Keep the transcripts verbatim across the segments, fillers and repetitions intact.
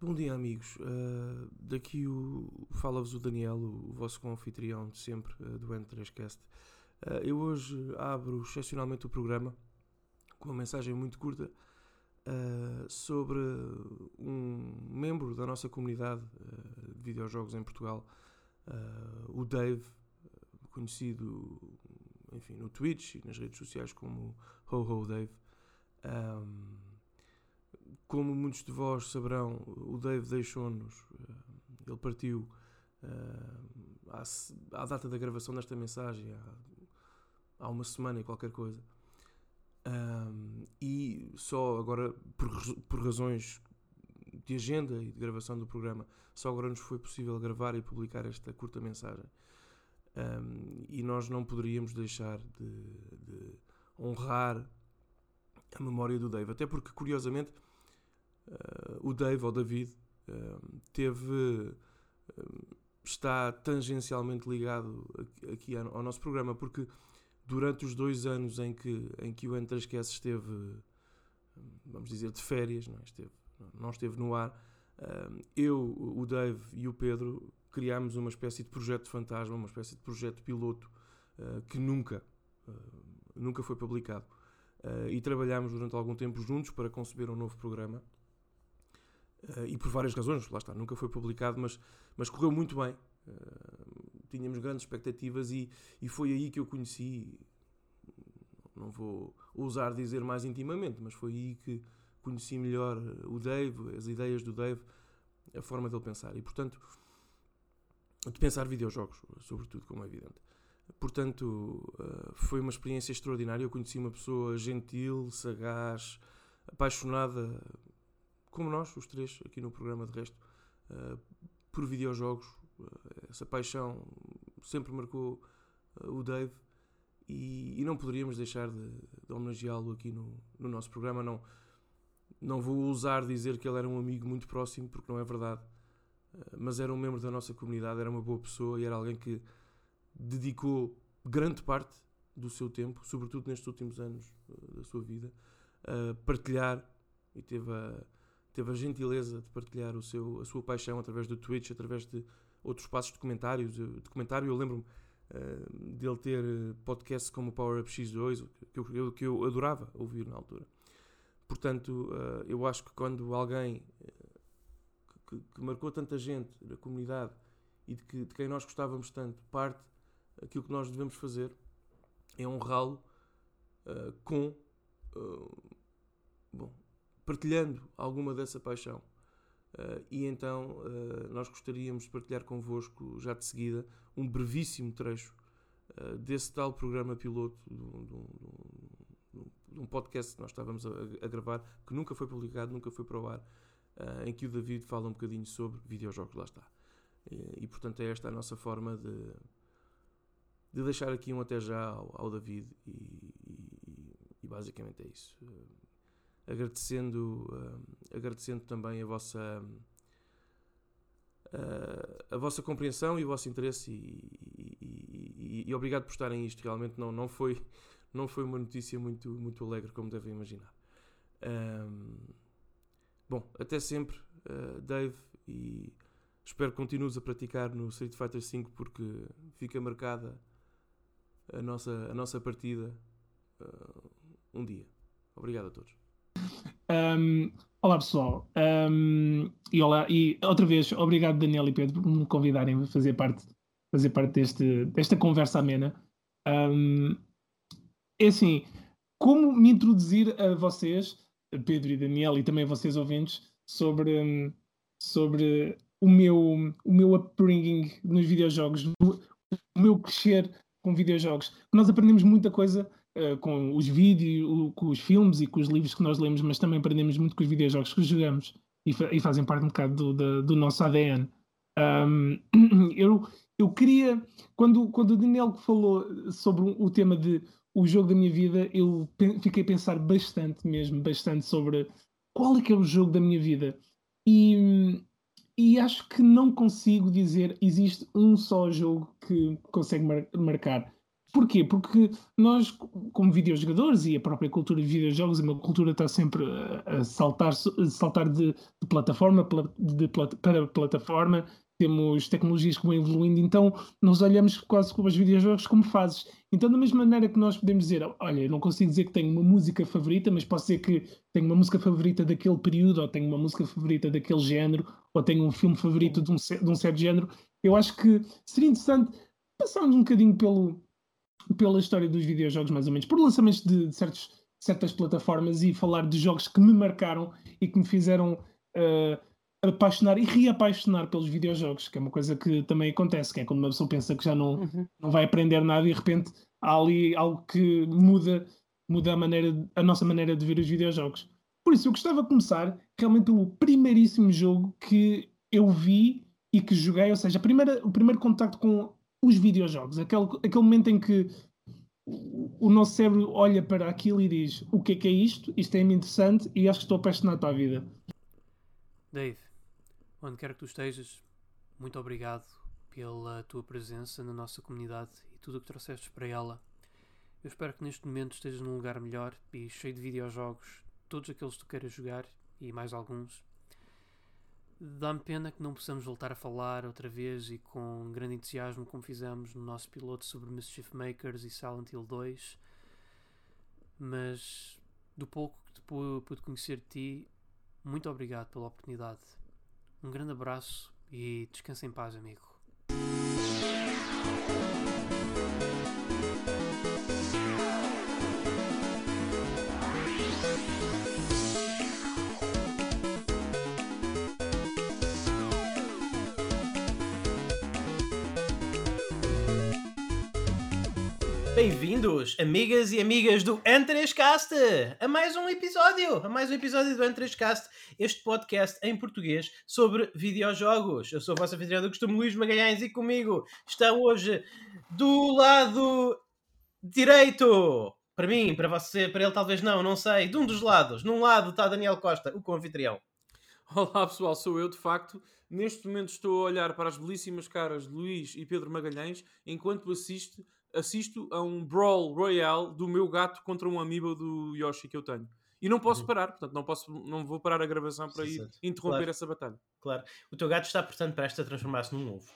Bom dia, amigos. Uh, daqui o, fala-vos o Daniel, o, o vosso co-anfitrião de sempre uh, do N três cast. Uh, eu hoje abro excepcionalmente o programa com uma mensagem muito curta uh, sobre um membro da nossa comunidade uh, de videojogos em Portugal, uh, o Dave, conhecido, enfim, no Twitch e nas redes sociais como Ho Ho Dave. Um, Como muitos de vós saberão, o Dave deixou-nos, ele partiu à, à data da gravação desta mensagem, há, há uma semana e qualquer coisa. Um, e só agora, por, por razões de agenda e de gravação do programa, só agora nos foi possível gravar e publicar esta curta mensagem. Um, e nós não poderíamos deixar de, de honrar a memória do Dave, até porque, curiosamente, Uh, o Dave, ou David, uh, teve, uh, está tangencialmente ligado aqui ao, ao nosso programa, porque durante os dois anos em que, em que o N três cast esteve, vamos dizer, de férias, não, esteve, não esteve no ar, uh, eu, o Dave e o Pedro criámos uma espécie de projeto fantasma, uma espécie de projeto piloto uh, que nunca, uh, nunca foi publicado. Uh, e trabalhámos durante algum tempo juntos para conceber um novo programa. Uh, e por várias razões, lá está, nunca foi publicado, mas, mas correu muito bem. Uh, tínhamos grandes expectativas e, e foi aí que eu conheci, não vou ousar dizer mais intimamente, mas foi aí que conheci melhor o Dave, as ideias do Dave, a forma dele pensar. E, portanto, de pensar videojogos, sobretudo, como é evidente. Portanto, uh, foi uma experiência extraordinária. Eu conheci uma pessoa gentil, sagaz, apaixonada, como nós, os três, aqui no programa, de resto, uh, por videojogos. Uh, essa paixão sempre marcou uh, o Dave e, e não poderíamos deixar de, de homenageá-lo aqui no, no nosso programa. Não, não vou ousar dizer que ele era um amigo muito próximo, porque não é verdade, uh, mas era um membro da nossa comunidade, era uma boa pessoa e era alguém que dedicou grande parte do seu tempo, sobretudo nestes últimos anos uh, da sua vida, a partilhar, e teve a teve a gentileza de partilhar o seu, a sua paixão através do Twitch, através de outros espaços de comentários. De comentário. Eu lembro-me uh, dele ter podcasts como o Power Up X dois, que eu, eu, que eu adorava ouvir na altura. Portanto, uh, eu acho que quando alguém uh, que, que marcou tanta gente da comunidade e de, que, de quem nós gostávamos tanto parte, aquilo que nós devemos fazer é honrá-lo uh, com... Uh, bom... partilhando alguma dessa paixão. Uh, e então uh, nós gostaríamos de partilhar convosco, já de seguida, um brevíssimo trecho uh, desse tal programa piloto de um, de um podcast que nós estávamos a, a gravar, que nunca foi publicado, nunca foi para o ar, uh, em que o David fala um bocadinho sobre videojogos, lá está. E, e portanto é esta a nossa forma de, de deixar aqui um até já ao, ao David e, e, e basicamente é isso. Uh, Agradecendo, uh, agradecendo também a vossa, uh, a vossa compreensão e o vosso interesse e, e, e, e obrigado por estarem isto. Realmente não, não, foi, não foi uma notícia muito, muito alegre, como devem imaginar. Um, bom, até sempre, uh, Dave, e espero que continues a praticar no Street Fighter cinco, porque fica marcada a nossa, a nossa partida uh, um dia. Obrigado a todos. Um, olá pessoal, um, e, olá, e outra vez obrigado Daniel e Pedro por me convidarem a fazer parte, fazer parte deste, desta conversa amena. Um, é assim, como me introduzir a vocês, Pedro e Daniel, e também a vocês ouvintes, sobre, sobre o, meu, o meu upbringing nos videojogos, o meu crescer com videojogos. Nós aprendemos muita coisa Uh, com os vídeos, com os filmes e com os livros que nós lemos, mas também aprendemos muito com os videojogos que jogamos e, fa- e fazem parte um bocado do, do, do nosso A D N. Um, eu, eu queria, quando, quando o Daniel falou sobre o tema de o jogo da minha vida, eu pe- fiquei a pensar bastante mesmo, bastante sobre qual é que é o jogo da minha vida. E, e acho que não consigo dizer existe um só jogo que consegue mar- marcar. Porquê? Porque nós, como videojogadores, e a própria cultura de videojogos, a cultura está sempre a, a saltar, a saltar de, de plataforma de, para plataforma, temos tecnologias que vão evoluindo, então nós olhamos quase como os videojogos como fases. Então, da mesma maneira que nós podemos dizer, olha, eu não consigo dizer que tenho uma música favorita, mas posso dizer que tenho uma música favorita daquele período, ou tenho uma música favorita daquele género, ou tenho um filme favorito de um, de um certo género. Eu acho que seria interessante passarmos um bocadinho pelo, pela história dos videojogos, mais ou menos, por lançamentos de, de certos, certas plataformas, e falar de jogos que me marcaram e que me fizeram uh, apaixonar e reapaixonar pelos videojogos, que é uma coisa que também acontece, que é quando uma pessoa pensa que já não, uhum. não vai aprender nada e de repente há ali algo que muda, muda a, maneira, a nossa maneira de ver os videojogos. Por isso, eu gostava de começar realmente pelo primeiríssimo jogo que eu vi e que joguei, ou seja, a primeira, o primeiro contacto com os videojogos, aquele, aquele momento em que o nosso cérebro olha para aquilo e diz: o que é que é isto? Isto é interessante e acho que estou apaixonado para a vida. Dave, onde quer que tu estejas, muito obrigado pela tua presença na nossa comunidade e tudo o que trouxeste para ela. Eu espero que neste momento estejas num lugar melhor e cheio de videojogos, todos aqueles que tu queiras jogar e mais alguns. Dá-me pena que não possamos voltar a falar outra vez e com grande entusiasmo como fizemos no nosso piloto sobre Mischief Makers e Silent Hill dois, mas do pouco que pude conhecer de ti, muito obrigado pela oportunidade. Um grande abraço e descansa em paz, amigo. Bem-vindos, amigas e amigas do N três Cast, a mais um episódio, a mais um episódio do N três Cast, este podcast em português sobre videojogos. Eu sou o vosso anfitrião do costume, Luís Magalhães, e comigo está hoje do lado direito, para mim, para você, para ele talvez não, não sei, de um dos lados. Num lado está Daniel Costa, o co-anfitrião. Olá pessoal, sou eu de facto. Neste momento estou a olhar para as belíssimas caras de Luís e Pedro Magalhães enquanto assisto assisto a um Brawl Royale do meu gato contra um amiibo do Yoshi que eu tenho. E não posso uhum. parar, portanto não, posso, não vou parar a gravação para ir interromper claro. essa batalha. Claro. O teu gato está, portanto, prestes a transformar-se num ovo.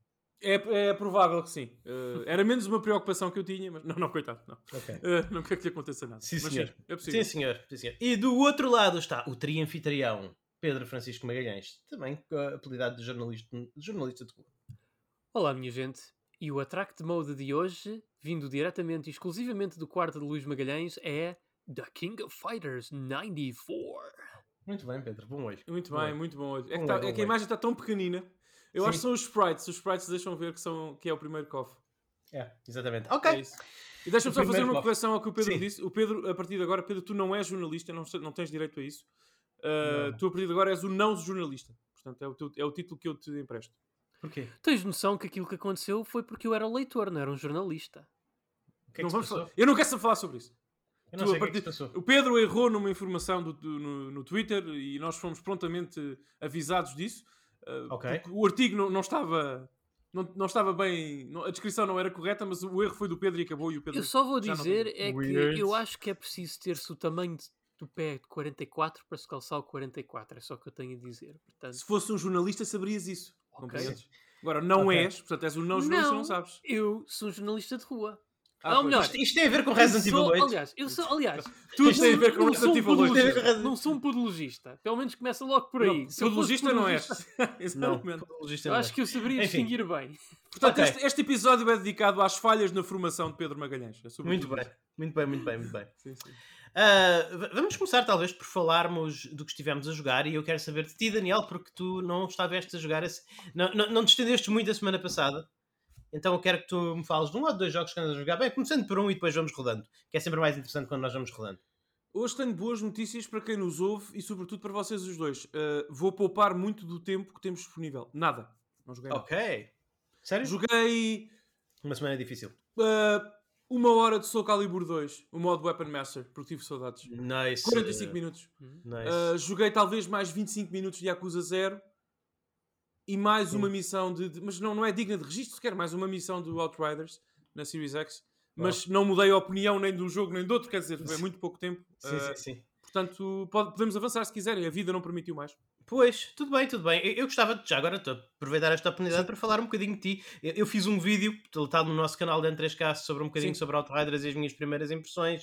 É, é provável que sim. Uh, era menos uma preocupação que eu tinha, mas não, não, coitado, não. Okay. Uh, não quero que lhe aconteça nada. Sim, mas, senhor. Sim, é possível. Sim, senhor. Sim, senhor. E do outro lado está o tri-anfitrião, Pedro Francisco Magalhães, também com a apelidade de jornalista de, jornalista de rua. Olá, minha gente. E o Attract Mode de hoje, vindo diretamente e exclusivamente do quarto de Luís Magalhães, é The King of Fighters noventa e quatro. Muito bem, Pedro. Bom olho. Muito bom bem, olho. muito bom olho. É, bom que, tá, olho, é que a imagem está tão pequenina. Eu Sim. acho que são os sprites. Os sprites deixam ver que, são, que é o primeiro cofre. É, exatamente. Ok. É isso. E deixa-me só fazer uma correção ao que o Pedro Sim. disse. O Pedro, a partir de agora, Pedro, tu não és jornalista, não, não tens direito a isso. Uh, tu, a partir de agora, és o não jornalista. Portanto, é o, teu, é o título que eu te empresto. Porquê? Tens noção que aquilo que aconteceu foi porque eu era leitor, não era um jornalista. O que é que não se vamos passou? Falar. Eu não quero saber falar sobre isso. Eu não tu, sei a partir... o que é que se passou. O Pedro errou numa informação do, do, no, no Twitter e nós fomos prontamente avisados disso. Uh, okay. O artigo não, não estava... Não, não estava bem... Não, a descrição não era correta, mas o erro foi do Pedro e acabou. E o Pedro eu só vou dizer não... é Weird. que eu acho que é preciso ter-se o tamanho de do pé de quarenta e quatro para se calçar o quarenta e quatro. É só o que eu tenho a dizer. Portanto... Se fosse um jornalista, saberias isso. Okay. Agora, não okay. és. Portanto, és um não jornalista, não, não sabes. Eu sou um jornalista de rua. Ah, Ou melhor, isto, isto tem a ver com Resident Evil oito. Aliás, eu sou, aliás, tudo tem a ver com Resident Evil oito. Não sou um podologista. Pelo menos começa logo por aí. Não, podologista não és. Exatamente. Não, podologista eu acho que eu saberia Enfim. distinguir bem. Portanto, okay. este, este episódio é dedicado às falhas na formação de Pedro Magalhães. É muito bem. Muito bem, muito bem, muito bem. Sim, sim. Uh, vamos começar talvez por falarmos do que estivemos a jogar, e eu quero saber de ti, Daniel, porque tu não estaveste a jogar esse... não, não, não te estendeste muito a semana passada, então eu quero que tu me fales de um ou de dois jogos que andas a jogar, bem, começando por um e depois vamos rodando, que é sempre mais interessante quando nós vamos rodando. Hoje tenho boas notícias para quem nos ouve e sobretudo para vocês os dois. Uh, vou poupar muito do tempo que temos disponível. Nada. Não joguei nada. Ok. Sério? Joguei... Uma semana difícil. Uh, uma hora de Soul Calibur dois, o modo Weapon Master, porque tive saudades. Nice. quarenta e cinco minutos. Nice. Uh, joguei talvez mais vinte e cinco minutos de Yakuza zero e mais uma missão de... de mas não, não é digna de registro sequer, mais uma missão do Outriders na Series X. mas não mudei a opinião nem de um jogo nem do outro, quer dizer, foi muito pouco tempo. Sim, uh, sim, sim. Portanto, pode, podemos avançar se quiserem, a vida não permitiu mais. Pois, tudo bem, tudo bem. Eu, eu gostava, de, já agora, de aproveitar esta oportunidade Sim. para falar um bocadinho de ti. Eu, eu fiz um vídeo, está no nosso canal de N três K, sobre um bocadinho Sim. sobre Outriders e as minhas primeiras impressões.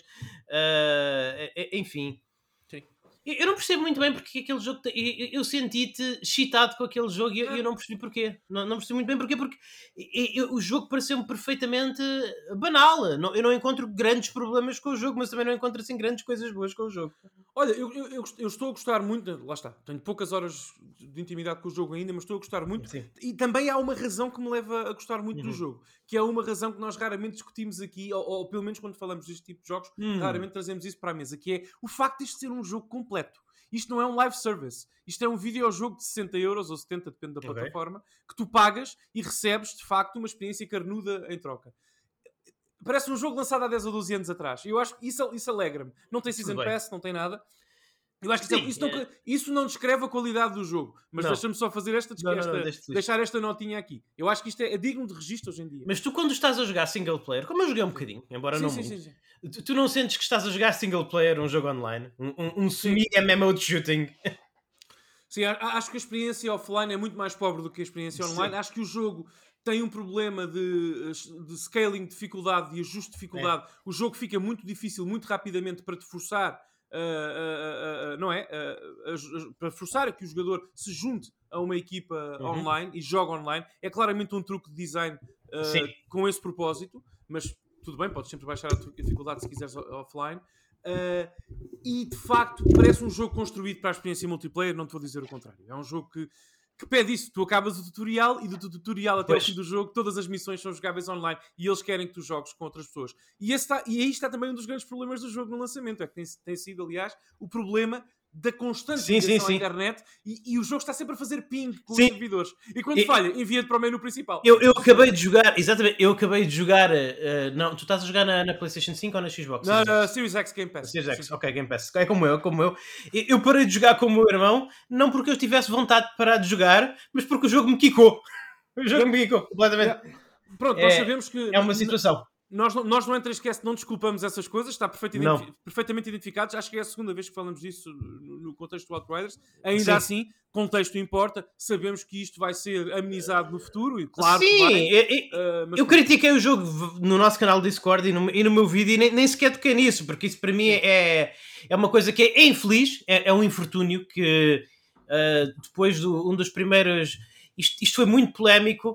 Uh, enfim... Sim. Eu não percebo muito bem porque aquele jogo. Eu, eu senti-te excitado com aquele jogo e eu, eu não percebi porquê. Não, não percebi muito bem porquê, porque eu, eu, o jogo pareceu-me perfeitamente banal. Não, eu não encontro grandes problemas com o jogo, mas também não encontro assim grandes coisas boas com o jogo. Olha, eu, eu, eu, eu estou a gostar muito. Lá está, tenho poucas horas de intimidade com o jogo ainda, mas estou a gostar muito. Sim. E também há uma razão que me leva a gostar muito uhum. do jogo, que é uma razão que nós raramente discutimos aqui, ou, ou pelo menos quando falamos deste tipo de jogos, hum. raramente trazemos isso para a mesa, que é o facto de isto ser um jogo completo. Isto não é um live service. Isto é um videojogo de sessenta euros ou setenta, depende da okay. plataforma, que tu pagas e recebes, de facto, uma experiência carnuda em troca. Parece um jogo lançado há dez ou doze anos atrás. Eu acho que isso, isso alegra-me. Não tem Season Pass, não tem nada. Eu acho que Sim, isso, não, é... isso não descreve a qualidade do jogo. Mas deixa-me só fazer esta, não, esta não, não, deixar esta notinha aqui. Eu acho que isto é, é digno de registro hoje em dia. Mas tu, quando estás a jogar single player, como eu joguei um bocadinho, embora sim, não sim, muito, sim, sim. Tu, tu não sentes que estás a jogar single player um jogo online? Um, um, um semi-M M O de shooting? Sim, acho que a experiência offline é muito mais pobre do que a experiência online. Sim. Acho que o jogo tem um problema de, de scaling, de dificuldade, de ajuste de dificuldade. É. O jogo fica muito difícil, muito rapidamente, para te forçar... Uh, uh, uh, uh, não é? Uh, uh, uh, para forçar a que o jogador se junte a uma equipa uhum. online e jogue online. É claramente um truque de design uh, com esse propósito, mas tudo bem, podes sempre baixar a dificuldade se quiseres offline. Uh, e de facto parece um jogo construído para a experiência multiplayer, não te vou dizer o contrário. É um jogo que que pede isso. Tu acabas o tutorial e do tutorial até pois. ao fim do jogo todas as missões são jogáveis online e eles querem que tu jogues com outras pessoas. E, esse está, e aí está também um dos grandes problemas do jogo no lançamento. É que tem, tem sido, aliás, o problema da constante sim, ligação sim, sim. à internet e, e o jogo está sempre a fazer ping com sim. os servidores. E quando e, falha, envia-te para o menu principal. Eu, eu acabei de jogar, exatamente, eu acabei de jogar, uh, não, tu estás a jogar na, na PlayStation cinco ou na Xbox? Na uh, Series X Game Pass. Series X, sim. Ok, Game Pass. É como eu, como eu. Eu parei de jogar com o meu irmão, não porque eu tivesse vontade de parar de jogar, mas porque o jogo me quicou. O jogo me quicou completamente. É. Pronto, é, nós sabemos que... É uma situação. Nós, nós no N três Cast não desculpamos essas coisas, está perfeitamente, perfeitamente identificado. Acho que é a segunda vez que falamos disso no contexto do Outriders. Ainda Sim. assim, contexto importa. Sabemos que isto vai ser amenizado no futuro e claro Sim, que vai. Eu, eu, uh, mas... eu critiquei o jogo no nosso canal do Discord e no, e no meu vídeo e nem, nem sequer toquei nisso, porque isso para mim é, é uma coisa que é infeliz, é, é um infortúnio que uh, depois do um dos primeiros... Isto, isto foi muito polémico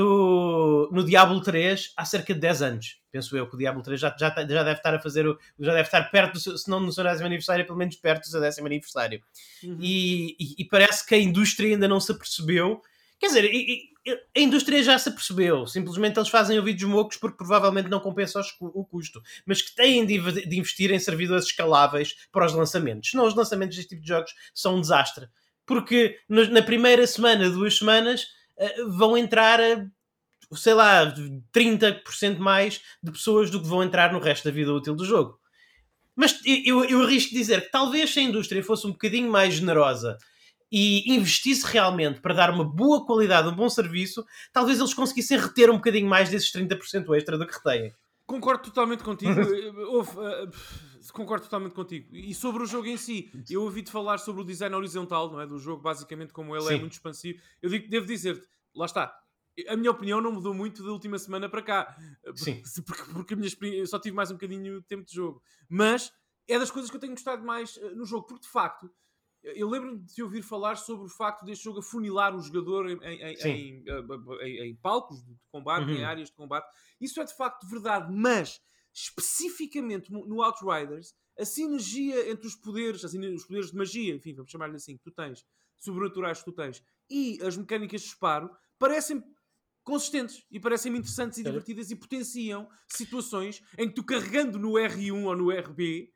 no, no Diablo três há cerca de dez anos. Penso eu que o Diablo três já, já, já deve estar a fazer o, já deve estar perto, do seu, se não no seu décimo aniversário, pelo menos perto do seu décimo aniversário. Uhum. E, e, e parece que a indústria ainda não se apercebeu. Quer dizer, e, e, a indústria já se apercebeu. Simplesmente eles fazem ouvidos mocos porque provavelmente não compensa os, o custo. Mas que têm de, de investir em servidores escaláveis para os lançamentos. Senão os lançamentos deste tipo de jogos são um desastre. Porque no, na primeira semana, duas semanas, uh, vão entrar... Uh, sei lá, trinta por cento mais de pessoas do que vão entrar no resto da vida útil do jogo. Mas eu, eu arrisco dizer que talvez se a indústria fosse um bocadinho mais generosa e investisse realmente para dar uma boa qualidade, um bom serviço, talvez eles conseguissem reter um bocadinho mais desses trinta por cento extra do que retêm. Concordo totalmente contigo. Ouve, uh, concordo totalamente contigo. E sobre o jogo em si, eu ouvi-te falar sobre o design horizontal, não é? Do jogo, basicamente, como ele Sim. é muito expansivo. Eu digo, devo dizer-te, lá está. A minha opinião não mudou muito da última semana para cá. Sim. Porque, porque a minha experiência, eu só tive mais um bocadinho de tempo de jogo. Mas é das coisas que eu tenho gostado mais uh, no jogo. Porque, de facto, eu lembro-me de te ouvir falar sobre o facto deste jogo afunilar o jogador em, em, em, uh, em, em palcos de combate, uhum. em áreas de combate. Isso é, de facto, verdade. Mas, especificamente no Outriders, a sinergia entre os poderes, assim, os poderes de magia, enfim, vamos chamar-lhe assim, que tu tens, sobrenaturais que tu tens, e as mecânicas de disparo, parecem consistentes e parecem-me interessantes e divertidas e potenciam situações em que tu, carregando no R um ou no R B,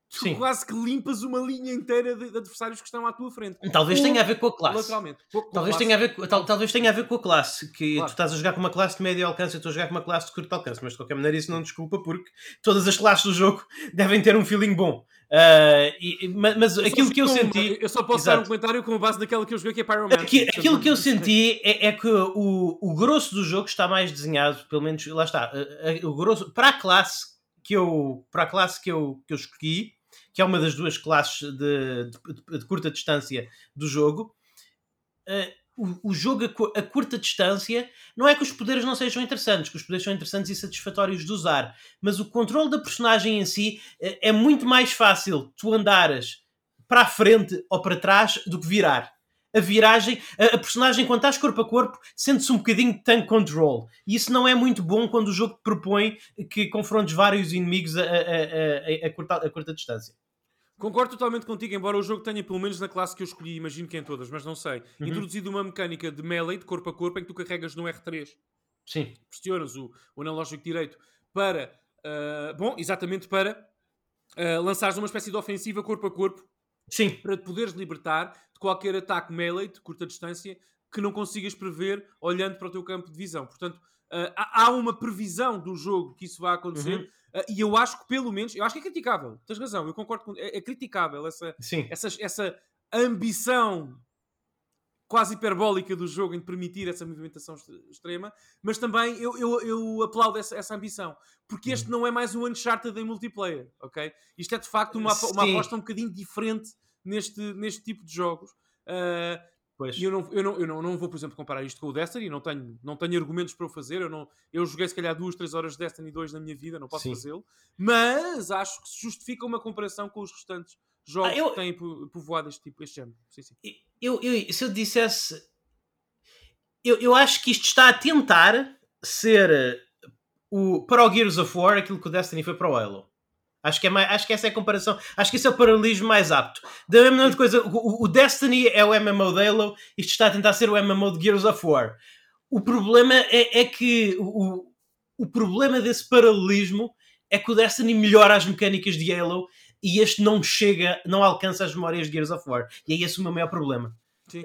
tu Sim. quase que limpas uma linha inteira de, de adversários que estão à tua frente. Talvez Ou, tenha a ver com a classe. lateralmente. Com, com Talvez, a classe. tenha a ver, com- tal, talvez tenha a ver com a classe. Que Claro. tu estás a jogar com uma classe de médio alcance e eu estou a jogar com uma classe de curto alcance. Mas de qualquer maneira isso não desculpa, porque todas as classes do jogo devem ter um feeling bom. Uh, e, mas mas Eu só aquilo que eu joguei uma- senti. Eu só posso Exato. dar um comentário com base naquela que eu joguei, que é Pyromancer. Aqui- Portanto, aquilo que eu não- senti é, é que o, o grosso do jogo está mais desenhado, pelo menos lá está. uh, uh, O grosso, para a classe que eu, para a classe que eu, que eu escolhi, que é uma das duas classes de, de, de curta distância do jogo, uh, o, o jogo a, cu- a curta distância não é que os poderes não sejam interessantes, que os poderes são interessantes e satisfatórios de usar, mas o controle da personagem em si uh, é muito mais fácil tu andares para a frente ou para trás do que virar. A viragem, a, a personagem quando estás corpo a corpo sente-se um bocadinho de tank control, e isso não é muito bom quando o jogo te propõe que confrontes vários inimigos a, a, a, a, a, curta, a curta distância. Concordo totalmente contigo, embora o jogo tenha, pelo menos na classe que eu escolhi, imagino que em todas, mas não sei, Uhum. introduzido uma mecânica de melee, de corpo a corpo, em que tu carregas no R três, Sim. pressionas o, o analógico direito para, uh, bom, exatamente para uh, lançares uma espécie de ofensiva corpo a corpo, Sim. para te poderes libertar de qualquer ataque melee de curta distância que não consigas prever olhando para o teu campo de visão. Portanto, uh, há, há uma previsão do jogo que isso vai acontecer, Uhum. uh, e eu acho que pelo menos, eu acho que é criticável, tens razão, eu concordo com, é, é criticável essa, Sim. essa, essa ambição quase hiperbólica do jogo em permitir essa movimentação extrema, mas também eu, eu, eu aplaudo essa, essa ambição, porque este não é mais um Uncharted em multiplayer, ok? Isto é de facto uma, uma Sim. aposta um bocadinho diferente neste, neste tipo de jogos. Uh, Pois. e eu, não, eu, não, eu não, não vou, por exemplo, comparar isto com o Destiny, não tenho, não tenho argumentos para o fazer, eu, não, eu joguei se calhar duas, três horas de Destiny dois na minha vida, não posso Sim. fazê-lo, mas acho que se justifica uma comparação com os restantes jogos Ah, eu- que têm po- povoado este tipo, este género. Sim, sim. Eu, eu, se eu dissesse... Eu, eu acho que isto está a tentar ser o, para o Gears of War aquilo que o Destiny foi para o Halo. Acho que, é mais, acho que essa é a comparação. Acho que esse é o paralelismo mais apto. Da mesma coisa, o, o Destiny é o M M O de Halo, isto está a tentar ser o M M O de Gears of War. O problema é, é que o, o problema desse paralelismo é que o Destiny melhora as mecânicas de Halo e este não chega, não alcança as memórias de Gears of War. E é esse o meu maior problema. Sim.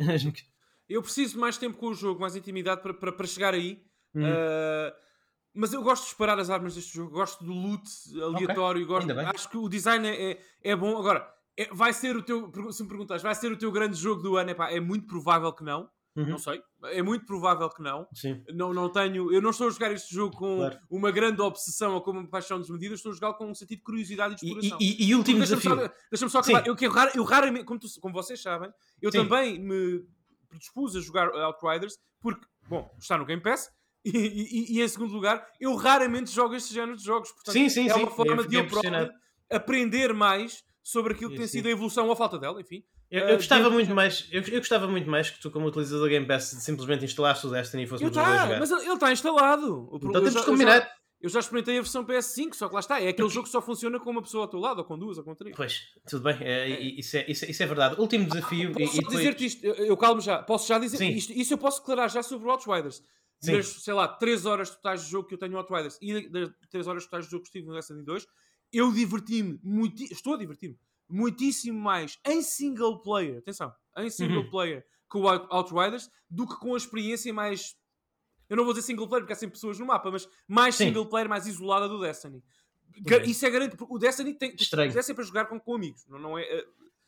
Eu preciso de mais tempo com o jogo, mais intimidade para, para, para chegar aí. Hum. Uh, mas eu gosto de disparar as armas deste jogo, gosto do loot aleatório, gosto, ainda bem. acho que o design é, é, é bom. Agora, é- vai ser o teu, se me perguntas, vai ser o teu grande jogo do ano? Epá, é muito provável que não, Uhum. não sei, é muito provável que não. Sim. Não, não tenho, eu não estou a jogar este jogo com Claro. uma grande obsessão ou com uma paixão desmedida, estou a jogar com um sentido de curiosidade e de E, exploração. e, e último Deixa-me desafio. só, deixa-me só acabar. Sim. Eu, que eu, rar- eu raramente, como, tu- como vocês sabem, eu Sim. também me predispus a jogar Outriders porque, bom, está no Game Pass e, e- e, em segundo lugar, eu raramente jogo este género de jogos. Portanto, Sim, sim, é sim. uma forma Eu de fiquei eu próprio impressionado. aprender mais sobre aquilo que Sim, tem sim. sido a evolução ou a falta dela, enfim. Eu, Uh, eu gostava dentro- muito mais, eu, eu gostava muito mais que tu, como utilizador Game Pass, simplesmente instalasse o Destiny e Eu fôssemos os dois tá, jogar. mas ele está instalado. O pro- Então eu temos já- de eu combinar. já- Eu já experimentei a versão P S cinco, só que lá está. É aquele jogo que só funciona com uma pessoa ao teu lado, ou com duas, ou com três. Pois, tudo bem, é, isso, é, isso, é, isso é verdade. Último desafio. Posso e, só e depois... dizer-te isto, eu, eu calmo já, posso já dizer Sim. isto, isso eu posso declarar já sobre o Outriders. Sim. Das, sei lá, três horas totais de jogo que eu tenho no Outriders e das três horas totais de jogo que estive no Destiny dois, eu diverti-me, muito, estou a divertir-me muitíssimo mais em single player, atenção, em single Uhum. player com o Out- Outriders do que com a experiência mais, eu não vou dizer single player porque há sempre pessoas no mapa, mas mais Sim. single player, mais isolada do Destiny. Ga- Ok. Isso é garantido, porque o Destiny tem, Estranho. é sempre a jogar com, com amigos, não, não é... eh,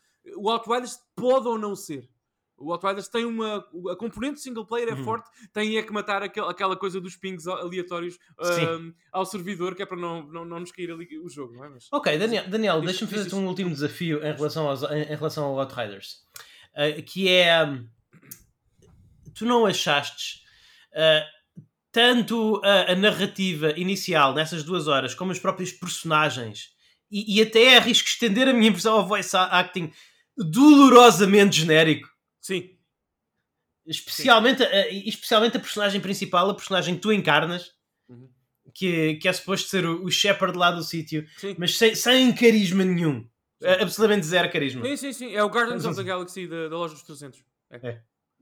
o Outriders pode ou não ser. O Outriders tem uma... A componente single player é Uhum. forte, tem é que matar aquel, aquela coisa dos pings aleatórios Sim. ahm, ao servidor, que é para não, não, não nos cair ali o jogo, não é? Mas, Ok, Daniel, Daniel Diz- deixa-me diz fazer-te isso. um último desafio em relação, aos, em, em relação ao Outriders. Uh, que é... um, tu não achaste uh, tanto a, a narrativa inicial nessas duas horas como os próprios personagens e, e até arrisco estender a minha impressão ao voice acting dolorosamente genérico? sim, Especialmente a, especialmente a personagem principal, a personagem que tu encarnas, Uhum. que, que é suposto ser o, o Shepard lá do sítio, sim. mas sem, sem carisma nenhum. Sim. A- Absolutamente zero carisma. Sim, sim, sim. É o Guardians of the Galaxy da, da loja dos trezentos. É. É.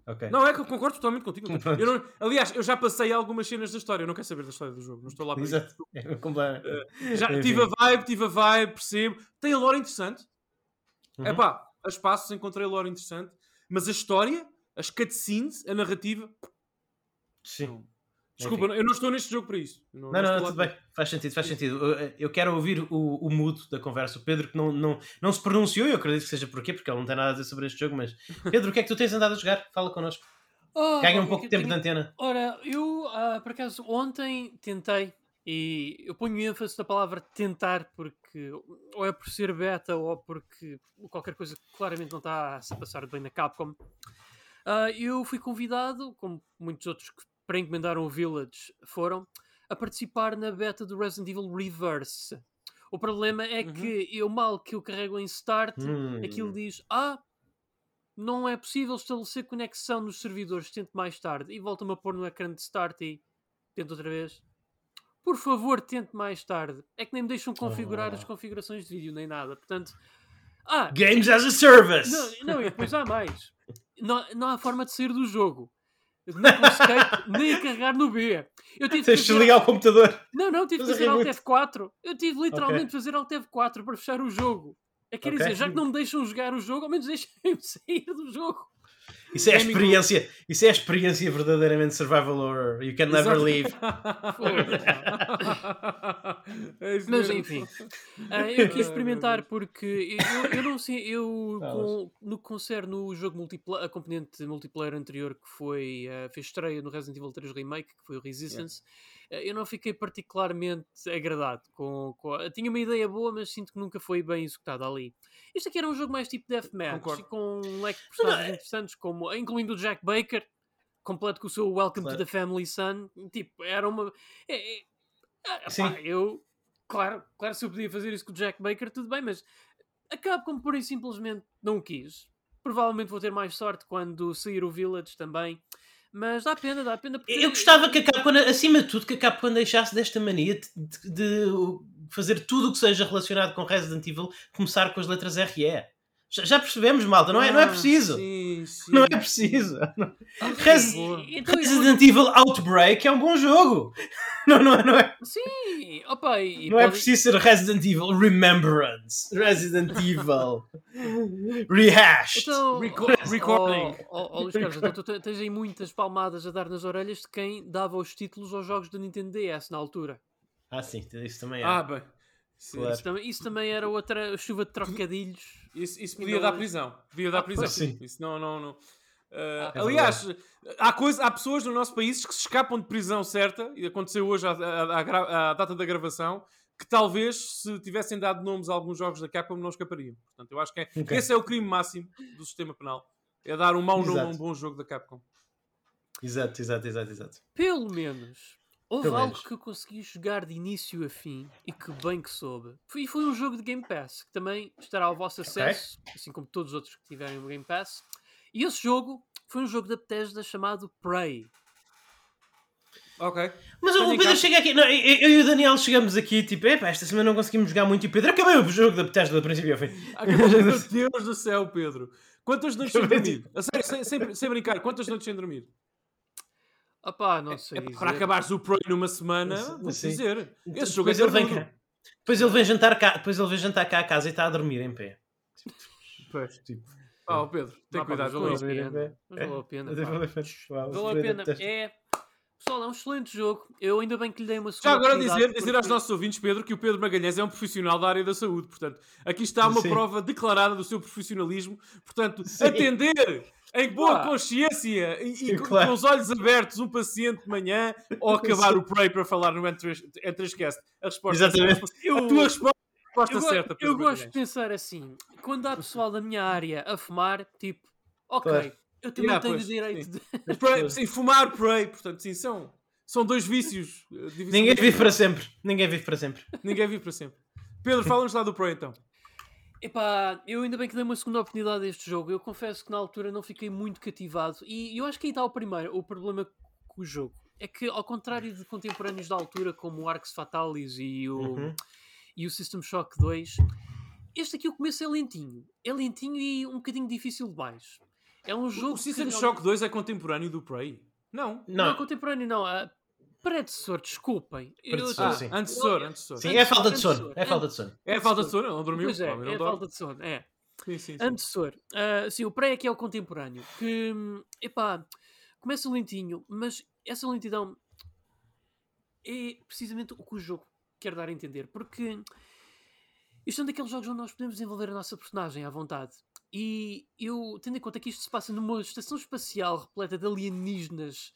Ok. Não, é que eu concordo totalmente contigo. Eu não, aliás, eu já passei algumas cenas da história. Eu não quero saber da história do jogo. Não estou lá para isso. Exato. É completo. Uh, já Enfim. tive a vibe, tive a vibe, percebo. Tem a lore interessante. Uhum. É pá, a espaços encontrei a lore interessante. Mas a história, as cutscenes, a narrativa... Sim. Desculpa, Enfim. eu não estou neste jogo para isso. Não, não, não, não tudo bem. Faz sentido, faz sentido. Eu, eu quero ouvir o, o mood da conversa. O Pedro que não, não, não se pronunciou, eu acredito que seja porquê, porque ele não tem nada a dizer sobre este jogo, mas... Pedro, o que é que tu tens andado a jogar? Fala connosco. Oh, Ganha um ok, pouco de tempo tenho... de antena. Ora, eu, uh, por acaso, ontem tentei, e eu ponho ênfase na palavra tentar, porque ou é por ser beta, ou porque qualquer coisa claramente não está a se passar bem na Capcom. Uh, eu fui convidado, como muitos outros que pré-encomendaram o Village foram, a participar na beta do Resident Evil Reverse. O problema é Uhum. que eu, mal que eu carrego em Start, Hum. aquilo diz, ah, não é possível estabelecer conexão nos servidores, tente mais tarde. E volta-me a pôr no ecrã de Start e tento outra vez. Por favor, tente mais tarde. É que nem me deixam configurar Oh. as configurações de vídeo, nem nada. Portanto, ah, Games as a Service! não, não, e depois há mais. Não, não há forma de sair do jogo. Nem com skate, nem a carregar no B. Eu tive Tens de fazer... ligar o computador. Não, não, tive de Mas fazer eu ri Alt muito. F quatro. Eu tive literalmente de Ok. fazer Alt F quatro para fechar o jogo. É quer Ok. dizer, já que não me deixam jogar o jogo, ao menos deixem-me sair do jogo. Isso é a Amigo- experiência, isso é a experiência verdadeiramente survival horror. You can never Exato. leave. É isso Mas mesmo. enfim, ah, eu quis Ai, experimentar meu Deus. porque eu, eu não sei, eu Falas. com, no que concerne o jogo multiplayer, a componente multiplayer anterior que foi, ah, fez estreia no Resident Evil três Remake, que foi o Resistance, ah, eu não fiquei particularmente agradado com, com a- tinha uma ideia boa, mas sinto que nunca foi bem executada ali. Este aqui era um jogo mais tipo Deathmatch, Concordo. e com um leque de Não, não, personagens é- interessantes, como, incluindo o Jack Baker, completo com o seu Welcome Claro. to the Family Son, tipo, era uma... é- é- ah, Sim. pá, eu... Claro, claro, se eu podia fazer isso com o Jack Baker, tudo bem, mas acabo como por aí simplesmente não o quis. Provavelmente vou ter mais sorte quando sair o Village também. Mas dá pena, dá pena. Porque Eu gostava que a Capcom, acima de tudo, que a Capcom deixasse desta mania de, de- de fazer tudo o que seja relacionado com Resident Evil começar com as letras R E. Já, já percebemos, malta, não é, não é Ah, preciso. Sim, sim. Não é preciso. Ah, Res- boa. Então, eu Resident Evil Outbreak é um bom jogo. Não, não, é- não, é, vou- Sim, opa, e não é pode- preciso ser Resident Evil Remembrance. Resident Evil Rehashed. Então, Reco- oh, recording. Oh, oh, oh, Luís Carlos, então tu te- tens aí muitas palmadas a dar nas orelhas de quem dava os títulos aos jogos do Nintendo D S na altura. Ah, sim, isso também é. Ah, bem. Sim, Claro. Isso também, isso também era outra chuva de trocadilhos. Isso, isso E podia não dar hoje. prisão. Podia dar Ah, prisão. pois sim. Isso não, não, não. Uh, É aliás, há, coisa, há pessoas no nosso país que se escapam de prisão certa, e aconteceu hoje à, à- à gra- à data da gravação, que talvez, se tivessem dado nomes a alguns jogos da Capcom, não escapariam. Portanto, eu acho que é, Ok. esse é o crime máximo do sistema penal. É dar um mau nome a um Exato. bom jogo da Capcom. Exato, exato, exato, exato. Pelo menos houve Pelo algo menos. que eu consegui jogar de início a fim e que bem que soube. Foi, foi um jogo de Game Pass que também estará ao vosso acesso, assim como todos os outros que tiverem o Game Pass. E esse jogo foi um jogo da Bethesda chamado Prey. Ok. Mas Tenho o em Pedro casa. chega aqui, não, eu, eu e o Daniel chegamos aqui, tipo, epá, esta semana não conseguimos jogar muito e o Pedro acabei o jogo da Bethesda do princípio ao fim. Acabou. Meu Deus do céu, Pedro. Quantas noites sem Acabei dormir? A sério, sem, sem, sem brincar, quantas noites sem dormir? Opá, não sei É, dizer. para acabares o Prey numa semana, Sim, vou sim. dizer. Esse jogo é Depois ele vem carnudo. cá. Depois ele vem jantar cá, depois ele vem jantar cá a casa e está a dormir em pé. Pois. Tipo, Oh, Pedro, tem Não, pá, cuidado mas com valeu isso. a Dormir em pena. pé. Mas valeu a pena. Valeu pá. a pena. Uau, Valeu a foi pena. Bethesda. É. Pessoal, é um excelente jogo. Eu ainda bem que lhe dei uma Já segunda agora oportunidade, dizer, dizer aos porque- nossos ouvintes, Pedro, que o Pedro Magalhães é um profissional da área da saúde. Portanto, aqui está uma Sim. prova declarada do seu profissionalismo. Portanto, Sim. atender em boa Pá. consciência e, e Sim, com, claro. com os olhos abertos um paciente de manhã ou acabar o Prey para falar no Entrescast. A resposta Exatamente. é a tua resposta, a resposta Eu, go- certa, Pedro eu gosto de Magalhães. pensar assim: quando há pessoal da minha área a fumar, tipo, ok, Claro. eu também Yeah, tenho pois, o direito sim. de. Prey, sim, fumar, Prey. Portanto, sim, são, são dois vícios. eh, dificilmente- Ninguém vive para sempre. Ninguém vive para sempre. Ninguém vive para sempre. Pedro, fala-nos lá do Prey então. Epá, eu ainda bem que dei uma segunda oportunidade a este jogo. Eu confesso que na altura não fiquei muito cativado. E eu acho que aí está o primeiro, o problema com o jogo. É que, ao contrário de contemporâneos da altura, como o Arx Fatalis e o, Uhum. e o System Shock dois, este aqui o começo é lentinho. É lentinho e um bocadinho difícil demais. É um jogo O System que Shock realmente... dois é contemporâneo do Prey? Não. Não, Não, é contemporâneo, não. Uh, predecessor, desculpem. Eu- Predecessor, Ah, sim. antecessor, antecessor. sim, é falta de Antecessor, sono. É falta de sono. É a falta de sono, não dormiu. Pois é, Homem, não é a dorme. falta de sono, é. Sim, sim, sim. Antecessor. Uh, sim, o pré é que é o contemporâneo. Que, hum, epá, começa lentinho, mas essa lentidão é precisamente o que o jogo quer dar a entender. Porque isto é um daqueles jogos onde nós podemos desenvolver a nossa personagem à vontade. E eu, tendo em conta que isto se passa numa estação espacial repleta de alienígenas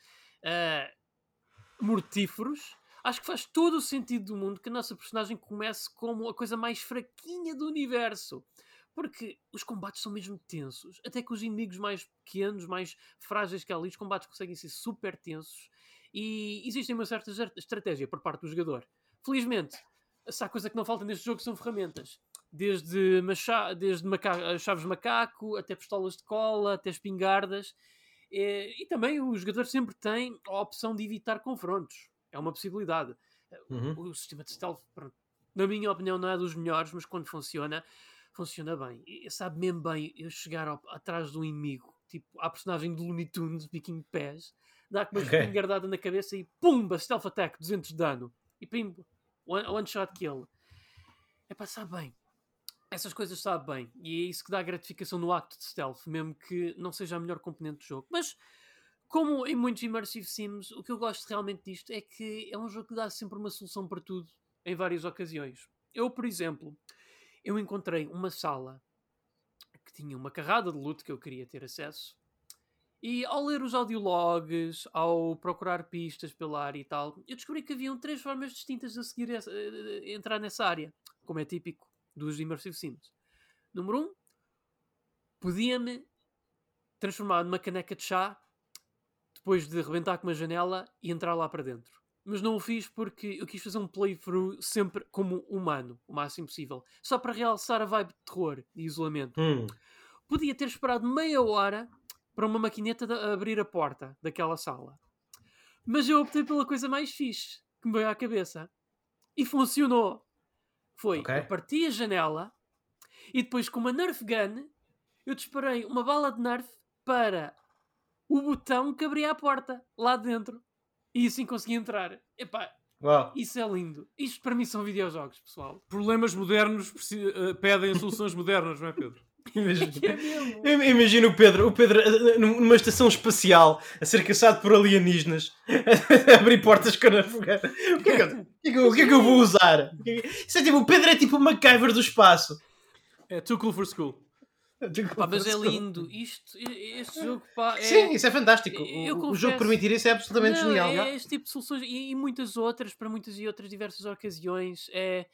uh, mortíferos, acho que faz todo o sentido do mundo que a nossa personagem comece como a coisa mais fraquinha do universo. Porque os combates são mesmo tensos. Até que os inimigos mais pequenos, mais frágeis que há ali, os combates conseguem ser super tensos. E existe uma certa estratégia por parte do jogador. Felizmente, se há coisa que não falta neste jogo são ferramentas. Desde, macha- desde maca- chaves de macaco, até pistolas de cola, até espingardas. E, e também o jogador sempre tem a opção de evitar confrontos. É uma possibilidade. Uhum. O sistema de stealth, pronto, na minha opinião, não é dos melhores, mas quando funciona, funciona bem. E sabe mesmo bem eu chegar ao, atrás de um inimigo, tipo a personagem de Looney Tunes, Biquinho de Pés, dá-te uma Ok. espingardada na cabeça e pumba, stealth attack, duzentos de dano. E pimba, one, one shot kill. É pá, sabe bem. Essas coisas sabe bem. E é isso que dá gratificação no acto de stealth, mesmo que não seja a melhor componente do jogo. Mas, como em muitos Immersive Sims, o que eu gosto realmente disto é que é um jogo que dá sempre uma solução para tudo, em várias ocasiões. Eu, por exemplo, eu encontrei uma sala que tinha uma carrada de loot que eu queria ter acesso. E ao ler os audiologs, ao procurar pistas pela área e tal, eu descobri que haviam três formas distintas de a seguir essa, uh, entrar nessa área, como é típico dos Immersive Sims. Número um, podia-me transformar numa caneca de chá depois de rebentar com uma janela e entrar lá para dentro. Mas não o fiz porque eu quis fazer um playthrough sempre como humano, o máximo possível. Só para realçar a vibe de terror e isolamento. Hum. Podia ter esperado meia hora para uma maquineta de abrir a porta daquela sala. Mas eu optei pela coisa mais fixe que me veio à cabeça. E funcionou. Foi, Ok. eu parti a janela e depois com uma Nerf Gun eu disparei uma bala de Nerf para o botão que abria a porta lá dentro. E assim consegui entrar. Epá, Uau. isso é lindo. Isto para mim são videojogos, pessoal. Problemas modernos preci- uh, pedem soluções modernas, não é, Pedro? Imagina, É mesmo. im- imagina o Pedro, o Pedro eh, numa estação espacial a ser caçado por alienígenas a abrir portas com a navegar. O que é que eu, o que é que eu- o que é que eu vou usar? O que é que- Isso é tipo, o Pedro é tipo o MacGyver do espaço. É too cool for school. Pá, mas é lindo. Isto, este jogo, pá, é... Sim, isso é fantástico. Eu O, o confesso- jogo permitir isso é absolutamente Não, genial. é este tipo de soluções e, e muitas outras, para muitas e outras diversas ocasiões. É.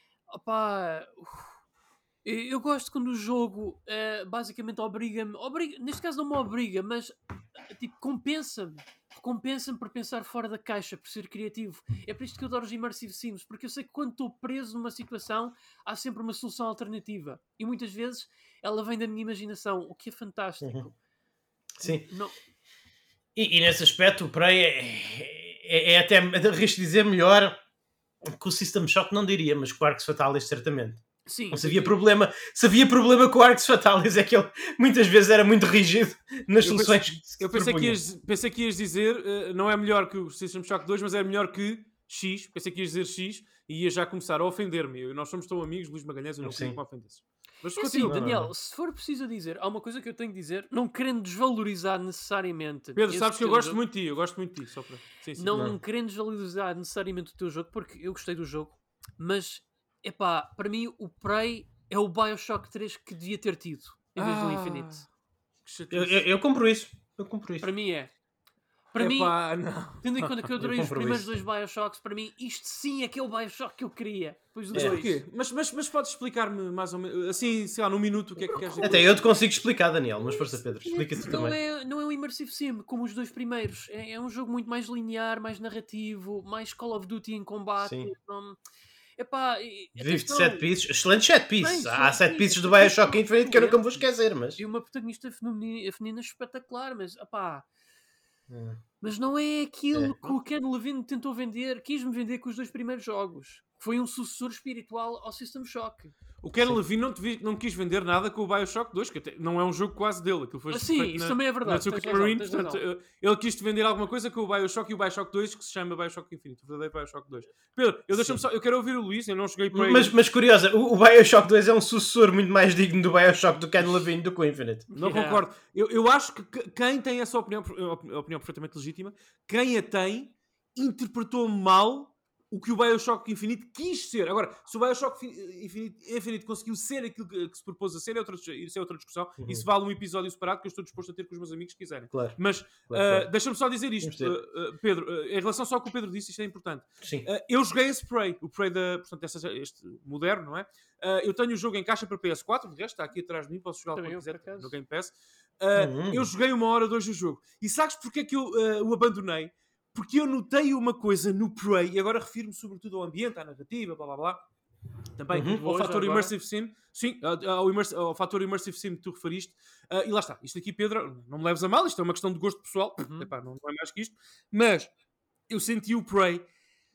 Opá. uf. Eu eu gosto quando o jogo eh, basicamente obriga-me. Obriga, neste caso não me obriga, mas eh, tipo, compensa-me. Recompensa-me por pensar fora da caixa, por ser criativo. É por isto que eu adoro os Immersive Sims, porque eu sei que quando estou preso numa situação há sempre uma solução alternativa. E muitas vezes ela vem da minha imaginação, o que é fantástico. Uhum. Sim. Não, E, e nesse aspecto o Prey é, é, é até, arrisco dizer, melhor que o System Shock, não diria, mas com o Arx Fatalis certamente. sim, Se havia, porque- problema, se havia problema com o Arx Fatalis é que ele muitas vezes era muito rígido nas Eu soluções que se Eu pensei que, propunha. ias, pensei que ias dizer, uh, não é melhor que o System Shock dois, mas é melhor que X. Pensei que ias dizer X e ia já começar a ofender-me. Eu- Nós somos tão amigos, Luís Magalhães, eu não Sim. queria que me ofendesses. Mas É assim, continua. não, Daniel, não. se for preciso dizer, há uma coisa que eu tenho de dizer, não querendo desvalorizar necessariamente. Pedro, esse sabes que eu teu gosto jogo, muito de ti, eu gosto muito de ti, só para... Sim, sim. Não, Não. querendo desvalorizar necessariamente o teu jogo, porque eu gostei do jogo, mas, epá, para mim o Prey é o Bioshock três que devia ter tido, em vez do Ah, Infinite. que chatice. Eu, eu, eu compro isso. Eu compro isso. Para mim é. Para mim, Epá, não. tendo em conta que eu adorei os compro primeiros isso. dois Bioshocks, para mim isto sim é que é o Bioshock que eu queria. Depois do Mas É. dois. porquê? Mas, mas, mas podes explicar-me mais ou menos, assim, sei lá, num minuto, o que é que queres dizer? Até eu te consigo explicar, Daniel, mas força, Pedro. Explica tu Não também. é, não é um Immersive Sim como os dois primeiros. É, é um jogo muito mais linear, mais narrativo, mais Call of Duty em combate. Sim. Não... Epá, e- Vive de atenção, set pieces. Excelentes set pieces. Bem, Há set set pieces. pieces do Bioshock Infinite que eu nunca me vou esquecer, mas... E uma protagonista feminina, feminina espetacular, mas epá, Hum. mas não é aquilo É. que o Ken Levine tentou vender, quis-me vender com os dois primeiros jogos. foi um sucessor espiritual ao System Shock. O Ken Levine não, te vi, não quis vender nada com o BioShock dois, que até não é um jogo quase dele. Aquilo foi ah, sim, isso na, também é verdade. na Marine, portanto, ele quis-te vender alguma coisa com o BioShock e o BioShock dois, que se chama BioShock Infinite, o verdadeiro BioShock dois. Pedro, eu, deixa-me só, eu quero ouvir o Luís, eu não joguei para mas, mas curiosa, o, o BioShock dois é um sucessor muito mais digno do BioShock do Ken Levine do que o Infinite. Não Yeah. concordo. Eu, eu acho que quem tem essa opinião, opinião perfeitamente legítima, quem a tem, interpretou mal o que o BioShock Infinite quis ser. Agora, se o BioShock Infinite, Infinite conseguiu ser aquilo que, que se propôs a ser, é outra, isso é outra discussão. Uhum. Isso vale um episódio separado que eu estou disposto a ter com os meus amigos que quiserem. Claro. Mas claro, uh, claro. deixa-me só dizer isto, uh, uh, Pedro, uh, em relação só ao que o Pedro disse, isto é importante. Sim. Uh, eu joguei esse Prey, o Prey da, portanto, essa, este moderno, não é? Uh, eu tenho o jogo em caixa para P S quatro, de resto está aqui atrás de mim, posso jogar quando quiser no Game Pass. Uh, uhum. Eu joguei uma hora, dois do jogo. E sabes porque é que eu uh, o abandonei? Porque eu notei uma coisa no Prey, e agora refiro-me sobretudo ao ambiente, à narrativa, blá blá blá, também uhum, ao fator Immersive Sim, sim, ao, immersive, ao fator Immersive Sim que tu referiste, uh, e lá está, isto aqui, Pedro, não me leves a mal, isto é uma questão de gosto pessoal, uhum. Epá, não, não é mais que isto, mas eu senti o Prey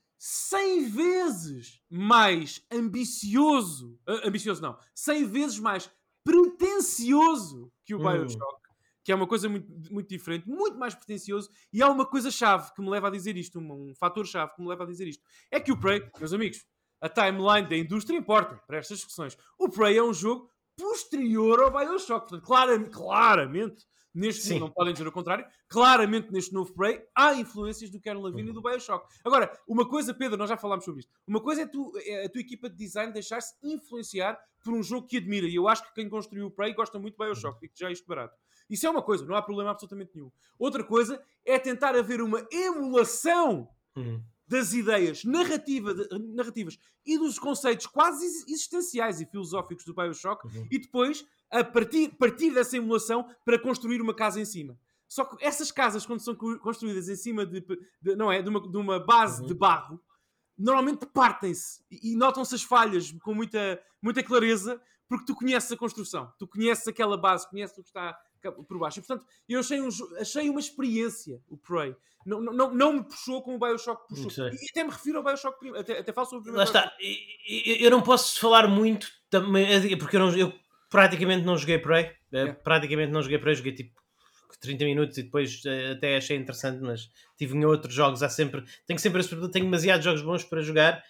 cem vezes mais ambicioso, uh, ambicioso não, cem vezes mais pretencioso que o uhum. BioShock. Que é uma coisa muito, muito diferente, muito mais pretencioso, e há uma coisa-chave que me leva a dizer isto, um, um fator-chave que me leva a dizer isto. É que o Prey, meus amigos, a timeline da indústria importa para estas discussões. O Prey é um jogo posterior ao BioShock. Portanto, claramente, claramente neste novo, não podem dizer o contrário, claramente neste novo Prey há influências do Ken Levine e do BioShock. Agora, uma coisa, Pedro, nós já falámos sobre isto, uma coisa é, tu, é a tua equipa de design deixar-se influenciar por um jogo que admira, e eu acho que quem construiu o Prey gosta muito do BioShock, e que já é isto barato. Isso é uma coisa, não há problema absolutamente nenhum. Outra coisa é tentar haver uma emulação uhum. das ideias narrativa, de, narrativas e dos conceitos quase existenciais e filosóficos do BioShock uhum. e depois a partir, partir dessa emulação para construir uma casa em cima. Só que essas casas, quando são construídas em cima de, de, não é, de, uma, de uma base uhum. de barro, normalmente partem-se e, e notam-se as falhas com muita, muita clareza, porque tu conheces a construção, tu conheces aquela base, conheces o que está por baixo. E, portanto, eu achei, um, achei uma experiência, o Prey. Não, não, não me puxou como o BioShock puxou. E até me refiro ao BioShock, até, até falo sobre o primeiro. Lá está. Eu não posso falar muito, porque eu, não, eu praticamente não joguei Prey. É. Praticamente não joguei Prey, joguei tipo trinta minutos e depois até achei interessante, mas tive em outros jogos, há sempre, tenho sempre esse problema, tenho demasiados jogos bons para jogar.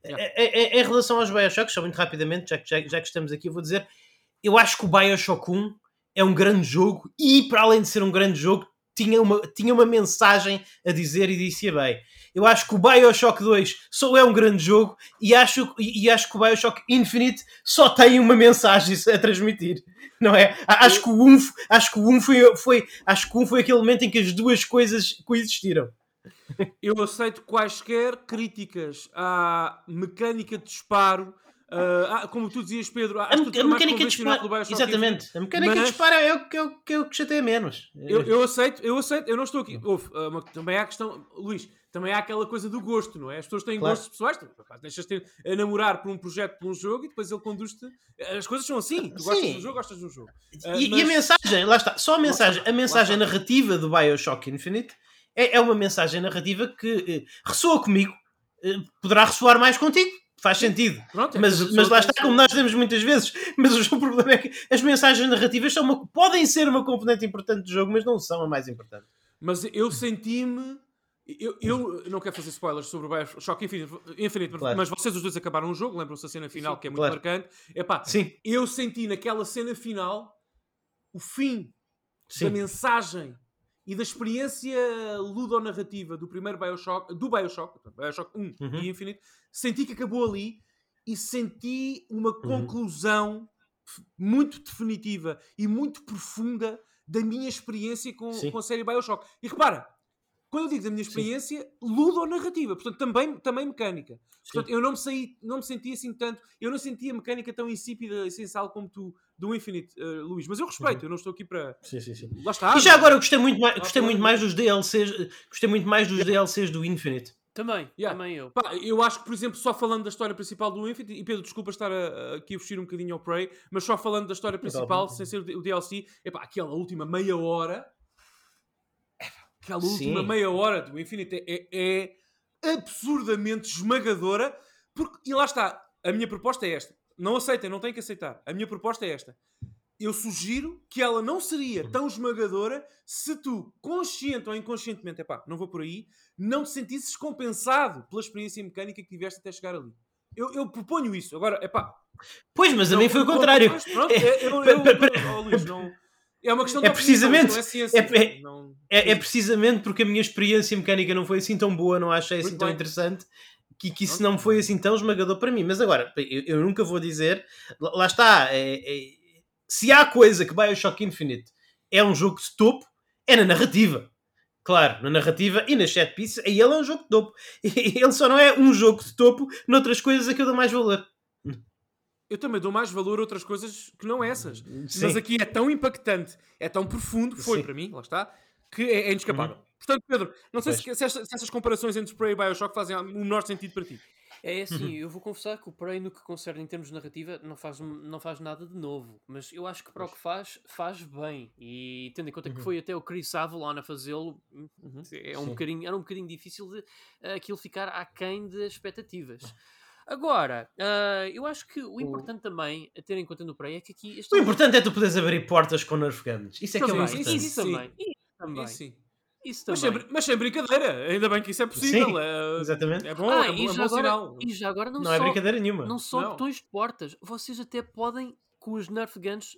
É. Em relação aos BioShocks, só muito rapidamente, já que, já, já que estamos aqui, eu vou dizer, eu acho que o BioShock um é um grande jogo e, para além de ser um grande jogo, tinha uma, tinha uma mensagem a dizer e disse bem. Eu acho que o BioShock dois só é um grande jogo e acho, e, e acho que o BioShock Infinite só tem uma mensagem a transmitir, não é? Acho que o um, acho que o um foi, foi, acho que o um foi aquele momento em que as duas coisas coexistiram. Eu aceito quaisquer críticas à mecânica de disparo. Uh, ah, como tu dizias, Pedro, a, a, me, a mecânica de disparo, exatamente, a mecânica mas... de disparo é o que eu, que eu chateia menos. Eu, eu aceito, eu aceito, eu não estou aqui. Ouve, uh, também há a questão, Luís, também há aquela coisa do gosto, não é? As pessoas têm claro. gostos pessoais, tu, deixas-te a namorar por um projeto, por um jogo, e depois ele conduz-te. As coisas são assim, tu gostas Sim. de um jogo, gostas de um jogo. Uh, e, mas... e a mensagem, lá está, só a mensagem, a mensagem narrativa do BioShock Infinite é, é uma mensagem narrativa que uh, ressoa comigo, uh, poderá ressoar mais contigo. Faz sentido, Pronto, é mas, mas lá está, como nós dizemos muitas vezes, mas o problema é que as mensagens narrativas são uma, podem ser uma componente importante do jogo, mas não são a mais importante. Mas eu senti-me, eu, eu não quero fazer spoilers sobre o BioShock Infinite, Infinite claro. mas vocês os dois acabaram o jogo, lembram-se da cena final, que é muito claro. marcante. Epá, Sim. Eu senti naquela cena final o fim Sim. da mensagem e da experiência ludonarrativa do primeiro BioShock, do BioShock, BioShock um uhum. e Infinite, senti que acabou ali e senti uma uhum. conclusão muito definitiva e muito profunda da minha experiência com, com a série BioShock. E repara, quando eu digo da minha experiência, ludonarrativa, portanto também, também mecânica. Portanto, eu não me, saí, não me senti assim tanto, eu não senti a mecânica tão insípida e essencial como tu do Infinite, uh, Luís, mas eu respeito, uhum. eu não estou aqui para... Sim, sim, sim. Lá está. E já agora eu gostei muito mais, gostei muito mais dos D L Cs, gostei muito mais dos D L Cs do Infinite. Também, yeah. também eu. Pá, eu acho que, por exemplo, só falando da história principal do Infinite, e Pedro, desculpa estar a, a, aqui a fugir um bocadinho ao Prey, mas só falando da história principal, sem ser o D L C, epá, aquela última meia hora, aquela última Sim. meia hora do Infinite é, é absurdamente esmagadora, Porque, e lá está, a minha proposta é esta. Não aceitem, não têm que aceitar. A minha proposta é esta. Eu sugiro que ela não seria tão esmagadora se tu, consciente ou inconscientemente, epá, não vou por aí, não te sentisses compensado pela experiência mecânica que tiveste até chegar ali. Eu, eu proponho isso. Agora, epá... Pois, mas a mim foi o contrário. Pronto, é, eu, eu, eu, oh, Luís, não... É uma questão de é precisamente, opinião, não é ciência. É, não... é, é precisamente porque a minha experiência mecânica não foi assim tão boa, não achei assim Muito tão bem. interessante, que, que isso não foi assim tão esmagador para mim. Mas agora, eu, eu nunca vou dizer... Lá, lá está. É, é, se há coisa que BioShock Infinite é um jogo de topo, é na narrativa. Claro, na narrativa e nas set pieces, aí ele é um jogo de topo. Ele só não é um jogo de topo noutras coisas a que eu dou mais valor. Eu também dou mais valor a outras coisas que não essas. Sim. Mas aqui é tão impactante, é tão profundo, foi Sim. para mim, lá está, que é, é inescapável. Uhum. Portanto, Pedro, não sei se, se, estas, se essas comparações entre Prey e BioShock fazem o menor sentido para ti. É assim, eu vou confessar que o Prey, no que concerne em termos de narrativa, não faz, não faz nada de novo. Mas eu acho que para o que faz, faz bem. E tendo em conta que foi até o Chris Avellone a fazê-lo, uhum. é um bocadinho, era um bocadinho difícil de uh, aquilo ficar aquém das expectativas. Agora, uh, eu acho que o importante o... também a ter em conta no Prey é que aqui... Este o importante é tu poderes abrir portas com Nerf Guns. Isso é que é o mais importante. Isso, isso também. Isso também. Isso sim. Isso mas, sem, mas sem brincadeira, ainda bem que isso é possível. Sim, é, exatamente. É bom, ah, é bom, e, é já bom agora, sinal. e já agora não, não só, é brincadeira nenhuma. Não só não. botões de portas, vocês até podem, com os Nerf Guns,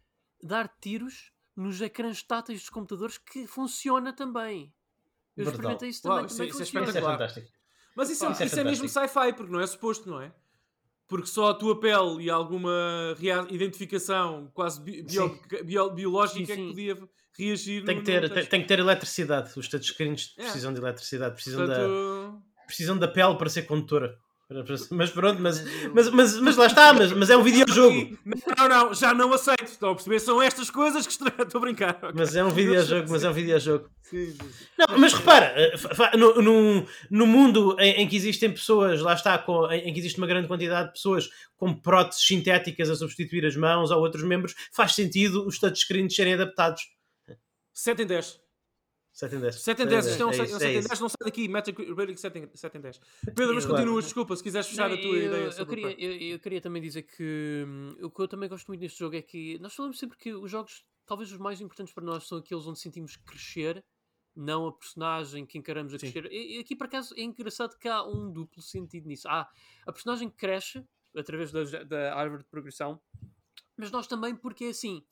dar tiros nos ecrãs táteis dos computadores, que funciona também. Eu Verdade. experimentei isso também. Uau, também isso, funciona. Isso é fantástico. Mas isso, ah, isso, é, isso é, é mesmo sci-fi, porque não é suposto, não é? Porque só a tua pele e alguma rea- identificação quase bi- bio- bio- biológica sim, sim. é que podia reagir. Tem no, que, ter, no tem, tem que ter eletricidade. Os touchscreens É. precisam de eletricidade. Precisam, Portanto... da, precisam da pele para ser condutora. Mas pronto, mas, mas, mas, mas lá está, mas, mas é um videojogo. Não, não, já não aceito. Estão a perceber? São estas coisas que estou a brincar. Okay. Mas é um videojogo, mas é um videojogo. Sim, sim. Não, mas repara, no, no, no mundo em, em que existem pessoas, lá está, com, em, em que existe uma grande quantidade de pessoas com próteses sintéticas a substituir as mãos ou outros membros, faz sentido os touchscreens serem adaptados. sete em dez. sete em dez. sete em dez, isto é um é sete em dez, não sai daqui, Metacritic sete em dez. Pedro, mas continuas, desculpa, se quiseres fechar não, a tua eu, ideia eu sobre queria, eu, eu queria também dizer que hum, o que eu também gosto muito deste jogo é que nós falamos sempre que os jogos, talvez os mais importantes para nós, são aqueles onde sentimos crescer, não a personagem que encaramos a Sim. crescer. E, e aqui, por acaso, é engraçado que há um duplo sentido nisso. Há a personagem que cresce através da, da árvore de progressão, mas nós também, porque é assim...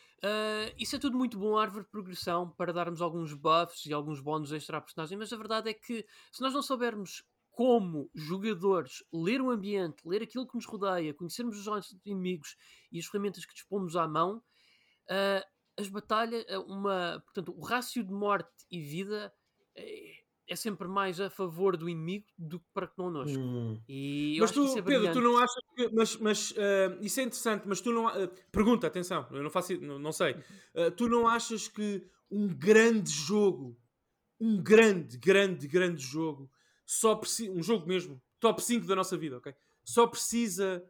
Uh, isso é tudo muito bom, a árvore de progressão, para darmos alguns buffs e alguns bónus extra à personagem, mas a verdade é que se nós não soubermos como jogadores ler o ambiente, ler aquilo que nos rodeia, conhecermos os nossos inimigos e as ferramentas que dispomos à mão, uh, as batalhas, uma, portanto, o rácio de morte e vida é, é sempre mais a favor do inimigo do que para connosco. Hum. E eu mas acho tu, que isso é Pedro, brilhante. tu não achas que. Mas, mas uh, isso é interessante, mas tu não. Uh, pergunta, atenção, eu não faço. Não, não sei. Uh, tu não achas que um grande jogo, um grande, grande, grande jogo, só precisa. Um jogo mesmo, top cinco da nossa vida, ok? Só precisa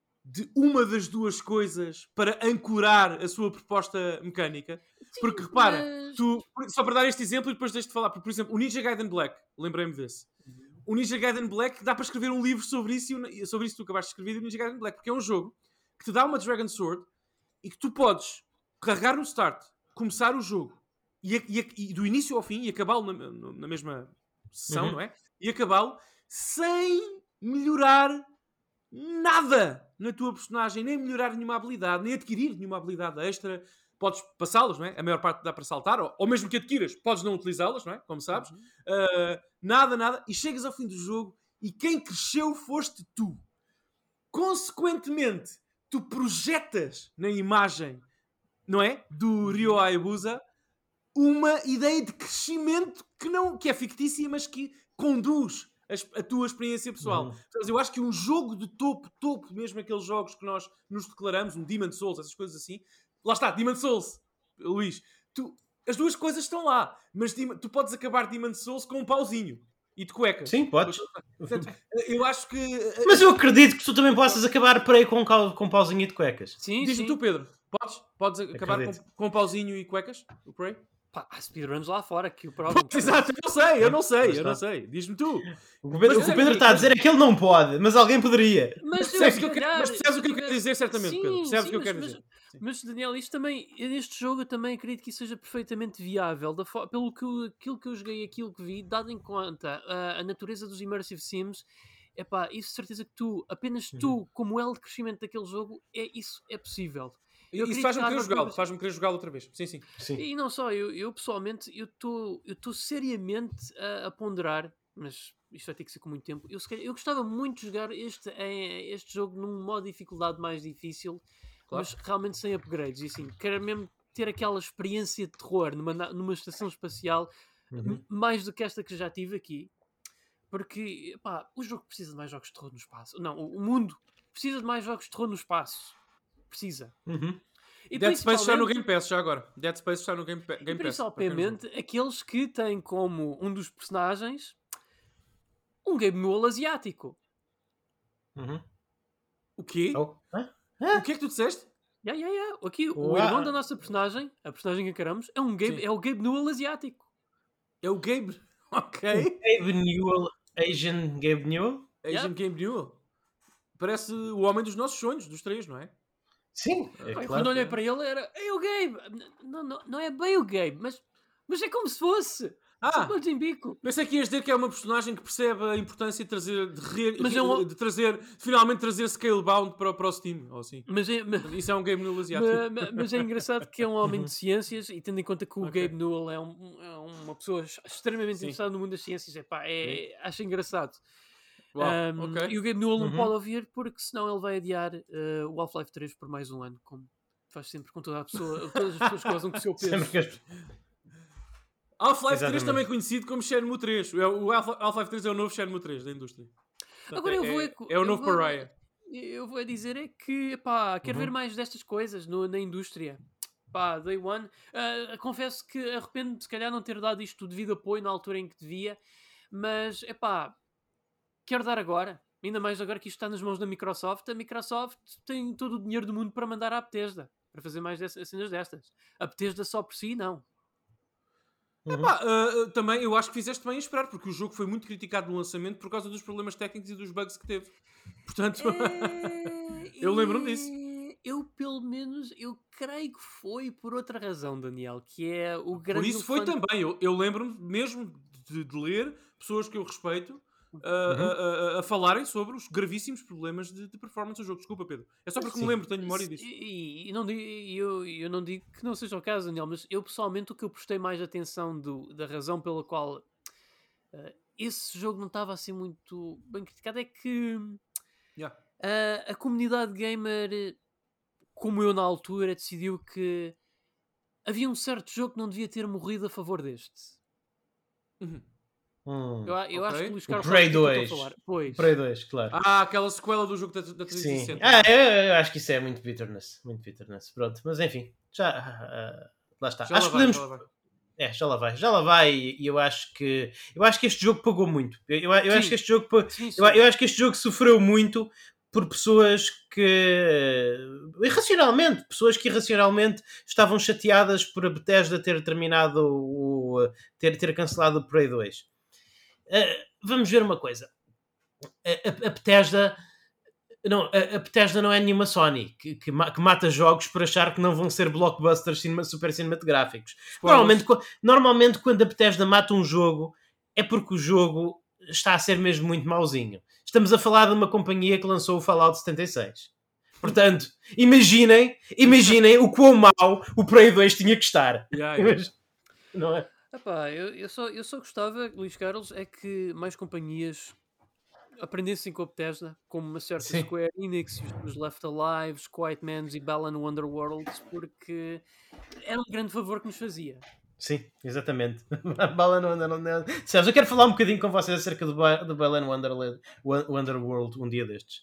de uma das duas coisas para ancorar a sua proposta mecânica? Sim, porque repara, mas... tu, só para dar este exemplo e depois deixo-te falar, porque, por exemplo, o Ninja Gaiden Black, lembrei-me desse. O Ninja Gaiden Black, dá para escrever um livro sobre isso, e sobre isso que tu acabaste de escrever, o Ninja Gaiden Black, porque é um jogo que te dá uma Dragon Sword e que tu podes carregar no start, começar o jogo e, e, e do início ao fim e acabá-lo na, na mesma sessão, uhum. não é? E acabá-lo sem melhorar nada na tua personagem, nem melhorar nenhuma habilidade, nem adquirir nenhuma habilidade extra. Podes passá-las, não é? A maior parte dá para saltar, ou, ou mesmo que adquiras, podes não utilizá-las, não é? Como sabes. Uhum. Uh, nada, nada. E chegas ao fim do jogo e quem cresceu foste tu. Consequentemente, tu projetas na imagem, não é? Do Ryo Hayabusa uma ideia de crescimento que, não, que é fictícia, mas que conduz a, a tua experiência pessoal. Uhum. Então, eu acho que um jogo de topo, topo, mesmo aqueles jogos que nós nos declaramos, um Demon's Souls, essas coisas assim. Lá está, Demon's Souls, Luís. Tu, as duas coisas estão lá, mas tu podes acabar Demon's Souls com um pauzinho e de cuecas. Sim, podes. Portanto, eu acho que... Mas eu acredito que tu também possas acabar por aí com, com um pauzinho e de cuecas. Sim, Diz-me sim. tu, Pedro. Podes, podes acabar com, com um pauzinho e cuecas? O Prey? Pá, há speedruns lá fora que o próprio. Exato, eu não sei, eu não sei, eu não sei. Diz-me tu. O Pedro, Mas, o Pedro está a dizer é que ele não pode, mas alguém poderia. Mas, Percebes eu, o que eu quero- mas percebes o que eu quero dizer, certamente, sim, Pedro. Percebes sim, o que eu mas, quero mas, dizer. Sim. Mas, Daniel, isto também, neste jogo eu também acredito que isso seja perfeitamente viável, da fo- pelo que eu- aquilo que eu joguei, aquilo que vi, dado em conta a, a natureza dos Immersive Sims, epá, isso de certeza que tu, apenas tu, como elo de crescimento daquele jogo, é, isso é possível. Eu Isso acredito faz-me que querer Harvard jogá-lo, Business- faz-me querer jogá-lo outra vez. Sim, sim. Sim. E não só, eu, eu pessoalmente, eu estou eu estou seriamente a, a ponderar, mas isto vai ter que ser com muito tempo. Eu, se calhar- eu gostava muito de jogar este, eh, este jogo num modo de dificuldade mais difícil, Claro. mas realmente sem upgrades. E assim, quero mesmo ter aquela experiência de terror numa, na- numa estação espacial, Uhum. m- mais do que esta que já tive aqui, porque pá, o jogo precisa de mais jogos de terror no espaço. Não, o, o mundo precisa de mais jogos de terror no espaço. Precisa. Uhum. E Dead Space está no principalmente- Game Pass já agora. Dead Space está no Game, Pa- E Game Pass. para quem não principalmente aqueles que têm como um dos personagens um Game Mule asiático. Uhum. joga. O quê? Oh. Hã? O que é que tu disseste? Yeah, yeah, yeah. Aqui, o Uau. irmão da nossa personagem, a personagem que encaramos, é, um Gabe, Sim. é o Gabe Newell asiático. É o Gabe. Ok. Gabe Newell, Asian Gabe Newell? Asian Yep. Game Newell. Parece o homem dos nossos sonhos, dos três, não é? Sim, é Pá, claro. Quando olhei para ele, era é o Gabe. N- Não, não, não é bem o Gabe, mas, mas é como se fosse. Ah! São em bico. Pensei que ias dizer que é uma personagem que percebe a importância de trazer, de, re- Mas re- é um- de trazer, finalmente trazer Scalebound para, para o Steam, ou assim. Mas é, mas, Isso é um game no asiático. ma- ma- mas é engraçado que é um homem de ciências e tendo em conta que o Ok. Gabe Newell é, um- é uma pessoa extremamente Sim. interessada no mundo das ciências, epá, é, acho engraçado. Uau, Um, ok. E o Gabe Newell não Uhum. pode ouvir porque senão ele vai adiar eh, o Half-Life três por mais um ano, como faz sempre com toda a pessoa, todas as pessoas que gozam com o seu peso. Sempre que as- Half-Life três Exatamente. também conhecido como Shenmue três. É o Half- Half-Life três é o novo Shenmue três da indústria. Portanto, Agora eu é, vou é, é co- é o eu novo vou- Pariah. Eu vou dizer é que, pá, quero Uhum. ver mais destas coisas no- na indústria. Pá, Day One. Ah, confesso que arrependo-me se calhar não ter dado isto o devido apoio na altura em que devia, mas, é pá, quero dar agora. Ainda mais agora que isto está nas mãos da Microsoft. A Microsoft tem todo o dinheiro do mundo para mandar à Bethesda, para fazer mais dessas, cenas destas. A Bethesda só por si, não. Uhum. Pá, ah, ah, também eu acho que fizeste bem em esperar, porque o jogo foi muito criticado no lançamento por causa dos problemas técnicos e dos bugs que teve. Portanto, eu lembro-me disso. É, Eu, pelo menos, eu creio que foi por outra razão, Daniel, que é o grande... por isso foi elefante- também. Eu, eu lembro-me mesmo de, de ler pessoas que eu respeito ah, ah, ah, a falarem sobre os gravíssimos problemas de, de performance do jogo. Desculpa, Pedro. É só porque Sim. me lembro, tenho memória disso. E, e não digo, e eu, eu não digo que não seja o caso, Daniel, mas eu pessoalmente o que eu prestei mais atenção do, da razão pela qual eh, esse jogo não estava assim muito bem criticado é que Yeah. eh, a comunidade gamer, eh, como eu na altura, decidiu que havia um certo jogo que não devia ter morrido a favor deste. Uhum. Hum. Eu, eu acho Ok. que o Luís O Carlos Prey sabe do que eu dois. estou a falar. Pois. Prey dois, claro. Ah, aquela sequela do jogo da, da trezentos e Sim. sessenta. Ah, eu, eu acho que isso é muito bitterness. Muito bitterness. Pronto, mas enfim. Já. ah, lá está. Já acho lá que vai, podemos. já lá vai. É, já lá vai. Já lá vai. E eu acho que. Eu acho que este jogo pagou muito. Eu, eu, eu acho Sim. que este jogo. pa- Sim, sim. Eu, eu acho que este jogo sofreu muito por pessoas que. Irracionalmente. Pessoas que irracionalmente estavam chateadas por a Bethesda ter terminado o. ter, ter cancelado o Prey dois. Ah, vamos ver uma coisa. A, a, a Bethesda. Não, a, a Bethesda não é nenhuma Sony que, que, ma- que mata jogos por achar que não vão ser blockbusters cinema, super cinematográficos. Normalmente, co- normalmente, quando a Bethesda mata um jogo, é porque o jogo está a ser mesmo muito mauzinho. Estamos a falar de uma companhia que lançou o Fallout setenta e seis. Portanto, imaginem, imaginem o quão mau o Prey dois tinha que estar. Yeah, yeah. Não é? Epá, eu, eu, só, eu só gostava, Luís Carlos, é que mais companhias aprendessem com a Bethesda, como uma certa Sim. Square Enix, os Left Alive, os Quiet Mans e Balan Wonderworlds, porque era um grande favor que nos fazia. Sim, exatamente. A bala não anda, não anda. Sabes, eu quero falar um bocadinho com vocês acerca do, Ba- do Balan Wonderland, Won- Wonderworld um dia destes.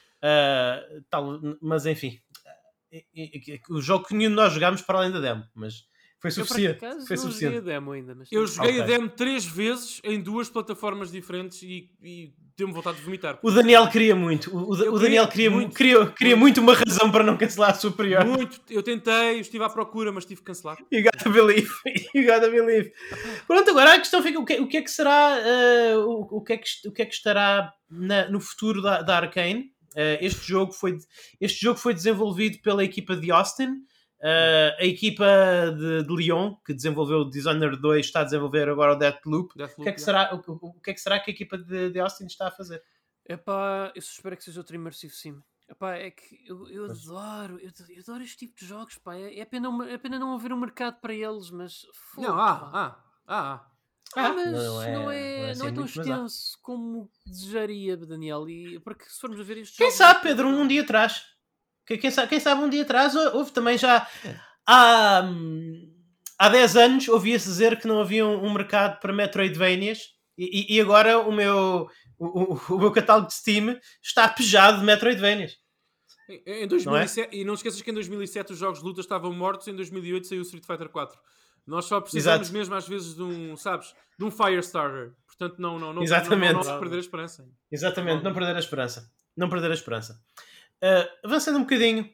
Ah, tal, mas enfim, E- e- e- o jogo que nenhum de nós jogámos para além da demo, mas Foi suficiente. Eu, por acaso, Foi não suficiente. joguei a demo ainda, mas Eu joguei Ok. a demo três vezes em duas plataformas diferentes e, e deu-me vontade de vomitar. O Daniel queria muito. O, o- Eu o Daniel queria queria muito, muito, queria, queria muito. muito uma razão para não cancelar a superior. Muito, eu tentei, estive à procura, mas tive que cancelar. You gotta believe. You gotta believe. Pronto, agora a questão fica: o que, o que é que será, uh, o, o, que é que, o que é que estará na- no futuro da, da Arcane? Uh, este, jogo foi, este jogo foi desenvolvido pela equipa de Austin. Uh, a equipa de, de Lyon, que desenvolveu o Dishonored dois, está a desenvolver agora o Deathloop. Deathloop, O que é que, yeah. será, o, o, o que é que será que a equipa de, de Austin está a fazer? Epá, eu só espero que seja outro Immersive Sim. Epá, é que eu, eu adoro, eu, eu adoro este tipo de jogos, pá. É, é, pena, é pena não haver um mercado para eles, mas... Fogo, Não, pá. ah, ah, ah, ah. Ah, mas não não é- é, não é assim não é tão muito, mas há. extenso como desejaria, Daniel. E, porque se formos a ver estes Quem jogos... sabe, Pedro, um dia atrás. Quem, quem sabe, quem sabe um dia atrás houve também já... Há, hum, há dez anos ouvia-se dizer que não havia um, um mercado para Metroidvanias e, e, e agora o meu, o, o, o meu catálogo de Steam está pejado de Metroidvanias. Em, em dois mil e sete, Não é? e não esqueças que em dois mil e sete os jogos de luta estavam mortos, em dois mil e oito saiu o Street Fighter quatro. Nós só precisamos Exato. mesmo às vezes de um, sabes, de um Firestarter. Portanto, não, não, não, Exatamente. não, não, não perder a esperança. Exatamente, não perder a esperança. Não perder a esperança. Uh, avançando um bocadinho...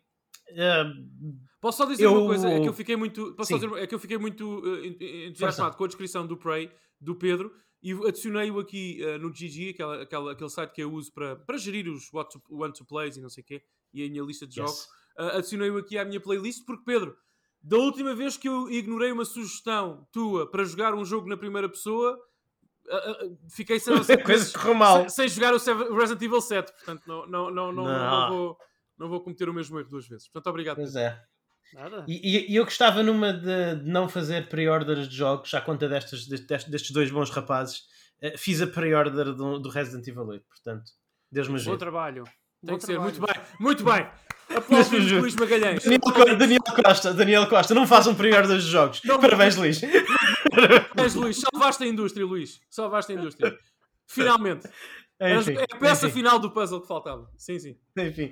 Uh, Posso só dizer Eu- uma coisa, é que eu fiquei muito, posso só Sim. dizer, é que eu fiquei muito uh, entusiasmado com a descrição do Prey, do Pedro, e adicionei-o aqui uh, no G G, aquela, aquela, aquele site que eu uso para, para gerir os what to, one to plays e não sei o quê, e a minha lista de Yes. jogos. Uh, adicionei-o aqui à minha playlist, porque Pedro, da última vez que eu ignorei uma sugestão tua para jogar um jogo na primeira pessoa, uh, uh, fiquei sem, A coisa correu mal. sem, sem jogar o Seven- o Resident Evil sete, portanto não, não, não, não, não, não Não. vou, não vou cometer o mesmo erro duas vezes. Portanto, obrigado. Pois Pedro. é. Nada. E, e- e eu gostava numa de, de não fazer pre-orders de jogos, à conta destes, destes, destes dois bons rapazes. Eh, fiz a pre-order do, do Resident Evil oito, portanto, Deus me Bom ajude. trabalho. Tem Bom que ser, trabalho. muito bem, muito bem. Aplausos Deus me ajude. Luís Magalhães. Daniel, Co- Daniel Costa, Daniel Costa, não façam pre-orders de jogos. Não. Parabéns, Luís. Parabéns, Luís, salvaste a indústria, Luís. Salvaste a indústria. Finalmente. Enfim, é a peça enfim, final do puzzle que faltava. Sim, sim. enfim.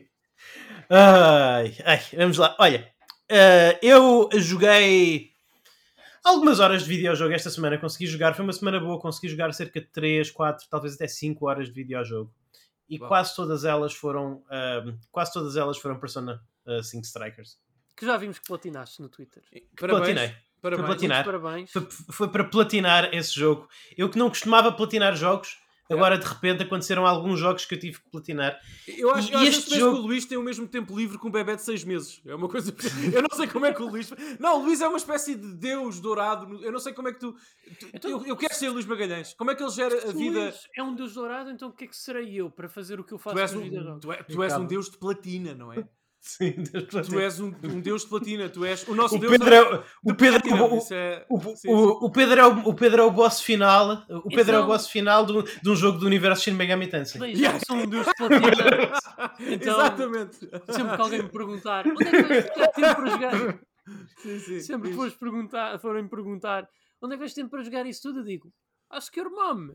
Ai, ai, vamos lá. Olha, eh, eu joguei algumas horas de videojogo esta semana. Consegui jogar, foi uma semana boa. Consegui jogar cerca de três, quatro, talvez até cinco horas de videojogo. E Uau. quase todas elas foram ahm, quase todas elas foram Persona uh, cinco Strikers. Que já vimos que platinaste no Twitter. Parabéns. Platinei. Parabéns. Foi platinar. Muitos parabéns. Foi, foi para platinar esse jogo. Eu que não costumava platinar jogos, agora de repente aconteceram alguns jogos que eu tive que platinar. Eu acho, E eu acho este este jogo... jogo- que o Luís tem o mesmo tempo livre que um bebê de seis meses. É uma coisa... Eu não sei como é que o Luís... Não, o Luís é uma espécie de deus dourado. Eu não sei como é que tu... tu- Então- eu, eu quero ser Luís Magalhães. Como é que ele gera a Se vida... Luís é um deus dourado, então o que é que serei eu para fazer o que eu faço Tu és, nos um, videojogos? tu, é- tu és um Calma. deus de platina, não é? Sim, Deus Tu és um, um deus de platina. Tu és... O nosso o deus Pedro é... é o, o Pedro é o, Isso é... o, sim, sim. o, o Pedro é o, o Pedro é o boss final. O Pedro é o Então- boss final de um, de um jogo do universo Shin Megami Tensei. Bem, já que sou um deus de platina, Então- Exatamente. sempre que alguém me perguntar onde é que vais ficar tempo para jogar, Sim, sim. sempre que Diz. fores perguntar, forem perguntar onde é que vais tempo para jogar isso tudo, eu digo, acho que your mom.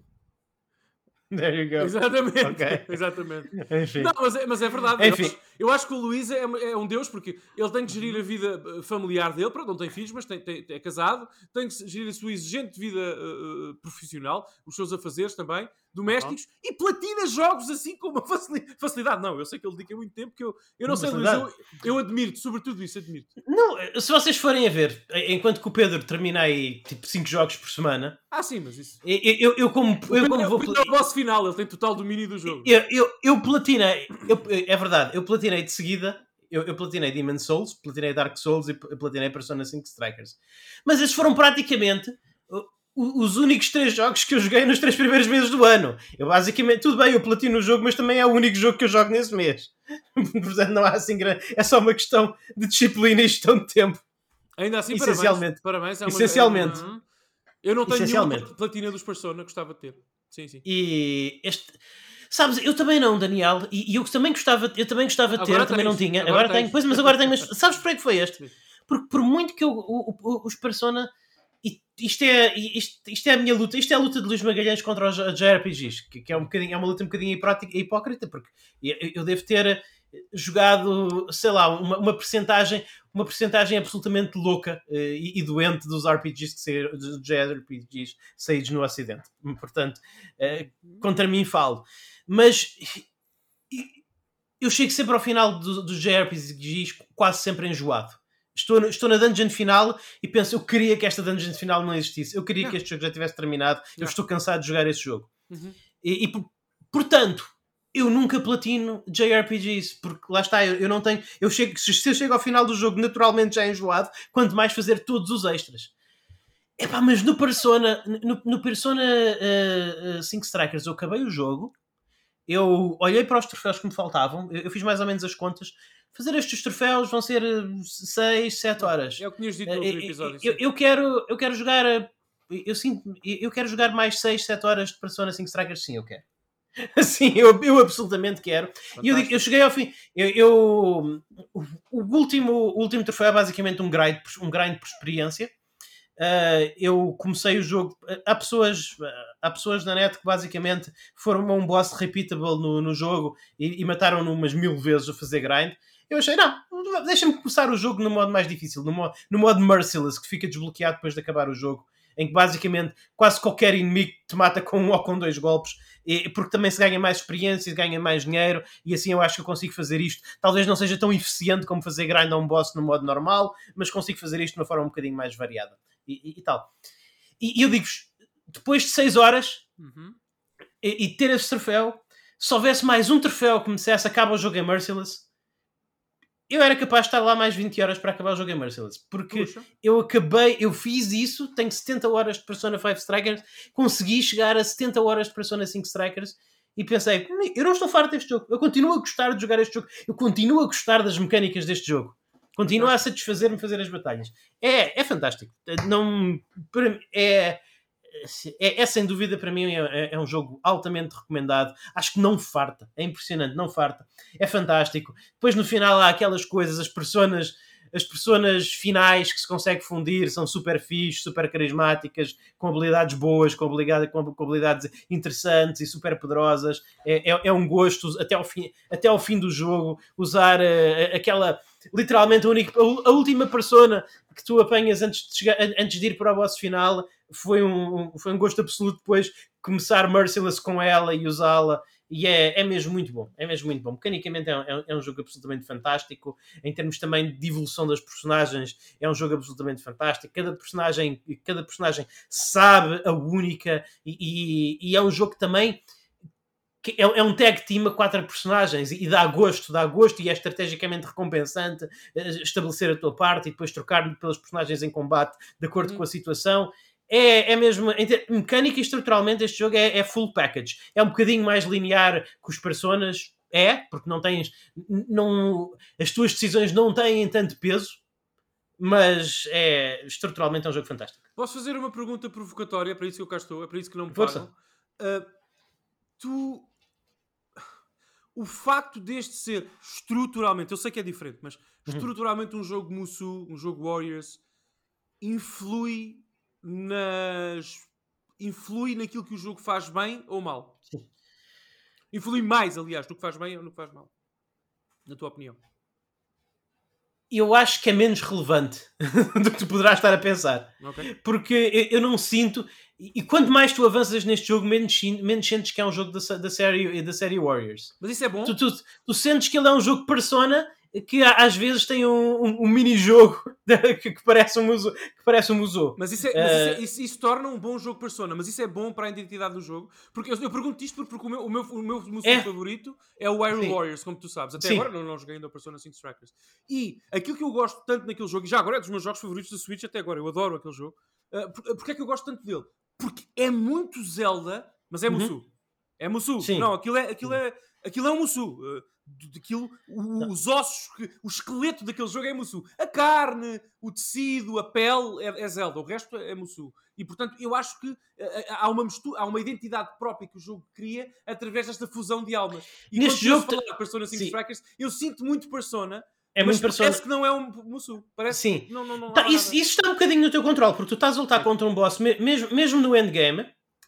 There you go. Exatamente. Ok. Exatamente. Enfim. Não, mas é, mas é verdade. Enfim. Eu, acho, eu acho que o Luís é, é um deus porque ele tem que gerir a vida eh, familiar dele. Pronto, não tem filhos, mas tem, tem- é casado. Tem que gerir a sua exigente vida eh, eh, profissional, os seus afazeres também, domésticos, e platina jogos assim com uma facili- facilidade. Não, eu sei que ele dedica muito tempo que eu, eu não Com sei, Luís, eu, facilidade. eu admiro-te, sobretudo isso, admiro-te. Não, se vocês forem a ver, enquanto que o Pedro termina aí tipo cinco jogos por semana, Ah, sim, mas isso. eu, eu, eu como, eu Pedro como é- vou. Pedro é o boss final, ele tem total domínio do jogo. Eu, eu, eu platinei, eu- é verdade, eu platinei de seguida, eu, eu platinei Demon's Souls, platinei Dark Souls e pl- platinei Persona cinco Strikers. Mas esses foram praticamente uh, o- os únicos três jogos que eu joguei nos três primeiros meses do ano. Eu basicamente, tudo bem, eu platino o jogo, mas também é o único jogo que eu jogo nesse mês. Portanto, não há assim grande. É só uma questão de disciplina e gestão de tempo. Ainda assim, Essencialmente. parabéns. parabéns é uma- Essencialmente. é uma- Eu não tenho Essencialmente. nenhuma platina dos Persona, gostava de ter. Sim, sim. E este. Sabes, eu também não, Daniel, e, e eu também gostava, eu também gostava de ter, Agora eu também tens, não tinha, agora agora, tenho, tens. pois, mas agora tenho, mas sabes por que foi este? Sim. Porque por muito que eu, o- o- os Persona, e isto é, isto, isto é a minha luta, isto é a luta de Luís Magalhães contra os J R P Gs, que, que é, um bocadinho, é uma luta um bocadinho hipócrita, hipócrita porque eu, eu devo ter, jogado, sei lá, uma, uma percentagem uma percentagem absolutamente louca uh, e, e doente dos R P Gs que saíram, dos J R P Gs saídos no Ocidente. Portanto, uh, contra mim falo. Mas eu chego sempre ao final do, dos J R P Gs quase sempre enjoado. Estou, estou na dungeon final e penso, eu queria que esta dungeon final não existisse. Eu queria não. que este jogo já tivesse terminado. Não. Eu estou cansado de jogar esse jogo. Uhum. E, e, portanto, eu nunca platino J R P Gs, porque lá está, eu, eu não tenho... Eu chego, se eu chego ao final do jogo naturalmente já enjoado, quanto mais fazer todos os extras. Epá, mas no Persona, no, no Persona cinco uh, uh, Strikers eu acabei o jogo, eu olhei para os troféus que me faltavam, eu, eu fiz mais ou menos as contas. Fazer estes troféus vão ser seis, sete horas. É o que tinhas dito no outro episódio. Eu, eu, eu, quero, eu quero jogar... Eu, sinto, eu quero jogar mais seis, sete horas de Persona cinco Strikers, sim, eu quero. Sim, eu, eu absolutamente quero. E eu, digo, eu cheguei ao fim. Eu, eu, o, o, último, o último troféu é basicamente um grind, um grind por experiência. Uh, eu comecei o jogo. Há pessoas, há pessoas na net que basicamente foram um boss repeatable no, no jogo e, e mataram-no umas mil vezes a fazer grind. Eu achei, não, deixa-me começar o jogo no modo mais difícil, no modo, no modo Merciless, que fica desbloqueado depois de acabar o jogo, em que basicamente quase qualquer inimigo te mata com um ou com dois golpes, e, porque também se ganha mais experiência, se ganha mais dinheiro, e assim eu acho que eu consigo fazer isto. Talvez não seja tão eficiente como fazer grind a um boss no modo normal, mas consigo fazer isto de uma forma um bocadinho mais variada. E, e, e tal. E, e eu digo-vos, depois de seis horas, uhum. e, e ter esse troféu, se houvesse mais um troféu que me dissesse acaba o jogo em Merciless, eu era capaz de estar lá mais vinte horas para acabar o jogo em Merciless. Porque Puxa. eu acabei, eu fiz isso, tenho setenta horas de Persona cinco Strikers, consegui chegar a setenta horas de Persona cinco Strikers e pensei, eu não estou farto deste jogo, eu continuo a gostar de jogar este jogo, eu continuo a gostar das mecânicas deste jogo, continua a satisfazer-me fazer as batalhas. É, é fantástico. Não, é... É, é sem dúvida para mim é, é um jogo altamente recomendado. Acho que não farta, é impressionante, não farta, é fantástico. Depois no final há aquelas coisas, as personas, as personas finais que se consegue fundir são super fixe, super carismáticas, com habilidades boas, com, habilidade, com, com habilidades interessantes e super poderosas. É, é, é um gosto até ao fim, até ao fim do jogo usar uh, aquela, literalmente a, única, a última persona que tu apanhas antes de, chegar, antes de ir para o boss final. Foi um, foi um gosto absoluto depois começar Merciless com ela e usá-la, e é, é mesmo muito bom, é mesmo muito bom. Mecanicamente é um, é um jogo absolutamente fantástico, em termos também de evolução das personagens é um jogo absolutamente fantástico, cada personagem, cada personagem sabe a única, e, e, e é um jogo também que é, é um tag team a quatro personagens e, e dá gosto, dá gosto e é estrategicamente recompensante estabelecer a tua parte e depois trocar pelos personagens em combate de acordo uhum. com a situação. É, é mesmo, mecânica e estruturalmente este jogo é, é full package. É um bocadinho mais linear que os Personas, é, porque não tens, não, as tuas decisões não têm tanto peso, mas é, estruturalmente é um jogo fantástico. Posso fazer uma pergunta provocatória, é para isso que eu cá estou, é para isso que não me pagam. Uh, tu, o facto deste ser estruturalmente, eu sei que é diferente, mas estruturalmente um jogo Musou, um jogo Warriors, influi nas influi naquilo que o jogo faz bem ou mal? Sim. Influi mais, aliás, no que faz bem ou no que faz mal, na tua opinião? Eu acho que é menos relevante do que tu poderás estar a pensar. Okay. Porque eu, eu não sinto, e, e quanto mais tu avanças neste jogo, menos, menos sentes que é um jogo da, da, série, da série Warriors. Mas isso é bom? Tu, tu, tu sentes que ele é um jogo Persona que às vezes tem um, um, um mini-jogo que, que parece um museu. Que parece um museu. Mas, isso, é, mas uh... isso, é, isso, isso torna um bom jogo Persona, mas isso é bom para a identidade do jogo. Porque eu, eu pergunto isto porque o meu, o meu, o meu museu é. favorito é o Hyrule Warriors, como tu sabes. Até Sim. agora não, não joguei ainda o Persona cinco Strikers. E aquilo que eu gosto tanto naquele jogo, e já agora é dos meus jogos favoritos da Switch até agora, eu adoro aquele jogo. Uh, por, porque é que eu gosto tanto dele? Porque é muito Zelda, mas é uhum. Musou. É Musou. Sim. Não, aquilo é, aquilo é, aquilo é um Musou. Uh, daquilo, os ossos, o esqueleto daquele jogo é Musou. A carne, o tecido, a pele é, é Zelda, o resto é Musou. E portanto eu acho que há uma mistura, há uma identidade própria que o jogo cria através desta fusão de almas. E neste jogo falar de Persona cinco Strikers, eu sinto muito Persona, é mas muito Persona. Parece que não é um Musou. Parece Sim. que não, não, não tá, isso, isso está um bocadinho no teu controle, porque tu estás a lutar Sim. contra um boss, mesmo, mesmo no endgame.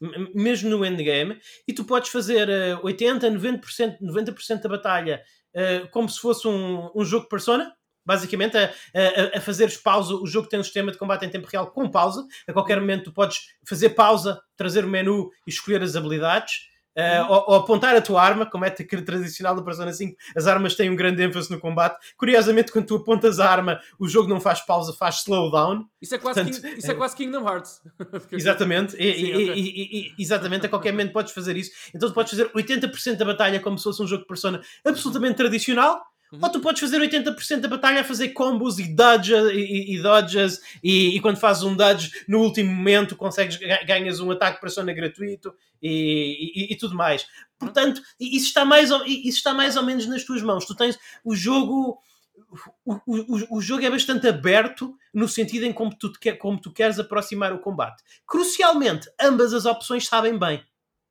m- mesmo no endgame, e tu podes fazer uh, oitenta, noventa por cento, noventa por cento da batalha uh, como se fosse um, um jogo Persona, basicamente a, a, a fazeres pausa. O jogo tem um sistema de combate em tempo real com pausa. A qualquer momento tu podes fazer pausa, trazer o menu e escolher as habilidades. Uh, ou, ou apontar a tua arma, como é tradicional do Persona cinco, as armas têm um grande ênfase no combate. Curiosamente, quando tu apontas a arma, o jogo não faz pausa, faz slowdown. Isso é quase, Portanto, King, isso é quase Kingdom Hearts. Exatamente, e, Sim, e, okay. e, e, exatamente, a qualquer momento podes fazer isso. Então tu podes fazer oitenta por cento da batalha como se fosse um jogo de Persona absolutamente tradicional. Uhum. Ou tu podes fazer oitenta por cento da batalha a fazer combos e dodges e, e, e, dodges, e, e quando fazes um dodge no último momento consegues, ganhas um ataque Persona gratuito e, e, e tudo mais. Portanto, isso está, mais ou, isso está mais ou menos nas tuas mãos. Tu tens o jogo... O, o, o jogo é bastante aberto no sentido em como tu, te, como tu queres aproximar o combate. Crucialmente, ambas as opções sabem bem.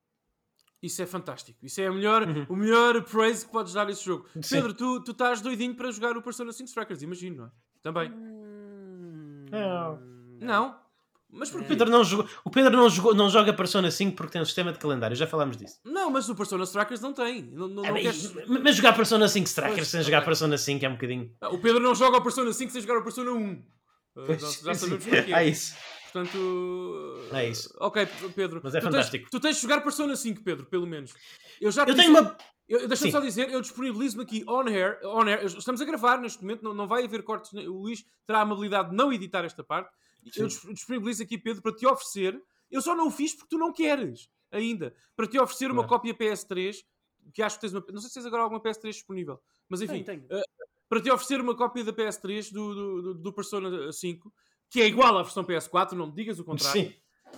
Isso é fantástico. Isso é a melhor, uhum. o melhor praise que podes dar a esse jogo. Sim. Pedro, tu, tu estás doidinho para jogar o Persona cinco Strikers, imagino, não é? Também. Hum, não. Não? Mas porquê? O Pedro, não, jogou, o Pedro não, jogou, não joga Persona cinco porque tem um sistema de calendário. Já falámos disso. Não, mas o Persona Strikers não tem. Não, não, é, não mas, queres... mas jogar Persona cinco Strikers pois, sem tá jogar bem. Persona cinco é um bocadinho... O Pedro não joga o Persona cinco sem jogar o Persona um. Pois, já, já sabemos sim. porquê. É isso. Portanto... É isso. Ok, Pedro. Mas é tu fantástico. Tens, tu tens de jogar Persona cinco, Pedro, pelo menos. Eu já Eu disse, tenho uma... Deixa-me só dizer, eu disponibilizo-me aqui on air, on air. Estamos a gravar neste momento, não, não vai haver cortes. O Luís terá a amabilidade de não editar esta parte. Sim. Eu disponibilizo aqui, Pedro, para te oferecer... Eu só não o fiz porque tu não queres ainda. Para te oferecer uma claro. cópia P S três, que acho que tens uma... Não sei se tens agora alguma P S três disponível. Mas enfim, tenho, tenho. Uh, para te oferecer uma cópia da P S três do, do, do, do Persona cinco, que é igual à versão P S quatro, não me digas o contrário. Sim.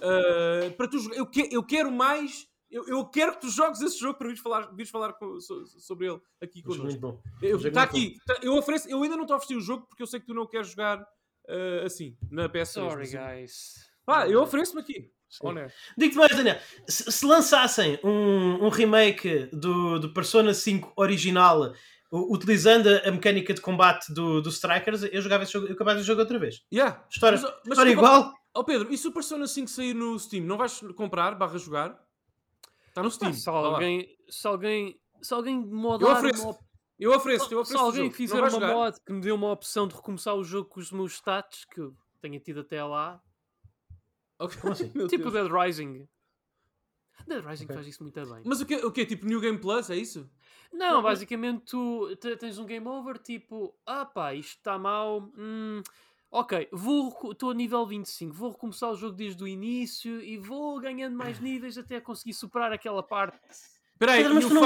Uh, para tu, eu, que, eu quero mais... Eu, eu quero que tu jogues esse jogo para vires falar, vires falar com, so, sobre ele aqui connosco. Muito bom. Eu, tá aqui. Tá, eu, ofereço, eu ainda não te ofereci o jogo porque eu sei que tu não queres jogar uh, assim, na P S três. Sorry, guys. Pá, eu ofereço-me aqui. Digo-te mais, Daniel, se, se lançassem um, um remake do, do Persona cinco original u, utilizando a, a mecânica de combate do, do Strikers, eu jogava esse jogo, eu acabava de jogar outra vez. Yeah. História, mas, mas história igual. Ó oh Pedro, e se o Persona cinco sair no Steam, não vais comprar barra jogar? Está no Steam. Ah, se, alguém, se alguém se alguém modar eu ofereço, uma... eu ofereço, eu ofereço se alguém jogo. fizer uma jogar? mod que me dê uma opção de recomeçar o jogo com os meus stats que eu tenha tido até lá. Okay. Como assim? Tipo Dead Rising. Dead Rising okay. faz isso muito bem. Mas o que, o que? Tipo New Game Plus, é isso? Não, basicamente tu tens um game over tipo, ah pá, isto está mal, hum, ok, estou a nível vinte e cinco, vou recomeçar o jogo desde o início e vou ganhando mais níveis até conseguir superar aquela parte. Espera aí, e,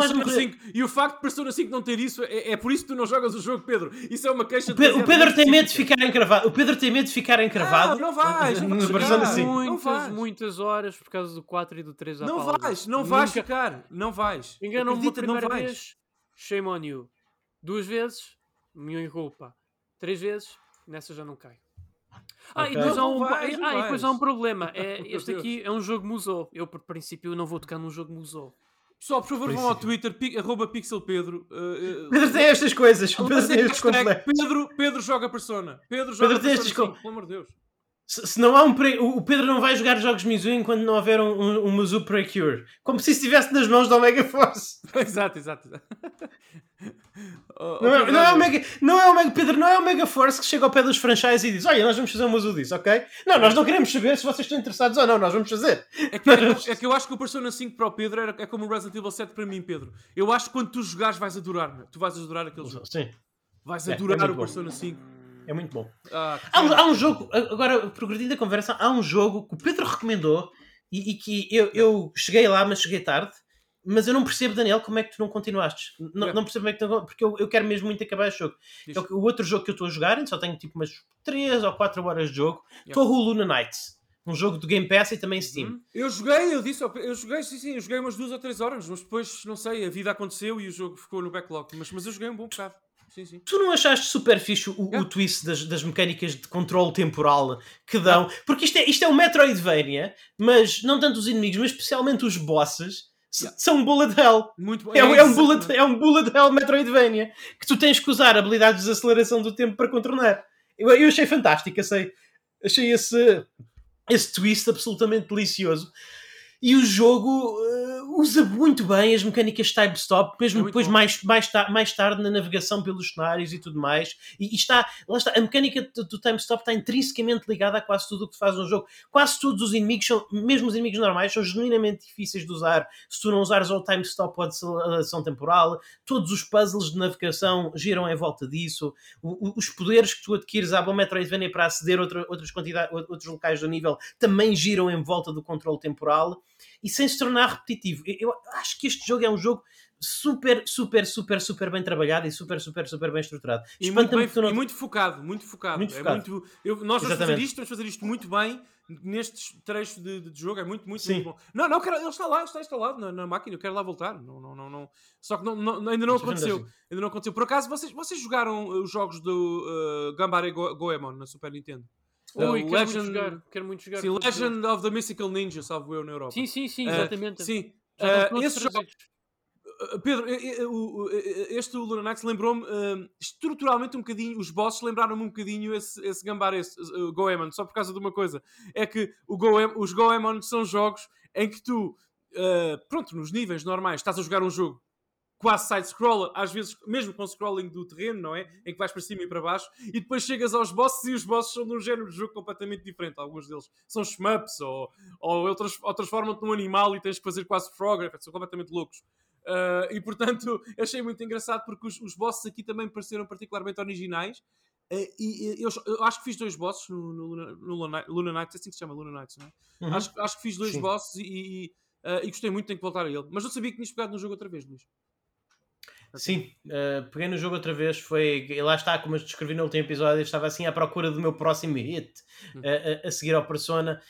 não, e o facto de Persona cinco não ter isso, é, é por isso que tu não jogas o jogo, Pedro. Isso é uma queixa o Pedro, de o Pedro tem medo de ficar encravado. O Pedro tem medo de ficar encravado. Não, não vais. No Persona cinco. Muitas, não vais. muitas horas por causa do quatro e do três à Não pausa. vais, não Nunca... vais ficar. Não vais. Enganou-me uma primeira não vez, shame on you. Duas vezes, minha culpa. Três vezes, nessa já não cai. Ah, okay. e depois, há um, vais, ah e depois há um problema. É, este aqui é um jogo musou. Eu, por princípio, não vou tocar num jogo musou. Pessoal, por favor, vão ao Twitter, pi, arroba pixelpedro. Uh, uh, Pedro tem estas coisas. Pedro, tem estes Pedro, Pedro joga Persona. Pedro joga Pedro Persona cinco, pelo amor de Deus. Se, se não há um pre... O Pedro não vai jogar jogos Mizu enquanto não houver um, um, um Mizu Precure. Como se estivesse nas mãos da Omega Force. Exato, exato. exato. oh, não, é, não, é Omega, não é Omega Pedro, não é Omega Force que chega ao pé dos franchises e diz: olha, nós vamos fazer um Mizu disso, ok? Não, nós não queremos saber se vocês estão interessados ou não, nós vamos fazer. É que, é, é que eu acho que o Persona cinco para o Pedro é, é como o Resident Evil sete para mim, Pedro. Eu acho que quando tu jogares vais adorar, meu. Tu vais adorar aquele jogo. Sim. Vais adorar é, é o Persona cinco. É muito bom. Ah, há, um, há um jogo, agora progredindo a conversa, há um jogo que o Pedro recomendou e, e que eu, eu cheguei lá, mas cheguei tarde. Mas eu não percebo, Daniel, como é que tu não continuaste. Não, yeah. não percebo como é que tu, porque eu, eu quero mesmo muito acabar esse jogo. É o, o outro jogo que eu estou a jogar, só tenho tipo umas três ou quatro horas de jogo. Estou yeah. a Luna Nights. Um jogo de Game Pass e também Steam. Uhum. Eu joguei, eu disse, eu joguei, sim, sim, eu joguei umas duas ou três horas, mas depois, não sei, a vida aconteceu e o jogo ficou no backlog. Mas, mas eu joguei um bom bocado. Sim, sim. Tu não achaste super fixe o, yeah. o twist das, das mecânicas de controle temporal que dão? Yeah. Porque isto é, isto é um Metroidvania, mas não tanto os inimigos, mas especialmente os bosses, yeah. são bullet hell. Muito bom. É, é, é, um bullet, é um bullet hell Metroidvania que tu tens que usar habilidades de aceleração do tempo para contornar. Eu, eu achei fantástico, achei, achei esse, esse twist absolutamente delicioso. E o jogo uh, usa muito bem as mecânicas de time stop, mesmo É depois bom. mais, mais, ta- mais tarde na navegação pelos cenários e tudo mais. E, e está, lá está, a mecânica do, do time stop está intrinsecamente ligada a quase tudo o que faz um jogo. Quase todos os inimigos, são, mesmo os inimigos normais, são genuinamente difíceis de usar se tu não usares ou o time stop ou a aceleração temporal. Todos os puzzles de navegação giram em volta disso. O, o, os poderes que tu adquires à bom Metroidvania para aceder a outra, outras quantidades, outros locais do nível também giram em volta do controle temporal. E sem se tornar repetitivo. Eu, eu acho que este jogo é um jogo super, super, super, super bem trabalhado e super, super, super bem estruturado. E muito, bem, não... e muito focado, muito focado. Muito é focado. muito, eu, nós vamos fazer Exatamente. isto, vamos fazer isto muito bem nestes trechos de, de jogo. É muito, muito, Sim. muito bom. Não, não, quero, ele está lá, está instalado na, na máquina. Eu quero lá voltar. Não, não, não, não. Só que não, não, ainda não Mas aconteceu. assim. Ainda não aconteceu. Por acaso, vocês, vocês jogaram os jogos do uh, Gambare Go- Goemon na Super Nintendo? Ui, Uh, quero muito Legend, jogar. Quero muito jogar. sim, todos eles. Legend of the Mystical Ninja, salvo eu, na Europa. Sim, sim, sim, Uh, exatamente. sim. Já estão Uh, todos esses jogos, traduzidos. Uh, Pedro, eh, eh, o- o- eh, este Lunar Knights lembrou-me uh, estruturalmente um bocadinho, os bosses lembraram-me um bocadinho esse, esse Gambare, esse, uh, Goemon, só por causa de uma coisa. É que o Goem, os Goemon são jogos em que tu, uh, pronto, nos níveis normais, estás a jogar um jogo quase side-scroller, às vezes mesmo com scrolling do terreno, não é? Em que vais para cima e para baixo, e depois chegas aos bosses e os bosses são de um género de jogo completamente diferente. Alguns deles são shmups ou, ou, outras, ou transformam-te num animal e tens de fazer quase frog, são completamente loucos. Uh, e portanto, achei muito engraçado porque os, os bosses aqui também pareceram particularmente originais. Uh, e, e eu, eu acho que fiz dois bosses no, no, Luna, no Luna, Luna Knights, é assim que se chama, Luna Knights, não é? Uhum. Acho, acho que fiz dois Sim. bosses e, e, uh, e gostei muito, tenho que voltar a ele. Mas não sabia que tinhas pegado no jogo outra vez, Luís. Sim, uh, peguei no jogo outra vez, foi, e lá está, como eu descrevi no último episódio, eu estava assim à procura do meu próximo hit, Hum. uh, a, a seguir ao Persona,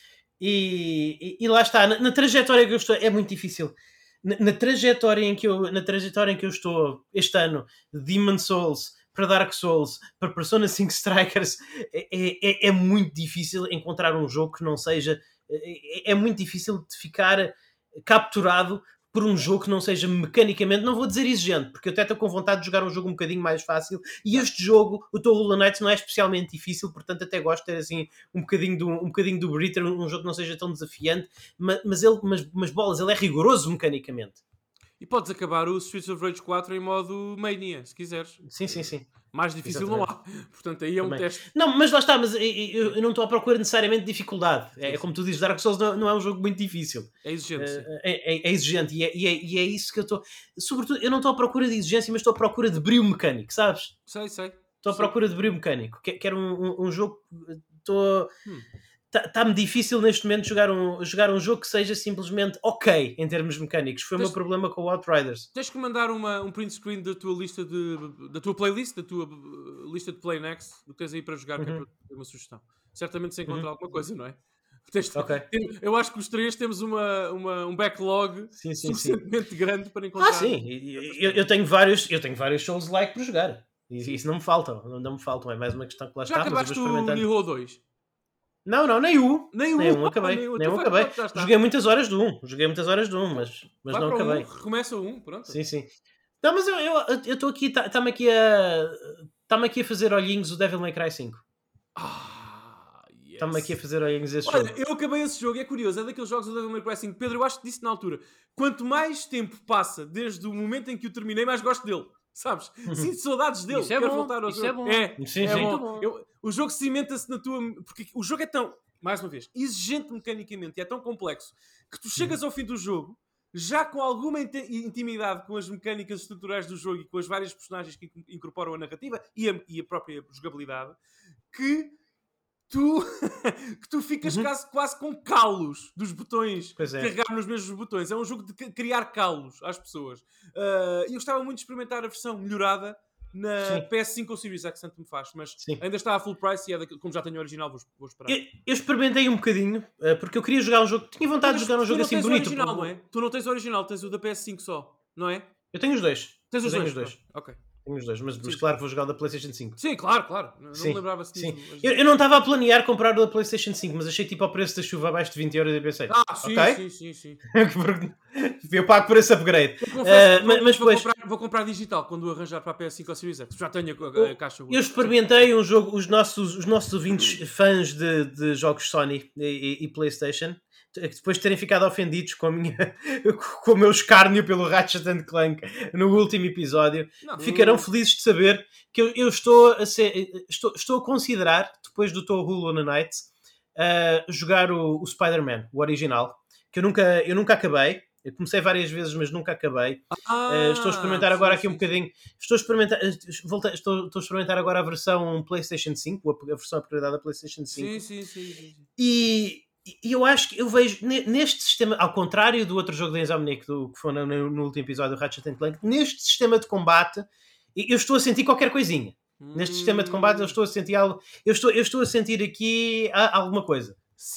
e, e, e lá está, na, na trajetória que eu estou, é muito difícil, na, na, trajetória em que eu, na trajetória em que eu estou este ano, de Demon's Souls para Dark Souls, para Persona cinco Strikers, é, é, é muito difícil encontrar um jogo que não seja, é, é muito difícil de ficar capturado por um jogo que não seja mecanicamente, não vou dizer exigente, porque eu até estou com vontade de jogar um jogo um bocadinho mais fácil, e este jogo, o Hollow Knight, não é especialmente difícil, portanto até gosto de ter assim um bocadinho do, um bocadinho do Breather, um jogo que não seja tão desafiante, mas, mas, ele, mas, mas bolas, ele é rigoroso mecanicamente. E podes acabar o Streets of Rage quatro em modo Mania, se quiseres. Sim, sim, sim. Mais difícil Exatamente. não há. Portanto, aí é um Também. teste. Não, mas lá está, mas eu, eu, eu não estou à procura necessariamente de dificuldade. É, Sim, sim. como tu dizes, Dark Souls não, não é um jogo muito difícil. É exigente, sim. É, é, é exigente e é, e, é, e é isso que eu estou. Sobretudo, eu não estou à procura de exigência, mas estou à procura de brio mecânico, sabes? Sei, sei. Estou à Sim. procura de brio mecânico. Que- Quero um, um, um jogo. Estou. Hum. Está-me difícil neste momento jogar um, jogar um jogo que seja simplesmente ok em termos mecânicos. Foi o Tens- meu problema com o Outriders. Tens que mandar uma, um print screen da tua lista de. da tua playlist, da tua uh, lista de Play Next, do que tens aí para jogar, que é Uhum. para ter uma sugestão. Certamente se encontrar Uhum. alguma coisa, não é? Tens- Ok. tem- Eu acho que os três temos uma, uma, um backlog Sim, sim, sim. suficientemente grande para encontrar. Ah, sim. E- e- Eu, eu tenho vários, eu tenho vários Souls-like para jogar. E isso não me faltam. Não, não me faltam. É mais uma questão que lá Já está. Mas eu acabaste vou o experimentando. Nioh dois? Não, não, nem o. Nem o Nem um acabei. Nem o. Nem um Então acabei. pronto, já está. Joguei muitas horas de um. Joguei muitas horas de um, mas, mas Vai não para o acabei. um, recomeça o um, pronto. Sim, sim. Não, mas eu eu estou aqui, está-me aqui a. Está-me aqui a fazer olhinhos o Devil May Cry cinco. Ah, yes. Está-me aqui a fazer olhinhos esse Olha, jogo. eu acabei esse jogo, é curioso, é daqueles jogos do Devil May Cry cinco. Pedro, eu acho que disse na altura, quanto mais tempo passa desde o momento em que o terminei, mais gosto dele. Sabes? Sinto saudades dele. Isso é Quero bom, voltar ao isso jogo. é bom. É, Sim, é sim. bom. Muito bom. Eu- o jogo cimenta-se na tua... Porque o jogo é tão, mais uma vez, exigente mecanicamente e é tão complexo que tu chegas ao fim do jogo já com alguma inte- intimidade com as mecânicas estruturais do jogo e com as várias personagens que inc- incorporam a narrativa e a, e a própria jogabilidade, que tu, que tu ficas Uhum. quase, quase com calos dos botões, Pois é. carregar nos mesmos botões. É um jogo de c- criar calos às pessoas. Ah, E eu gostava muito de experimentar a versão melhorada na Sim. P S cinco ou Series X, tanto me faz, mas Sim. ainda está a full price e é daquilo, como já tenho o original, vou, vou esperar. Eu, eu experimentei um bocadinho, eh, porque eu queria jogar um jogo. Tinha vontade Mas de jogar um tu jogo não assim tens o bonito. original, pô. não é? Tu não tens o original, tens o da P S cinco só, não é? Eu tenho os dois. Tens os Eu tenho dois. os dois. pronto. Ok. Tenho os dois, mas, mas Sim. claro que vou jogar o da PlayStation cinco. Sim, claro, claro. Não, não Sim, me lembrava-se disso. Sim. mas- Eu, eu não estava a planear comprar o da PlayStation cinco, mas achei tipo ao preço da chuva abaixo de vinte euros e pensei, Ah, sim, ok, sim, sim, sim. eu pago por esse upgrade. Eu confesso Eh, que mas, vou, mas vou depois, comprar, vou comprar digital quando arranjar para a P S cinco ou Series X. Já tenho a, a, a caixa. eu experimentei um jogo, os nossos, os nossos ouvintes fãs de, de jogos Sony e, e- e PlayStation depois de terem ficado ofendidos com, a minha, com o meu escárnio pelo Ratchet and Clank no último episódio, Não. ficarão felizes de saber que eu, eu estou, a ser, estou, estou a considerar, depois do Toho Hollow Knight, uh, jogar o, o Spider-Man, o original, que eu nunca, eu nunca acabei. Eu comecei várias vezes, mas nunca acabei. Ah, uh, estou a experimentar agora sim, aqui um sim, bocadinho. Estou a experimentar, voltei, estou, estou a experimentar agora a versão PlayStation cinco, a, a versão upgradada da PlayStation cinco. Sim, sim, sim, sim. E, e eu acho que eu vejo neste sistema, ao contrário do outro jogo da Insomniac, do, que foi no, no último episódio do Ratchet and Clank, neste sistema de combate eu estou a sentir qualquer coisinha. Hum. Neste sistema de combate eu estou a sentir algo. Eu estou, eu estou a sentir aqui alguma coisa.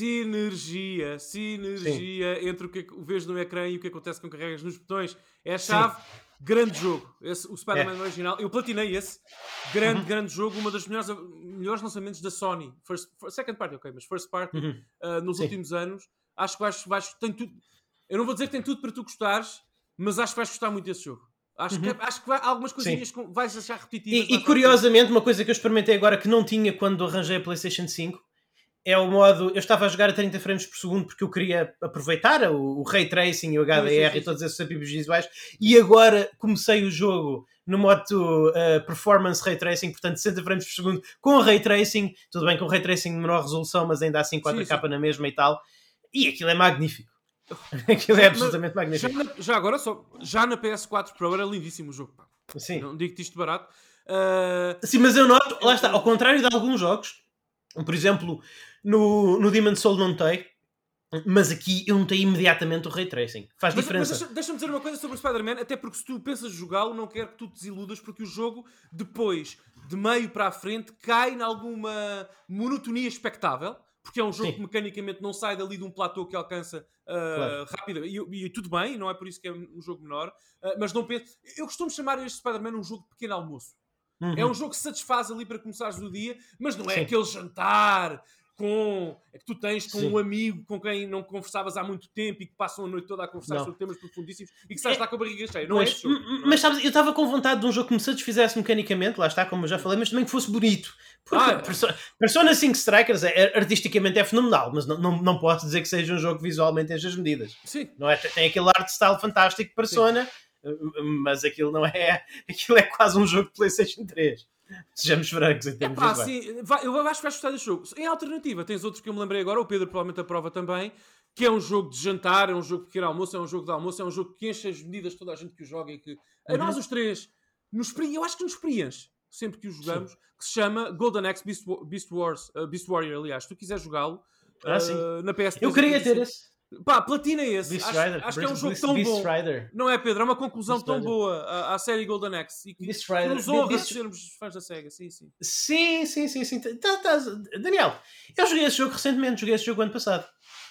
Sinergia, sinergia Sim. entre o que vês no ecrã e o que acontece quando carregas nos botões. É a chave. Sim. Grande jogo. Esse, o Spider-Man é. original. Eu platinei esse. Grande, uhum. grande jogo. Uma das melhores, melhores lançamentos da Sony. First, second party, ok, mas first party uhum. uh, nos Sim. últimos anos. Acho que vais, vais, tem tudo. Eu não vou dizer que tem tudo para tu gostares, mas acho que vais gostar muito desse jogo. Acho, uhum. que, acho que vai, algumas coisinhas que vais achar repetitivas. E, e curiosamente, uma coisa que eu experimentei agora que não tinha quando arranjei a PlayStation cinco é o modo. Eu estava a jogar a trinta frames por segundo porque eu queria aproveitar o, o Ray Tracing e o H D R sim, sim, sim. e todos esses apivos visuais, e agora comecei o jogo no modo uh, Performance Ray Tracing, portanto sessenta frames por segundo com Ray Tracing, tudo bem com Ray Tracing de menor resolução, mas ainda assim quatro K sim, sim. na mesma e tal, e aquilo é magnífico. Aquilo é absolutamente mas, magnífico. Já, na, já agora, só, já na P S quatro Pro era lindíssimo o jogo. Sim. Não digo-te isto barato. Uh... Sim, mas eu noto, lá está, ao contrário de alguns jogos, por exemplo, no, no Demon's Souls não tem, mas aqui eu notei imediatamente o Ray Tracing. Faz mas, diferença. Mas deixa, deixa-me dizer uma coisa sobre o Spider-Man, até porque se tu pensas jogá-lo, não quero que tu te desiludas, porque o jogo, depois, de meio para a frente, cai em alguma monotonia expectável. Porque é um jogo Sim. que mecanicamente não sai dali de um platô que alcança uh, claro. rápido. E, e tudo bem, não é por isso que é um jogo menor. Uh, mas não penso... Eu costumo chamar este Spider-Man um jogo de pequeno almoço. Uhum. É um jogo que se satisfaz ali para começares o dia, mas não é Sim. aquele jantar com... é que tu tens com Sim. um amigo com quem não conversavas há muito tempo e que passam a noite toda a conversar não. sobre temas profundíssimos e que sabes é... estar com a barriga cheia. Não mas, é esse jogo. Mas, mas sabes, eu estava com vontade de um jogo que me satisfizesse mecanicamente, lá está, como eu já falei, mas também que fosse bonito. Porque ah, Persona, Persona cinco Strikers é, artisticamente é fenomenal, mas não, não, não posso dizer que seja um jogo que visualmente enche as medidas. Sim. Não é? Tem aquele art style fantástico de Persona, Sim. mas aquilo não é... Aquilo é quase um jogo de PlayStation três. Sejamos francos em termos é pá, sim, vai, eu acho que vais gostar deste jogo. Em alternativa, tens outros que eu me lembrei agora, o Pedro provavelmente aprova também, que é um jogo de jantar, é um jogo de pequeno almoço, é um jogo de almoço, é um jogo que enche as medidas de toda a gente que o joga e que... Uhum. Nós os três, nos, eu acho que nos preenche, sempre que o jogamos, sim. que se chama Golden Axe Beast, Beast, Wars, uh, Beast Warrior, aliás. Se tu quiseres jogá-lo, ah, uh, na P S três... Eu queria ter esse. Pá, platina esse. Beast acho Rider. acho que é um jogo Beast, tão Beast bom. Rider. Não é, Pedro? É uma conclusão Beast tão Rider. boa à, à série Golden Axe. E que Beast Rider. nos honra Beast... sermos fãs da SEGA. Sim, sim. Sim, sim, sim. sim. Tá, tá. Daniel, eu joguei esse jogo recentemente. Joguei esse jogo ano passado.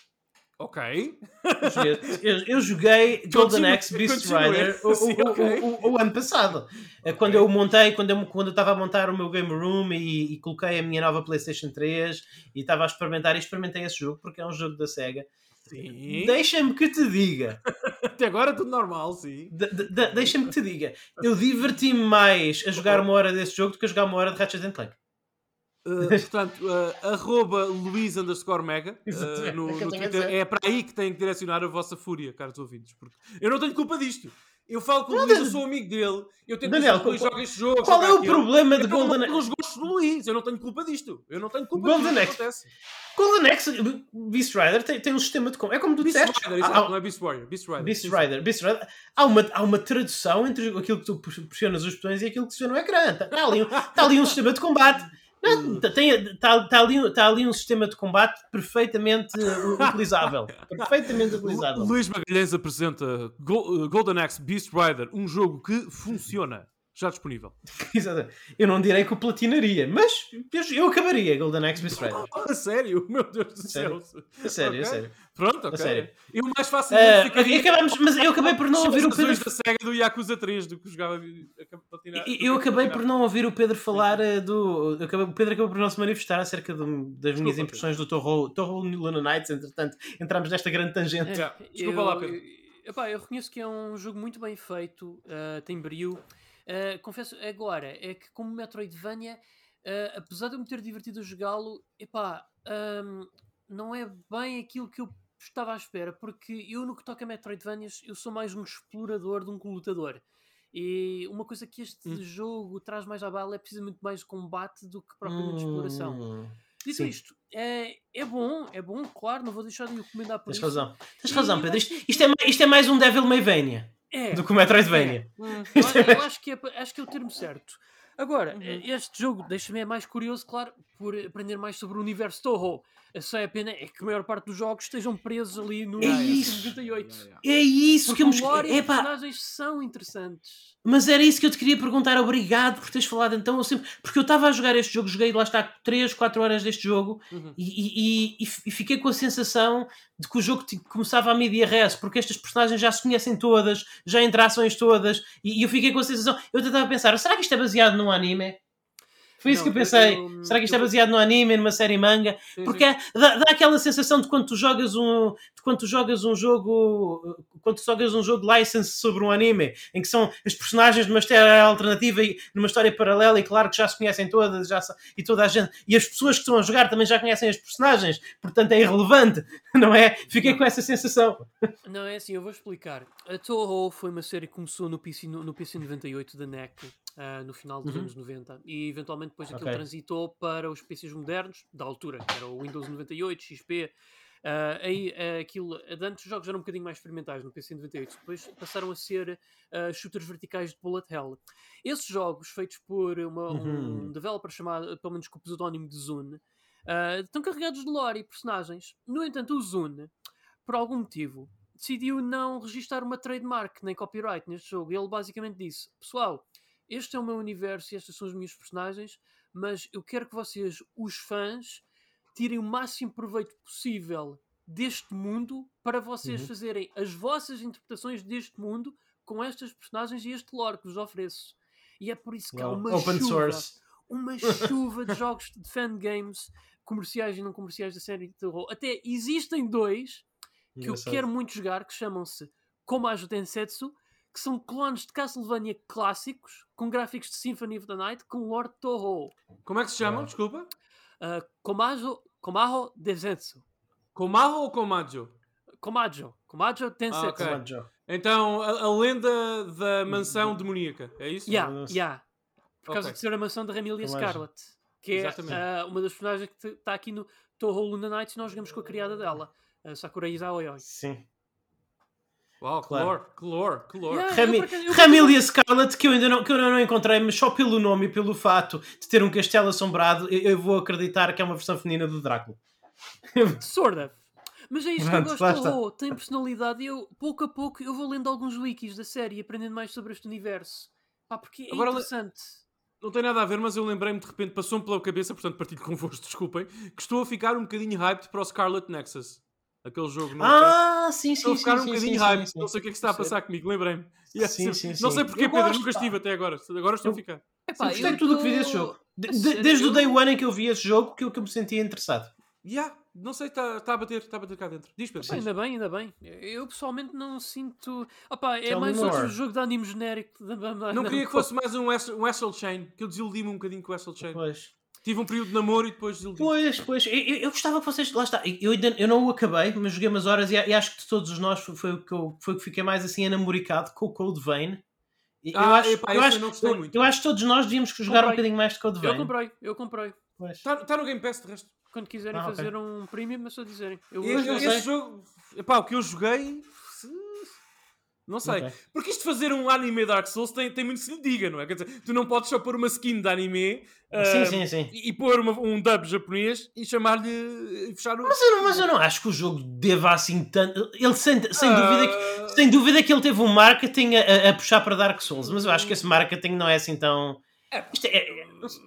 Ok. Eu joguei, eu, eu joguei Golden Axe Beast Rider o, sim, o, okay. o, o, o ano passado. Okay. Quando eu montei, quando eu quando eu estava a montar o meu game room e, e coloquei a minha nova PlayStation três e estava a experimentar e experimentei esse jogo porque é um jogo da SEGA. Sim. Deixa-me que te diga. Até agora tudo normal, sim. De, de, de, deixa-me que te diga. Eu diverti-me mais a jogar uma hora desse jogo do que a jogar uma hora de Ratchet and Clank. Uh, portanto, uh, arroba Luís underscore Mega uh, no, no Twitter. É para aí que têm que direcionar a vossa fúria, caros ouvintes. Porque eu não tenho culpa disto. Eu falo com o Luís, eu sou amigo dele. Eu tento Daniel, que o Luís jogue este jogo. Qual é o aquilo. problema de eu Golden Axe? Os gostos do Luís. Eu não tenho culpa disto. Eu não tenho culpa Golden disto. Axe. Golden Axe, Beast Rider tem, tem um sistema de... É como tu Beast disseste. Rider, exato, não é Beast Warrior. Beast Rider. Beast sim, Rider. sim. Beast Rider. Há uma, há uma tradução entre aquilo que tu pressionas os botões e aquilo que se vê no ecrã. Está ali, está ali um sistema de combate. Está tá ali, tá ali um sistema de combate perfeitamente utilizável. Perfeitamente utilizável. Luís Magalhães apresenta Golden Axe Beast Rider, um jogo que funciona. Já disponível. Exatamente. Eu não direi que o platinaria, mas eu acabaria Golden Axe Beast Rider. A sério? Meu Deus do sério? céu. A sério, okay. a sério. Pronto, ok. Sério. Eu mais facilmente uh, ficaria... acabamos, mas eu acabei por não ouvir o Pedro... da SEGA do Yakuza três, do que jogava a platinar. Eu, eu acabei por não ouvir o Pedro falar do... Acabei, o Pedro acabou por não se manifestar acerca do, das minhas Desculpa, impressões Pedro. do Toho, Toho Luna Nights. Entretanto, entramos nesta grande tangente. É, Desculpa eu, lá, Pedro. Eu, epá, eu reconheço que é um jogo muito bem feito, uh, tem brio. Uh, confesso agora, é que como Metroidvania, uh, apesar de eu me ter divertido a jogá-lo, epá, um, não é bem aquilo que eu estava à espera, porque eu, no que toca a Metroidvanias, eu sou mais um explorador do que um lutador. E uma coisa que este Hum. jogo traz mais à bala é precisamente mais combate do que propriamente exploração. Hum, Dito sim. isto, é, é bom, é bom, claro, não vou deixar de o recomendar por Tens isso. razão. Tens E razão, eu Pedro. acho Isto, que- isto, é, ma- isto é mais um Devil Mayvania É, do que o Metroidvania. é. Hum, eu, eu acho, que é, acho que é o termo certo. Agora, Uhum. este jogo deixa-me é mais curioso, claro, por aprender mais sobre o universo Toho. Só é a pena é que a maior parte dos jogos estejam presos ali no É isso. noventa e oito. Yeah, yeah. É isso Porque que eu me... o lore e os Epá, personagens são interessantes. mas era isso que eu te queria perguntar. Obrigado por teres falado então. Eu sempre... Porque eu estava a jogar este jogo, joguei lá está três, quatro horas deste jogo Uhum. e, e, e, e fiquei com a sensação de que o jogo te- começava a media res, porque estas personagens já se conhecem todas, já há interações todas, e, e eu fiquei com a sensação. Eu até estava a pensar, será que isto é baseado num anime? Foi isso Não, que eu pensei. eu- eu- será que isto eu é vou- baseado num anime, numa série manga? Sim, Porque é- dá, dá aquela sensação de quando tu jogas um de quando tu jogas um jogo quando tu jogas um jogo license sobre um anime em que são as personagens numa história alternativa e numa história paralela e claro que já se conhecem todas já sa- e toda a gente e as pessoas que estão a jogar também já conhecem as personagens, portanto é irrelevante, não é? Fiquei com essa sensação. Não, é assim, eu vou explicar. A Toho foi uma série que começou no P C, no, no P C noventa e oito da N E C, ah, no final dos Uhum. anos noventa, e eventualmente depois aquilo Ok. transitou para os P Cs modernos da altura, que era o Windows noventa e oito, X P. ah, aí ah, aquilo, ah, antes os jogos eram um bocadinho mais experimentais no P C noventa e oito, depois passaram a ser ah, shooters verticais de bullet hell. Esses jogos, feitos por uma- Uhum. um developer chamado, pelo menos com o pseudónimo de Zune, ah, estão carregados de lore e personagens. No entanto, o Zune, por algum motivo, decidiu não registrar uma trademark nem copyright neste jogo. Ele basicamente disse: pessoal, este é o meu universo e estas são os meus personagens, mas eu quero que vocês, os fãs, tirem o máximo proveito possível deste mundo para vocês Uhum. fazerem as vossas interpretações deste mundo com estas personagens e este lore que vos ofereço. E é por isso que há Well, uma open chuva, source. uma chuva de jogos de fangames comerciais e não comerciais da série de terror. Até existem dois que eu Engraçado. quero muito jogar, que chamam-se Komajo Densetsu, que são clones de Castlevania clássicos, com gráficos de Symphony of the Night, com Lord Toho. Como é que se chamam? Yeah. Desculpa. Uh, Komajo, Komajo Densetsu. Komaho ou Komajo? Komajo. Komajo Densetsu. Ah, ok. Come on, Joe. Então, a, a lenda da mansão demoníaca, é isso? Yeah, Não sei. yeah. Por causa Ok. de ser a mansão da Ramilia Komajo. Scarlet. Que é Exatamente. uh, uma das personagens que está aqui no Toho Luna Nights e nós jogamos com a criada dela, a Sakura Izaoyoi. Sim. Uau, que Claro. lore, que lore, que lore. Yeah. Rami- eu por acaso- eu- Ramilia Scarlet, que eu ainda não, que eu não encontrei, mas só pelo nome e pelo fato de ter um castelo assombrado, eu, eu vou acreditar que é uma versão feminina do Drácula. Sort of. Mas é isto Pronto, que eu lá gosto. está. Oh, tem personalidade. E eu, pouco a pouco, eu vou lendo alguns wikis da série e aprendendo mais sobre este universo. Pá, porque é Agora le- interessante. Não tem nada a ver, mas eu lembrei-me de repente, passou-me pela cabeça, portanto partilho convosco, desculpem, que estou a ficar um bocadinho hyped para o Scarlet Nexus. Aquele jogo novo. Ah, sim, Estou sim, a ficar sim, um sim, bocadinho sim, hyped. sim, Não sim. sei o que é que se está a passar comigo, lembrei-me. Yeah, Sim, sim. sim, Não sim. sei porque, Eu Pedro, gosto, nunca pá. estive até agora. Agora estou a ficar. Epá, Eu gostei de eu tudo o que vi tô- desse jogo. De- a de- sério, desde o eu- day one em que eu vi esse jogo, que eu, que eu me sentia interessado. Yeah, não sei, está tá a bater, está a bater cá dentro. Diz, Pedro. Pá, diz. ainda bem, ainda bem. Eu pessoalmente não sinto. Opá, é Tell me mais more. outro jogo de anime genérico. Da, da, da, Não da- queria que fosse mais um West- um Astral Chain, que eu desiludi-me um bocadinho com o Astral Chain. Pois. Tive um período de namoro e depois desiludi. Pois, pois, eu, eu- eu gostava que vocês. Lá está, eu, ainda, eu não o acabei, mas joguei umas horas e, e acho que de todos nós foi, foi o que eu foi o que fiquei mais assim enamoricado com o Code Vein. E Ah, eu acho, epá, eu, esse acho, eu não gostei eu- muito. eu acho que todos nós devíamos jogar um Comprei. bocadinho mais de Code Eu Vein. comprei, eu comprei. Pois. Está tá no Game Pass, de resto. Quando quiserem Ah, ok. fazer um premium, é só dizerem. Eu Eu, gosto eu, desse- esse jogo, epá, o que eu joguei, não sei. Ok. Porque isto de fazer um anime Dark Souls tem, tem muito que se lhe diga, não é? Quer dizer, tu não podes só pôr uma skin de anime Sim, ah, sim, sim. e, e pôr uma- um dub japonês e chamar-lhe e fechar o. Mas eu, não, mas eu não acho que o jogo deva assim tanto. Ele sem, sem, Ah, dúvida que, sem dúvida que ele teve um marketing a, a- a puxar para Dark Souls, mas eu acho que esse marketing não é assim tão. É, Isto é- é-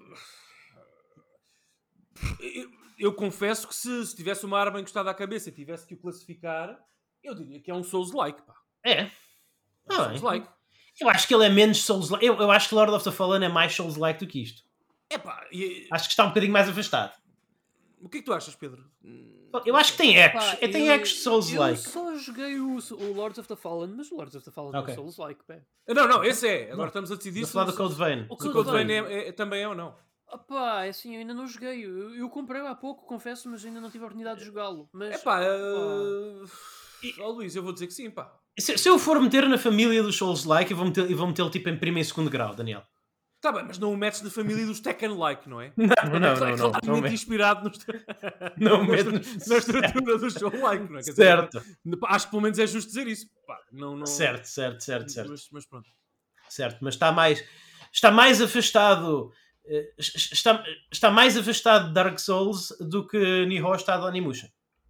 eu, eu confesso que se, se tivesse uma arma encostada à cabeça e tivesse que o classificar, eu diria que é um Souls-like, pá. é. É um Ah, bem. Souls-like. Eu acho que ele é menos Souls-like. Eu, eu acho que Lord of the Fallen é mais Souls-like do que isto. Epá, e- Acho que está um bocadinho mais afastado. o que é que tu achas, Pedro? Eu acho que tem ecos. Pá, É, tem eu- ecos de Souls-like. Eu só joguei o, o Lords of the Fallen, mas o Lords of the Fallen Ok. é um Souls-like, pé. Não, não, esse é. Agora estamos a decidir Vou se, falar do se- Code Vein. O se o Code Code Vein Vein. é, é- também é ou não. Opá, é assim, eu ainda não joguei. Eu, eu comprei há pouco, confesso, mas ainda não tive a oportunidade de jogá-lo. Mas, É pá, uh... oh, Luís, eu vou dizer que sim, pá. Se, se eu for meter na família dos Souls-like, eu vou meter, eu vou metê-lo tipo em primeiro e segundo grau, Daniel. Tá bem, mas não o metes na família dos Tekken-like, não é? Não, não, não. É não, não, claramente não inspirado no... Não na, meto- estru- na estrutura do show-like, não é? Quer dizer, Certo, acho que pelo menos é justo dizer isso. Pá, não, não... certo, certo, certo, certo. Mas, mas pronto. Certo, mas está mais, está mais afastado, eh, está, está mais afastado de Dark Souls do que Nioh está de Onimusha.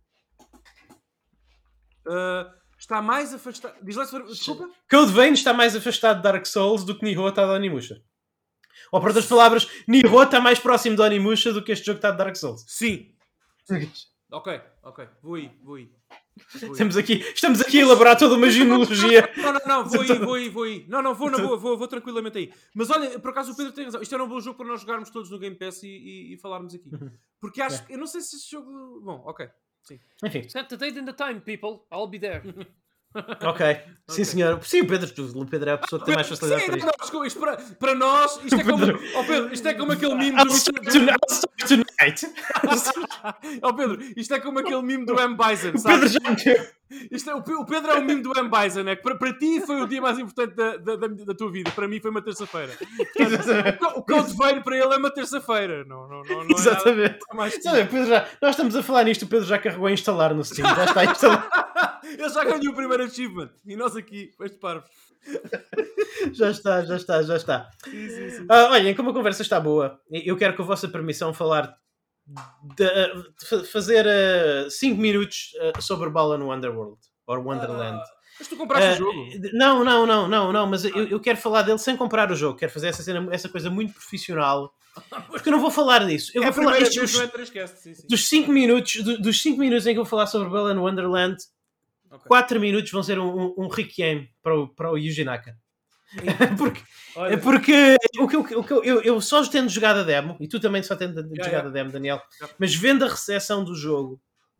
Uh, está mais afastado... Diz lá se for... Desculpa? Code Vein está mais afastado de Dark Souls do que Nioh está de Onimusha. Ou, por outras palavras, Nioh está mais próximo de Onimusha do que este jogo está de Dark Souls. Sim. Ok, ok. Vou aí, vou aí. Vou aí. Estamos aqui, estamos aqui a elaborar toda uma genealogia. Não, não, não, vou aí, vou aí, vou aí. Não, não, vou na boa, vou, vou tranquilamente aí. Mas olha, por acaso o Pedro tem razão. Isto era um bom jogo para nós jogarmos todos no Game Pass e, e, e falarmos aqui. Porque acho que, eu não sei se esse jogo... Bom, ok. Sim. Enfim, set the date and the time, people. I'll be there. ok. Sim, senhor. Sim, o Pedro, o Pedro é a pessoa que tem mais facilidade Sim, para isto. não, desculpa, isto para, para nós, isto é como... Oh Pedro, isto é como aquele meme I'll do... start tonight. I'll start tonight. Oh Pedro, isto é como aquele meme do M. Bison, O Pedro sabes? já meteu. Isto é, o Pe- o Pedro é o meme do M. Bison, é que para, para ti foi o dia mais importante da, da, da, da tua vida, para mim foi uma terça-feira. Portanto, o Code Vein para ele é uma terça-feira, não, não, não, não é Exatamente. nada mais. Sabe, o Pedro já, nós estamos a falar nisto, o Pedro já carregou a instalar no Steam, já está a instalar. Ele já ganhou o primeiro achievement e nós aqui, este parvo. Já está, já está, já está. Sim, sim, sim. Ah, olhem, como a conversa está boa, eu quero com a vossa permissão falar de, de fa- fazer cinco minutos uh, sobre Balan Wonderworld ou Wonderland. Ah, mas tu compraste Ah, o jogo? Não, não, não, não, não, mas eu, eu quero falar dele sem comprar o jogo, quero fazer essa, cena, essa coisa muito profissional, porque eu não vou falar disso. Eu É vou a falar primeira estes, vez os- no E três Cast, sim, sim. dos cinco minutos, do- dos cinco minutos em que eu vou falar sobre Balan Wonderland. Ok. quatro minutos vão ser um, um, um requiem para o, para o Yuji Naka. porque Olha, é porque o que, eu- o que eu, eu, eu só tendo jogado a demo, e tu também só tendo Yeah, jogado yeah. a demo, Daniel, Yeah. mas vendo a recepção do jogo,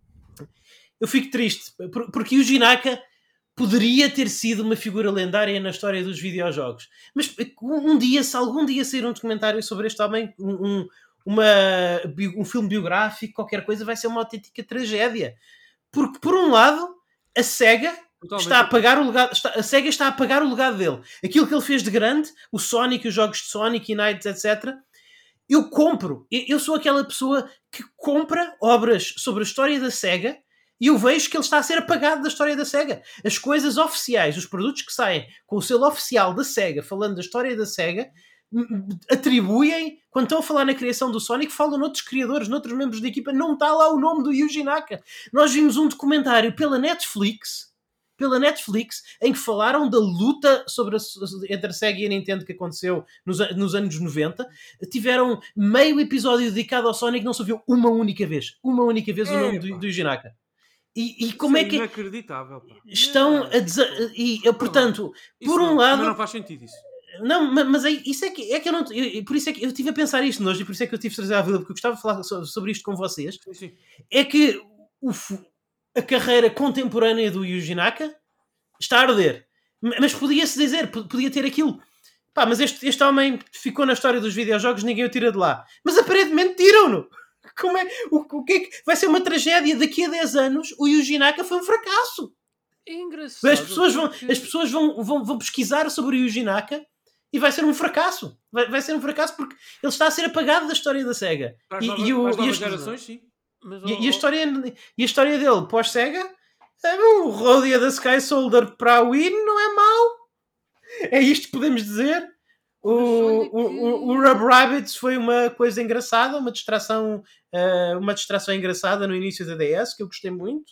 eu fico triste, por- porque Yuji Naka poderia ter sido uma figura lendária na história dos videojogos. Mas um um dia, se algum dia sair um documentário sobre este homem, um, um, uma, bi- um filme biográfico, qualquer coisa, vai ser uma autêntica tragédia. Porque, por um lado, a SEGA totalmente. está a pagar o legado, está, a SEGA está a pagar o legado dele. Aquilo que ele fez de grande, o Sonic, os jogos de Sonic e Knights, etcétera. Eu compro. Eu, eu sou aquela pessoa que compra obras sobre a história da SEGA e eu vejo que ele está a ser apagado da história da SEGA. As coisas oficiais, os produtos que saem com o selo oficial da SEGA, falando da história da SEGA, atribuem, quando estão a falar na criação do Sonic, falam noutros criadores, noutros membros da equipa, não está lá o nome do Yuji Naka. Nós vimos um documentário pela Netflix, pela Netflix, em que falaram da luta sobre a, entre a SEGA e a Nintendo que aconteceu nos, nos anos noventa. Tiveram meio episódio dedicado ao Sonic, não se ouviu uma única vez. Uma única vez o nome do, do Yuji Naka. E, e como Isso é que inacreditável, pá. estão Yeah. a desa- e, portanto, Isso por um não, lado... também não faz sentido isso. Não, ma- mas é, isso é que, é que eu não. Eu, por isso é que eu estive a pensar isto hoje e por isso é que eu tive de trazer à vida, porque eu gostava de falar so- sobre isto com vocês. Sim, sim. É que o fu- a carreira contemporânea do Yuji Naka está a arder. M- Mas podia-se dizer, p- podia ter aquilo. Pá, mas este, este homem ficou na história dos videojogos, ninguém o tira de lá. Mas aparentemente tiram-no. Como é? O, o que é que vai ser uma tragédia? Daqui a dez anos o Yuji Naka foi um fracasso. É engraçado. As pessoas vão, porque- as pessoas vão, vão, vão pesquisar sobre o Yuji Naka e vai ser um fracasso. Vai, vai ser um fracasso porque ele está a ser apagado da história da SEGA. Para as E, novas, e o- para as e novas as- gerações, sim. Mas, e- oh, e a oh, história, e a história dele pós-SEGA, é, o Rodia da Sky Soldier para a Wii não é mau. É isto que podemos dizer. O, olha o, que- o, o Rub Rabbits foi uma coisa engraçada, uma distração, eh, uma distração engraçada no início da D S, que eu gostei muito,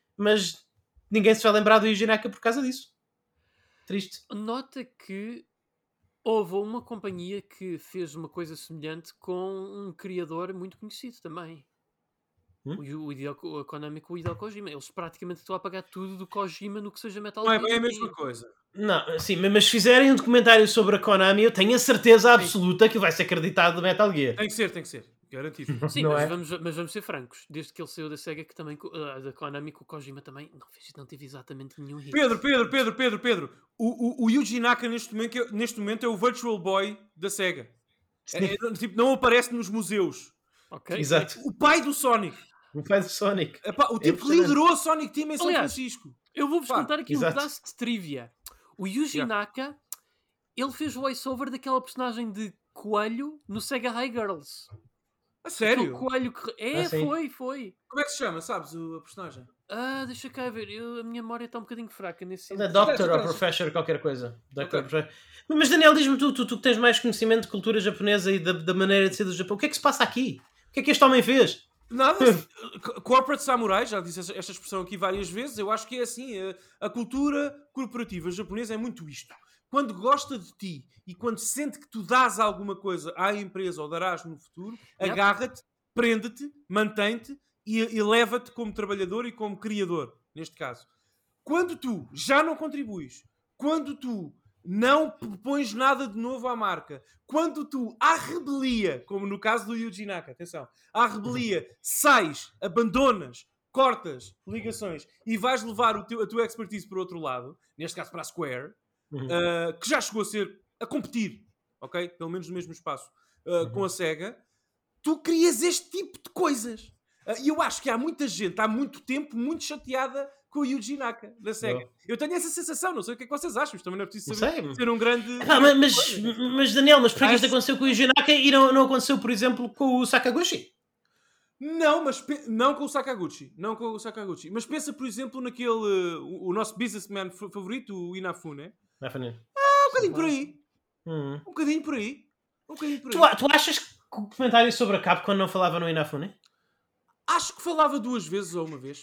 mas ninguém se vai lembrar do Yuji Naka por causa disso. Triste. Nota que houve uma companhia que fez uma coisa semelhante com um criador muito conhecido também. Hum? O, o, Hideo, a Konami com o Hideo Kojima. Eles praticamente estão a pagar tudo do Kojima no que seja Metal Não é Gear. bem a mesma coisa. Não, sim, mas se fizerem um documentário sobre a Konami, eu tenho a certeza absoluta que vai ser acreditado do Metal Gear. Tem que ser, tem que ser. Garantido. Sim, Não mas, é? vamos, mas vamos ser francos. Desde que ele saiu da SEGA, que também, co- ah, da Konami, com o Kojima também, não, fez, não teve exatamente nenhum hit. Pedro, Pedro, Pedro, Pedro, Pedro. O, o, o Yuji Naka neste momento, é- neste momento é o Virtual Boy da SEGA. É, é, tipo, não aparece nos museus. Ok. Exato. O pai do Sonic. O pai do Sonic. Epá, o É tipo que impressionante. liderou a Sonic Team em São Aliás, Francisco. Eu vou-vos Pá, contar aqui exato. um pedaço de trivia. O Yuji Yeah. Naka, ele fez voice-over daquela personagem de coelho no Sega High Girls. A Aquele sério? coelho que... É, Ah, sim. foi, foi. Como é que se chama, sabes, o, a personagem? Ah, deixa cá ver. Eu, a minha memória está um bocadinho fraca nesse Ele é sentido. Doctor Ok, ou ok. Professor, qualquer coisa. Doctor, Ok. Professor. Mas Daniel, diz-me tu, tu, tu que tens mais conhecimento de cultura japonesa e da, da maneira de ser do Japão. O que é que se passa aqui? O que é que este homem fez? Nada. Corporate Samurai, já disse esta, esta expressão aqui várias vezes. Eu acho que é assim. A, a cultura corporativa japonesa é muito isto. Quando gosta de ti e quando sente que tu dás alguma coisa à empresa ou darás no futuro, Yep. agarra-te, prende-te, mantém-te e, e leva-te como trabalhador e como criador, neste caso. Quando tu já não contribuis, quando tu não propões nada de novo à marca, quando tu, à rebelia, como no caso do Yuji Naka, atenção, à rebelia, sais, abandonas, cortas ligações e vais levar o teu, a tua expertise para o outro lado, neste caso para a Square, Uhum. uh, que já chegou a ser, a competir, ok? Pelo menos no mesmo espaço, uh, Uhum. com a SEGA, tu crias este tipo de coisas. E eu acho que há muita gente, há muito tempo, muito chateada com o Yuji Naka, da SEGA. Oh. Eu tenho essa sensação, não sei o que é que vocês acham, mas também não é preciso Não saber, sei. ser um grande... Ah, mas, mas, mas, Daniel, mas por que isto Acho- aconteceu com o Yuji Naka e não, não aconteceu, por exemplo, com o Sakaguchi? Não, mas pe- não com o Sakaguchi. Não com o Sakaguchi. Mas pensa, por exemplo, naquele... uh, o, o nosso businessman f- favorito, o Inafune. Não, foi nem. Um bocadinho por aí. Uhum. Um bocadinho por aí. Um bocadinho por aí. Tu, a- tu achas que o comentário sobre a Capcom não falava no Inafune? Acho que falava duas vezes ou uma vez.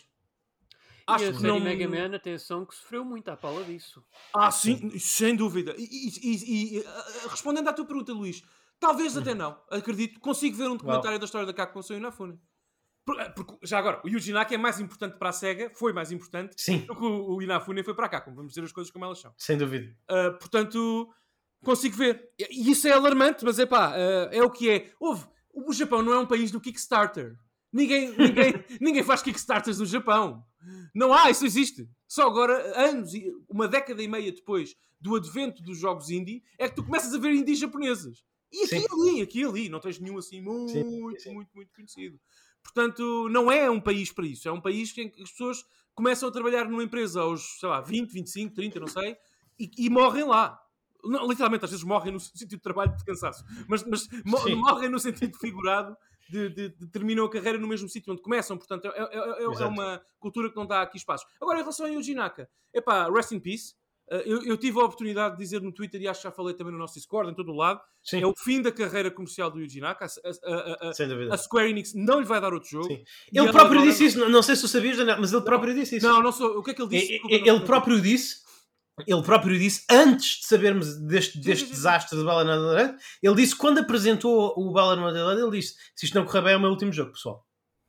E Acho a que série não... Mega Man, atenção, que sofreu muito à pala disso. Ah, sim, sem dúvida. E, e- e- e, uh, respondendo à tua pergunta, Luís, talvez até não. Acredito. Consigo ver um documentário da história da Capcom sem o Inafune. Por- eh, Porque, já agora, o Yuji Naka é mais importante para a SEGA, foi mais importante, Sim, do que o, o Inafune foi para a Capcom. Vamos dizer as coisas como elas são. sem dúvida. Uh, portanto, consigo ver. E e isso é alarmante, mas epá, uh, é o que é. Houve, o Japão não é um país do Kickstarter. Ninguém, ninguém, ninguém faz Kickstarters no Japão. Não há, isso existe. Só agora, anos, e uma década e meia depois do advento dos jogos indie, é que tu começas a ver indies japoneses. E aqui Sim. e ali, aqui e ali. Não tens nenhum assim muito, Sim, muito, sim. muito, muito conhecido. Portanto, não é um país para isso. É um país em que as pessoas começam a trabalhar numa empresa aos, sei lá, vinte, vinte e cinco, trinta, não sei, e, e morrem lá. Não, literalmente, às vezes morrem no sentido de trabalho de cansaço. Mas, mas mo- Sim. morrem no sentido figurado de, de, de terminam a carreira no mesmo sítio onde começam. Portanto, é, é- é- é Exato. uma cultura que não dá aqui espaço. Agora, em relação a Yuji Naka, epá, rest in peace. Uh, eu, eu tive a oportunidade de dizer no Twitter, e acho que já falei também no nosso Discord, em todo o lado, Sim, é o fim da carreira comercial do Yuji Naka. A, a- a- a- sem dúvida. a Square Enix não lhe vai dar outro jogo. Sim. E Ele ela próprio agora- disse isso, não- não sei se tu sabias, Daniel, mas ele próprio disse isso. Não, não sou. O que é que ele disse? E- Desculpa, e- não- Ele não- próprio disse, ele próprio disse, antes de sabermos deste, deste sim, sim. desastre do Balan, ele disse, quando apresentou o Balan, ele disse, se isto não correr bem é o meu último jogo, pessoal.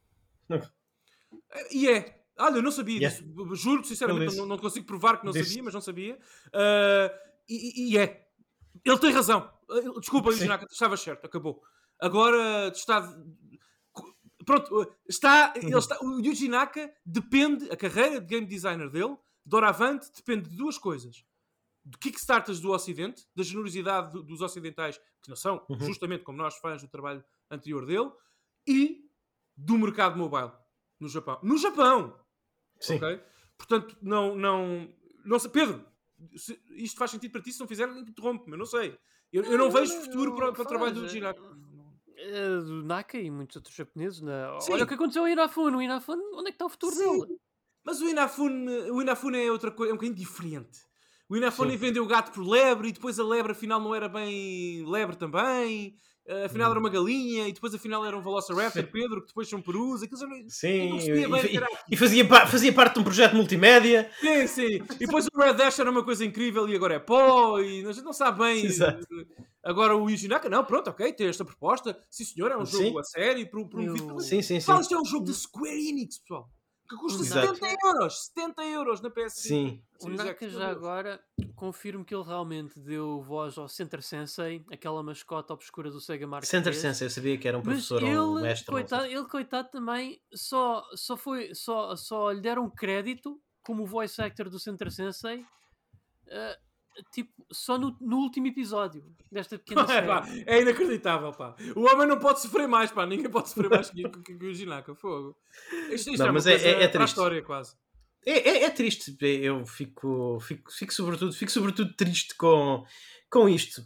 E é. Olha, eu não sabia Yeah. disso. Juro, sinceramente, Ele disse. não, não consigo provar que não Disse. sabia, mas não sabia. Uh, e, e- e é. Ele tem razão. Uh, Desculpa, Sim. Yuji, estava certo, acabou. Agora está. Pronto, uh, está, ele Uhum. está. O Yuji Naka depende, a carreira de game designer dele, doravante, depende de duas coisas. De Kickstarters do Ocidente, da generosidade do- dos ocidentais, que não são, Uhum. justamente como nós, fãs do trabalho anterior dele, e do mercado mobile no Japão. No Japão! Sim. Ok? Portanto, não, não, não sei. Pedro, se isto faz sentido para ti? Se não fizer, interrompe-me, eu não sei. Eu, eu não vejo futuro para, para o trabalho do Yuji Naka. Eh, do Naka e muitos outros japoneses. Na... Sim. Olha o que aconteceu ao Inafune. O Inafune, onde é que está o futuro Sim. dele? Mas o Inafune, o Inafune é outra coisa, é um bocadinho diferente. O Inafune Sim. vendeu o gato por lebre e depois a lebre afinal não era bem lebre também. eh, Afinal era uma galinha e depois afinal era um Velociraptor, Sim. Pedro, que depois são perus. Aquilo já não... Eu Sim, não e, percebia bem o que e- era e fazia, pa- fazia parte de um projeto multimédia. Sim, sim. E depois o Red Dash era uma coisa incrível e agora é pó e a gente não sabe bem. Exato. Agora o Yuji Naka, não, pronto, ok, tem esta proposta. Sim, senhor, é um Sim. jogo a sério, pro- promovido. Eu- pela- Sim, sim, sim. Fala, isto é um jogo da Square Enix, pessoal. Que custa Exato. setenta euros. setenta euros na P S cinco. Sim. O Series Naka X, já meu Deus. agora confirmo que ele realmente deu voz ao Center Sensei, aquela mascota obscura do Sega Mark Center três. Sensei, eu sabia que era um Mas professor ou um ele, mestre. não sei. coitado, ele, coitado, também só, só, foi, só, só lhe deram crédito como voice actor do Center Sensei. eh, tipo, só no, no último episódio desta pequena É, série. pá, é inacreditável, pá. O homem não pode sofrer mais, pá. Ninguém pode sofrer mais que, que, que o Jinaka. Fogo. Isto, isto Não, é uma mas é- coisa é- é para a triste. história, quase. É, é, é triste. Eu fico, fico, fico, sobretudo, fico sobretudo triste com, com isto,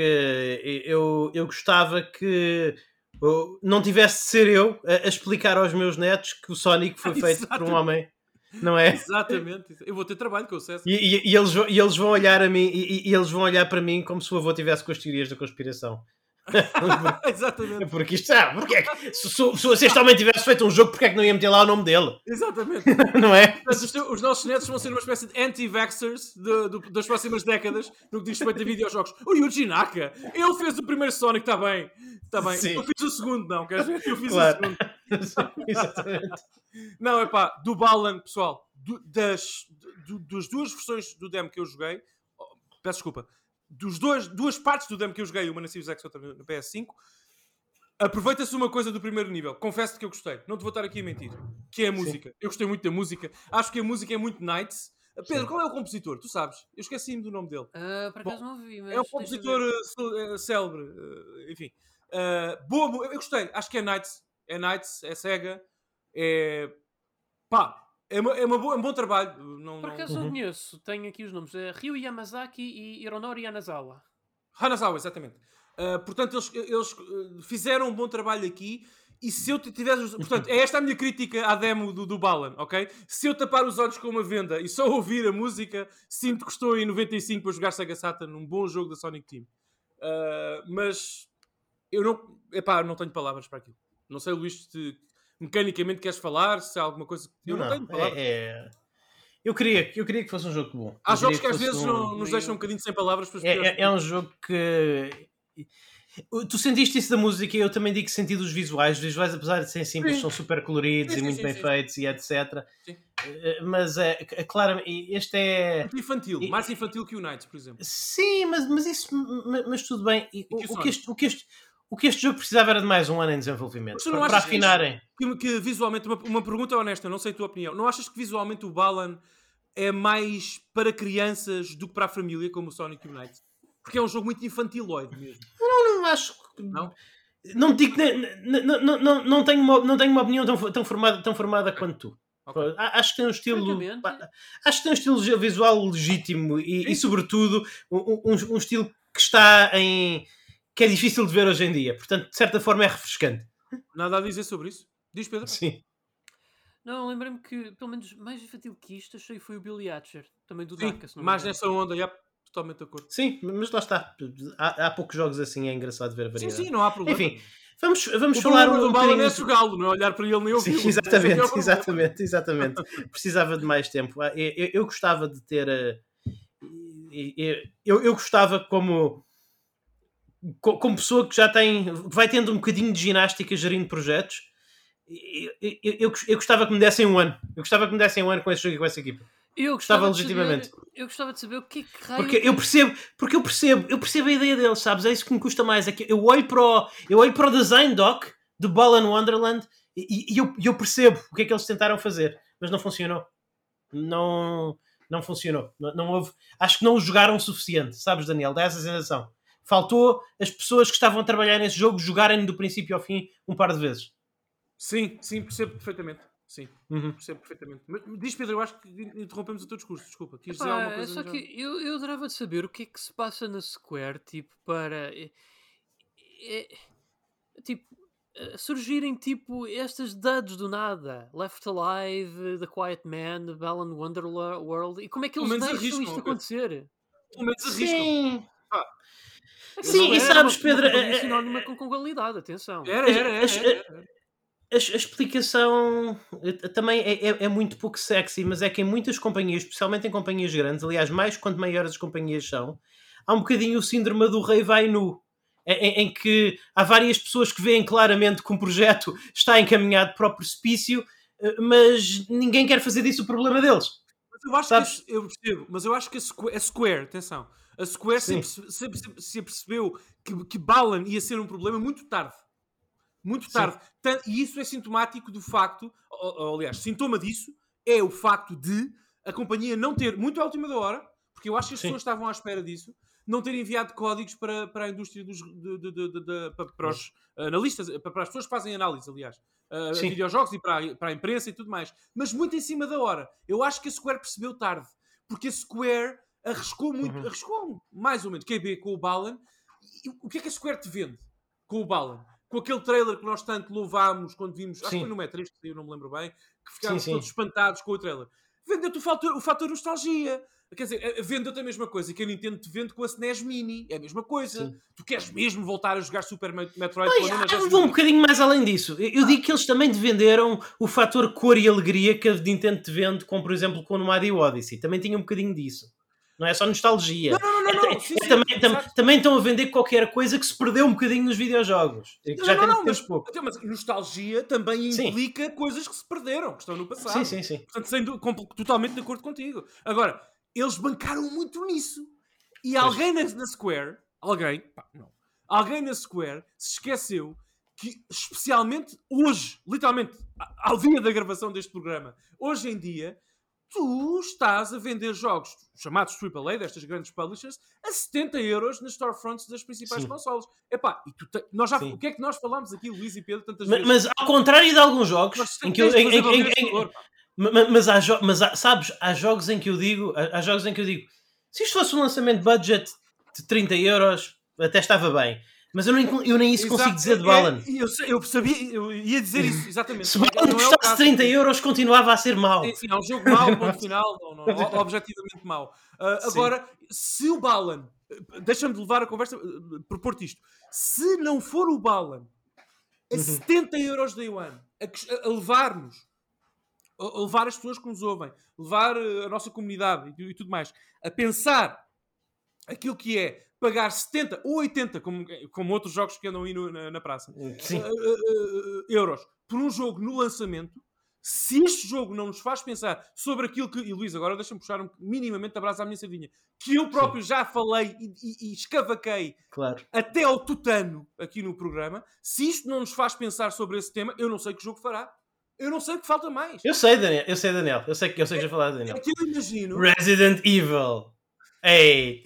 porque eu, eu gostava que oh, não tivesse de ser eu a, a explicar aos meus netos que o Sonic foi feito por um homem, não é? Exatamente. Eu vou ter trabalho com o César. E, e- e eles, vão- e eles vão olhar a mim e, e eles vão olhar para mim como se o avô tivesse com as teorias da conspiração. Exatamente. Porque isto, ah, porque é que, se, se, se este homem tivesse feito um jogo, porque é que não ia meter lá o nome dele? Exatamente. Não é? Portanto, os, teus- os nossos netos vão ser uma espécie de anti-vaxxers de- do- das próximas décadas no que diz respeito a videojogos. O Yuji Naka, ele fez o primeiro Sonic, está bem. Está bem. Sim. Eu fiz o segundo, não. Queres ver? Eu fiz Claro. o segundo. Sim, exatamente. Não, é pá, do Balan, pessoal, do- das, do- das duas versões do demo que eu joguei, oh, peço desculpa, dos dois, duas partes do demo que eu joguei, uma na Series X e outra na P S cinco, aproveita-se uma coisa do primeiro nível. Confesso-te que eu gostei. Não te vou estar aqui a mentir. Que é a música. Eu gostei muito da música. Acho que a música é muito nice. Pedro, Sim. qual é o compositor? Tu sabes. Eu esqueci-me do nome dele. Ah, por acaso não vi, mas É um deixa compositor ver. uh, so- uh, célebre. uh, enfim. Uh, boa, mu- eu gostei. Acho que é nice. É nice. É Sega. É... Pá. É, uma, é, uma boa, é um bom trabalho. Não, Por não... acaso eu Uhum. conheço, tenho aqui os nomes: é Ryu Yamazaki e Hironori Yanazawa. Hanazawa, exatamente. Uh, portanto, eles, eles uh, fizeram um bom trabalho aqui. E se eu t- tivesse. os- Portanto, é esta a minha crítica à demo do, do Balan, ok? Se eu tapar os olhos com uma venda e só ouvir a música, sinto que estou em noventa e cinco para jogar Sega Saturn num bom jogo da Sonic Team. Uh, mas eu não. Epá, não tenho palavras para aquilo. Não sei, Luís, se mecanicamente queres falar, se há alguma coisa. Eu não, tenho palavras. é, é... Eu, queria, eu queria que fosse um jogo bom. Há Eu jogos que queria às fosse vezes um- não, nos deixam um bocadinho sem palavras para É, explicar. é, é um jogo que. Tu sentiste isso da música e eu também digo que senti dos visuais. Os visuais, apesar de serem simples, Sim. são super coloridos Sim, e sim, muito sim, bem sim. feitos e etcétera. Sim. Eh, Mas é, é claro, este é. Muito infantil, E- mais infantil que o Knights, por exemplo. Sim, mas, mas isso. Mas, mas tudo bem. E o, que o o que este, o, que este, o que este jogo precisava era de mais um ano em desenvolvimento. Mas tu não Para, para achas que isto- afinarem. Que, que visualmente, uma, uma pergunta honesta, não sei a tua opinião. Não achas que visualmente o Balan é mais para crianças do que para a família, como o Sonic Unite? Porque é um jogo muito infantiloide mesmo. Não acho que. Não? Não, digo, que- não, não, não, não, não, tenho uma, não tenho uma opinião tão, tão, formada, tão formada quanto tu. Ok. A- Acho que tem um estilo. Francamente. pá, Acho que tem um estilo visual legítimo e, Sim. e sobretudo, um, um, um estilo que está em. Que é difícil de ver hoje em dia. Portanto, de certa forma, é refrescante. Nada a dizer sobre isso? Diz, Pedro? Sim. Não, lembrei-me que, pelo menos, mais infantil que isto, achei foi o Billy Hatcher, também do Sim, Daka, se não me mais engano. nessa onda, já, totalmente de acordo. Sim, mas lá está. Há, há poucos jogos assim, é engraçado ver a Sim, variedade. sim, não há problema. Enfim, vamos, vamos o falar problema um do Balan bocadinho. é jogá-lo, não é olhar para ele nem Sim, ouvi-lo. exatamente, Esse é que é o problema. exatamente, exatamente. Precisava de mais tempo. Ah, Eu, eu, eu gostava de ter. eh, Eu, eu gostava como. co- Como pessoa que já tem. Vai tendo um bocadinho de ginástica gerindo projetos. Eu, eu, eu, eu gostava que me dessem um ano. Eu gostava que me dessem um ano com esse jogo e com essa equipa. Eu Gostava gostava, de legitimamente. saber, eu gostava de saber o que é que raio... Porque eu percebo, porque eu percebo, eu percebo a ideia deles, sabes? É isso que me custa mais. É que eu olho para o, eu olho para o design doc do Balan Wonderland e, e eu, eu percebo o que é que eles tentaram fazer, mas não funcionou. Não, não funcionou. Não, não houve. Acho que não o jogaram o suficiente, sabes, Daniel? Dá essa sensação. Faltou as pessoas que estavam a trabalhar nesse jogo jogarem do princípio ao fim um par de vezes. Sim, sim, percebo perfeitamente. Sim, Uhum. percebo perfeitamente. Mas, diz, Pedro, eu acho que interrompemos o teu discurso. Desculpa, quis dizer Epá, alguma é coisa. só mas que eu, eu adorava de saber o que é que se passa na Square, tipo, para... é- é- tipo, eh, surgirem, tipo, estas duds do nada. Left Alive, The Quiet Man, The Balan Wonderworld. E como é que Pelo eles menos deixam arriscam, isto Pedro. acontecer? Pelo menos arriscam. Sim. É que Sim, não e era sabes, uma, Pedro, Uma companhia é- é- sinónima com, com qualidade, atenção. Era, era, era. As- era, era. A, a explicação eh, também é, é, é muito pouco sexy, mas é que em muitas companhias, especialmente em companhias grandes, aliás, mais quanto maiores as companhias são, há um bocadinho o síndrome do rei vai nu, em, em- em que há várias pessoas que veem claramente que um projeto está encaminhado para o precipício, eh, mas ninguém quer fazer disso o problema deles. Mas eu acho Sabes? que a- eu percebo, mas eu acho que a Square, a Square atenção, a Square Sim. sempre, sempre, sempre se apercebeu que, que Balan ia ser um problema muito tarde. Muito Sim. tarde. Tan- E isso é sintomático do facto, ou- ou, aliás, sintoma disso é o facto de a companhia não ter, muito à última da hora, Porque eu acho que as Sim. pessoas estavam à espera disso, não ter enviado códigos para, para a indústria dos. De, de, de, de, de, para, para os analistas, para, para as pessoas que fazem análise, aliás, uh, Sim. videojogos e para a, para a imprensa e tudo mais. Mas muito em cima da hora. Eu acho que a Square percebeu tarde. Porque a Square arriscou muito, Uhum. arriscou mais ou menos, Q B com o Balan. E o que é que a Square te vende com o Balan? Com aquele trailer que nós tanto louvámos quando vimos, acho que Sim. foi no E três, que saiu, não me lembro bem, que ficámos Sim, sim. todos espantados com o trailer. Vendeu-te o fator, o fator nostalgia. Quer dizer, vendeu-te a mesma coisa que a Nintendo te vende com a S N E S Mini. É a mesma coisa. Sim. Tu queres mesmo voltar a jogar Super Metroid Ai, pela eu vou um bocadinho mais além disso. Eu, eu digo que eles também te venderam o fator cor e alegria que a Nintendo te vende, como por exemplo com o Mario Odyssey. Também tinha um bocadinho disso. Não é só nostalgia. Não, não, não, É, não, é- não. Sim, é sim, também, tam- exato. também estão a vender qualquer coisa que se perdeu um bocadinho nos videojogos. Que Não, já não, tem, não, temos mas, pouco. até, mas nostalgia também Sim. implica coisas que se perderam, que estão no passado. Sim, sim, sim. Portanto, sendo com- totalmente de acordo contigo. Agora, eles bancaram muito nisso. E Pois. alguém na, na Square, alguém, pá, não, alguém na Square se esqueceu que, especialmente hoje, literalmente, a- ao dia da gravação deste programa, hoje em dia, tu estás a vender jogos chamados triplo A, destas grandes publishers, a setenta euros nas storefronts das principais Sim. consoles. Epá, e tu te- nós já, Sim. o que é que nós falámos aqui, Luís e Pedro, tantas Mas, vezes? mas ao contrário de alguns jogos Nós em que eu, tens de em- fazer em- valer em- esse em- valor, pá. Ma- Mas, há, jo- mas há, sabes, há jogos em que eu digo, há, há jogos em que eu digo, se isto fosse um lançamento budget de trinta euros, até estava bem. Mas eu nem, eu nem isso consigo Exato, dizer de é- Balan. é- eu, sei- eu sabia, eu ia dizer isso, exatamente. Se Não Balan é o custasse caso. trinta euros, continuava a ser mau. Sim, sim, é um jogo mau, ponto final, não, não, não, objetivamente mau. Uh, Sim. agora, se o Balan, uh, deixa-me de levar a conversa, uh, propor-te isto, se não for o Balan a Uhum. setenta euros da Yuan, a, que- a levar-nos, a, a levar as pessoas que nos ouvem, levar uh, a nossa comunidade e, e tudo mais, a pensar aquilo que é pagar setenta ou oitenta, como, como outros jogos que andam aí no- na, na praça, Sim. uh, uh, uh, euros por um jogo no lançamento, se este jogo não nos faz pensar sobre aquilo que... E Luís, agora deixa-me puxar um, minimamente a brasa à minha sardinha, que eu próprio já falei e, e, e escavaquei Claro. até ao tutano aqui no programa. Se isto não nos faz pensar sobre esse tema, eu não sei que jogo fará. Eu não sei o que falta mais. Eu sei, Daniel. Eu sei, Daniel. Eu sei que eu sei que já falaste, É Daniel. que eu imagino... Resident Evil. Ei.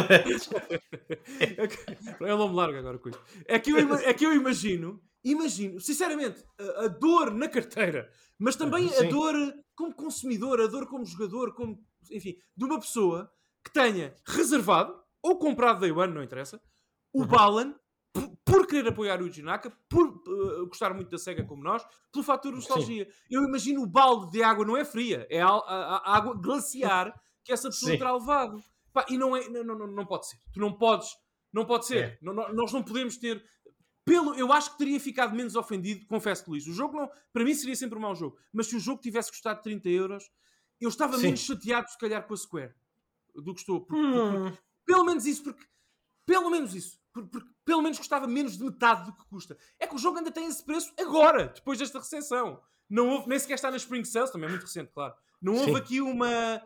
Ele não me larga agora com isto. É que eu, ima- é que eu imagino, imagino, sinceramente, a, a dor na carteira, mas também a Sim. dor como consumidor, a dor como jogador, como, enfim, de uma pessoa que tenha reservado ou comprado Day One, não interessa, o Uhum. Balan, por, por querer apoiar o Yuji Naka, por uh, gostar muito da SEGA como nós, pelo fator nostalgia. Eu imagino o balde de água, não é fria, é a, a- a água glaciar que essa pessoa Sim. terá levado. Pá, e não, é, não, não, não pode ser. Tu não podes, não pode ser. É. Não- não- nós não podemos ter. Pelo, eu acho que teria ficado menos ofendido, confesso, Luís. O jogo não, para mim seria sempre um mau jogo. Mas se o jogo tivesse custado trinta euros, eu estava Sim. menos chateado, se calhar, com a Square do que estou. Porque- Hum. porque- pelo menos isso, porque pelo menos isso. Por- Porque, pelo menos custava menos de metade do que custa. É que o jogo ainda tem esse preço agora, depois desta recessão. Não houve, nem sequer está nas Spring Sales, também é muito recente, claro. Não houve Sim. aqui uma.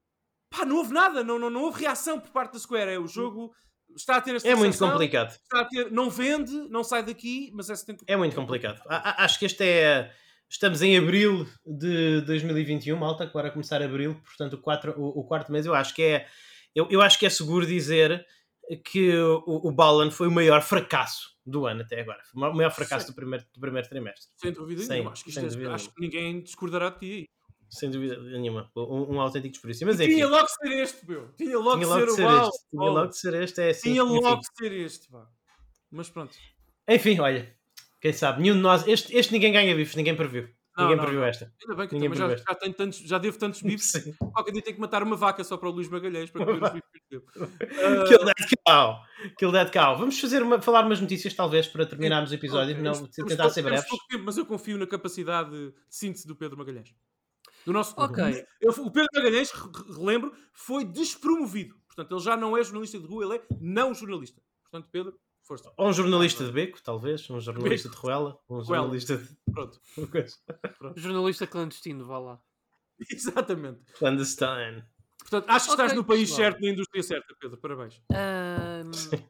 Pá, não houve nada, não, não, não houve reação por parte da Square. É, o jogo está a ter esta É muito recessão, complicado. está a ter, não vende, não sai daqui, mas é setenta É muito complicado. A- a- Acho que este é. Estamos em abril de dois mil e vinte e um, malta, agora a começar abril, portanto, o, quatro, o, o quarto mês. Eu acho que é. Eu, eu acho que é seguro dizer que o, o Balan foi o maior fracasso do ano até agora. Foi o maior fracasso do primeiro, do primeiro trimestre. Sem dúvida Sem- nenhuma. Acho que, isto sem é- dúvida acho que ninguém discordará de ti aí. Sem dúvida nenhuma. Um, um autêntico desperdício. Mas E enfim, tinha logo de ser este, meu. Tinha logo tinha de logo ser de o ser Val. este. Tinha logo de ser este. É assim. Tinha Enfim. logo de ser este, pá. Mas pronto. Enfim, olha. Quem sabe? Nenhum de nós. Este, este ninguém ganha bifes, ninguém previu. Não, ninguém não, previu não. esta. Ainda bem que eu Ninguém também já, prevê. já, tenho tantos, já devo tantos bifes. Sim. Qualquer dia tenho que matar uma vaca só para o Luís Magalhães para comer os bifes que eu devo. Kill that cow. Kill that cow. Vamos fazer uma, falar umas notícias, talvez, para terminarmos o episódio. Ok, Não, temos- tentar temos ser pouco- temos breves. pouco tempo, mas eu confio na capacidade de síntese do Pedro Magalhães. Do nosso... Ok. Eu- o Pedro Magalhães, re- re- relembro, foi despromovido. Portanto, ele já não é jornalista de rua, ele é não jornalista. Portanto, Pedro, força. Ou um jornalista de beco, talvez. Um jornalista de Ruela. Um Ruela. jornalista de. Pronto. coisa. Jornalista clandestino, vá lá. Exatamente. Clandestine. Portanto, acho que Ok, estás no país pessoal. certo, na indústria certa, Pedro. Parabéns. Ahm,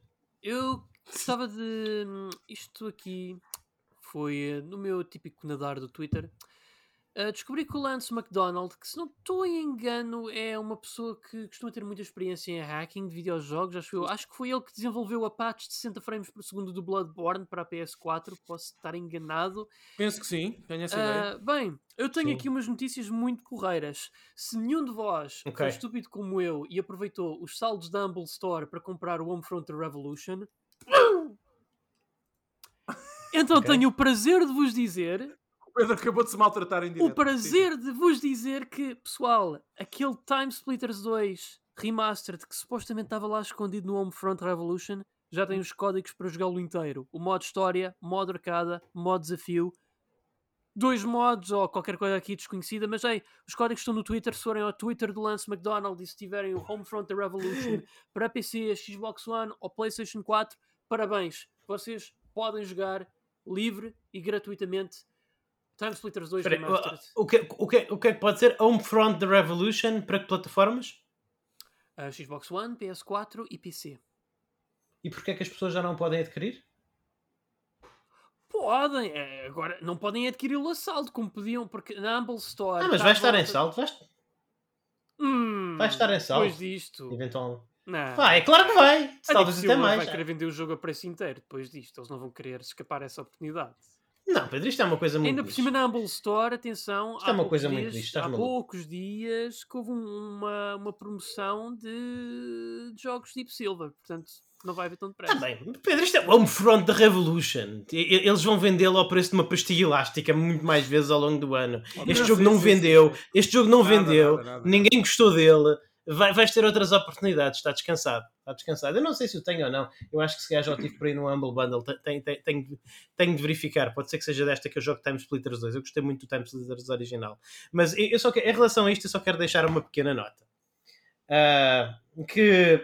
eu gostava de. Isto aqui foi eh, no meu típico nadar do Twitter. Uh, descobri que o Lance McDonald, que se não estou em engano, é uma pessoa que costuma ter muita experiência em hacking de videojogos. Acho, eu, acho que foi ele que desenvolveu a patch de sessenta frames por segundo do Bloodborne para a P S quatro. Posso estar enganado. Penso que sim, tenho essa Uh, ideia. bem, eu tenho Sim. aqui umas notícias muito porreiras. Se nenhum de vós Ok. foi estúpido como eu e aproveitou os saldos da Humble Store para comprar o Homefront Revolution, então Ok. tenho o prazer de vos dizer... O Pedro acabou de se maltratar em direto. O prazer de vos dizer que, pessoal, aquele Time Splitters dois Remastered que supostamente estava lá escondido no Homefront Revolution já tem os códigos para jogá-lo inteiro. O modo história, modo arcada, modo desafio. Dois modos ou qualquer coisa aqui desconhecida, mas ei, os códigos estão no Twitter. Se forem ao Twitter do Lance McDonald e se tiverem o Homefront The Revolution para P C, Xbox One ou PlayStation quatro, parabéns. Vocês podem jogar livre e gratuitamente Time Splitters dois Espera aí, Remastered. o, o, que, o, que, o que é que pode ser? Homefront The Revolution para que plataformas? Uh, Xbox One, P S quatro e P C. E porquê é que as pessoas já não podem adquirir? Podem, é, agora não podem adquiri-lo a saldo como podiam, porque na Humble Store. Ah, mas está vai à estar em volta- saldo? Vai, Hum, vai estar em saldo? Depois disto. Eventualmente. Não. Vai, é claro que vai! A Talvez Deep até Silver mais. vai querer vender o jogo a preço inteiro depois disto. Eles não vão querer escapar a essa oportunidade. Não, Pedro, isto é uma coisa muito Ainda por lixo. cima na Humble Store, atenção, Isto é há uma poucos coisa muito dias- lixo, estás há maluco. poucos dias que houve um- uma, uma promoção de, de jogos Deep Silver, portanto não vai haver tão depressa. Está bem, Pedro, isto é o Homefront da Revolution. E- e- Eles vão vendê-lo ao preço de uma pastilha elástica muito mais vezes ao longo do ano. Ok, Este sim, jogo não sim, vendeu, sim, sim. este jogo não Nada, vendeu, nada, nada, ninguém gostou dele. Vai, vais ter outras oportunidades, está descansado. Está descansado. Eu não sei se o tenho ou não. Eu acho que se calhar já o tive por aí no Humble Bundle. Tenho, tenho, tenho, de- tenho de verificar. Pode ser que seja desta que eu jogo Time Splitters dois. Eu gostei muito do Time Splitters original. Mas eu só quero, em relação a isto, eu só quero deixar uma pequena nota. Ah, que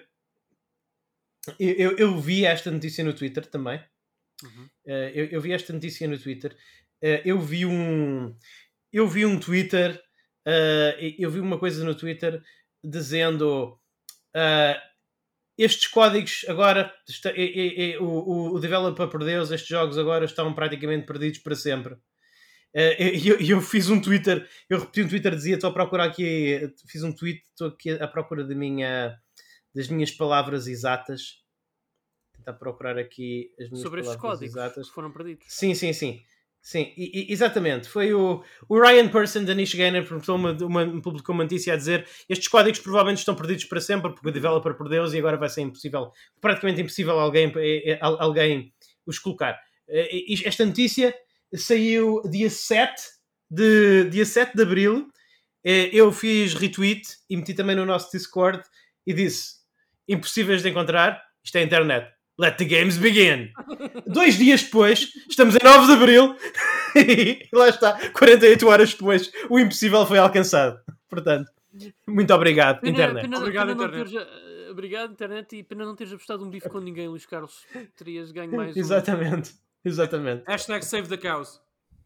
eu, eu, eu vi esta notícia no Twitter também. Uhum. Uh, eu, eu vi esta notícia no Twitter. Uh, eu vi um eu vi um Twitter uh, eu vi uma coisa no Twitter dizendo uh, estes códigos agora está, e, e, e, o, o developer perdeu, estes jogos agora estão praticamente perdidos para sempre. E uh, eu, eu fiz um Twitter, eu repeti um Twitter, dizia, estou a procurar aqui, fiz um tweet, estou aqui à procura da minha, das minhas palavras exatas. Tentar procurar aqui as minhas Sobre estes palavras códigos exatas. que foram perdidos. Sim, sim, sim. Sim, e, e, exatamente. Foi o, o Ryan Person da Niche Gainer publicou uma, uma, publicou uma notícia a dizer estes códigos provavelmente estão perdidos para sempre porque o developer perdeu-os e agora vai ser impossível, praticamente impossível alguém, alguém os colocar. Esta notícia saiu dia sete de, dia sete de Abril. Eu fiz retweet e meti também no nosso Discord e disse impossíveis de encontrar, isto é a internet. Let the games begin. Dois dias depois, estamos em nove de Abril e lá está, quarenta e oito horas depois, o impossível foi alcançado. Portanto, muito obrigado, Pena, internet. pena, Obrigado, pena internet. Não teres, uh, obrigado, internet, e pena não teres apostado um bife com ninguém, Luís Carlos. Terias ganho mais um. Exatamente, exatamente. Hashtag save the cows.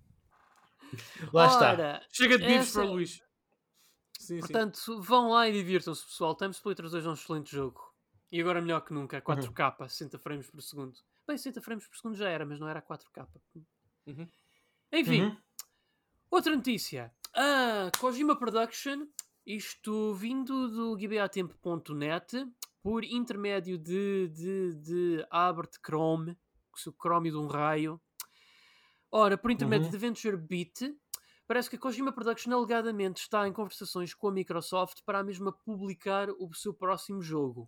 Lá está. Ora, Chega de bifes essa- para o Luís. Sim, sim. portanto, vão lá e divirtam-se, pessoal. Time Splitters dois é um excelente jogo. E agora melhor que nunca, quatro K, sessenta frames por segundo. Bem, sessenta frames por segundo já era, mas não era quatro K. Uhum. Enfim, Uhum. outra notícia. A Kojima Production, isto vindo do G B A tempo ponto net, por intermédio de, de, de Albert Chrome, o Chrome de um raio. Ora, por intermédio Uhum. de VentureBeat, parece que a Kojima Production alegadamente está em conversações com a Microsoft para a mesma publicar o seu próximo jogo.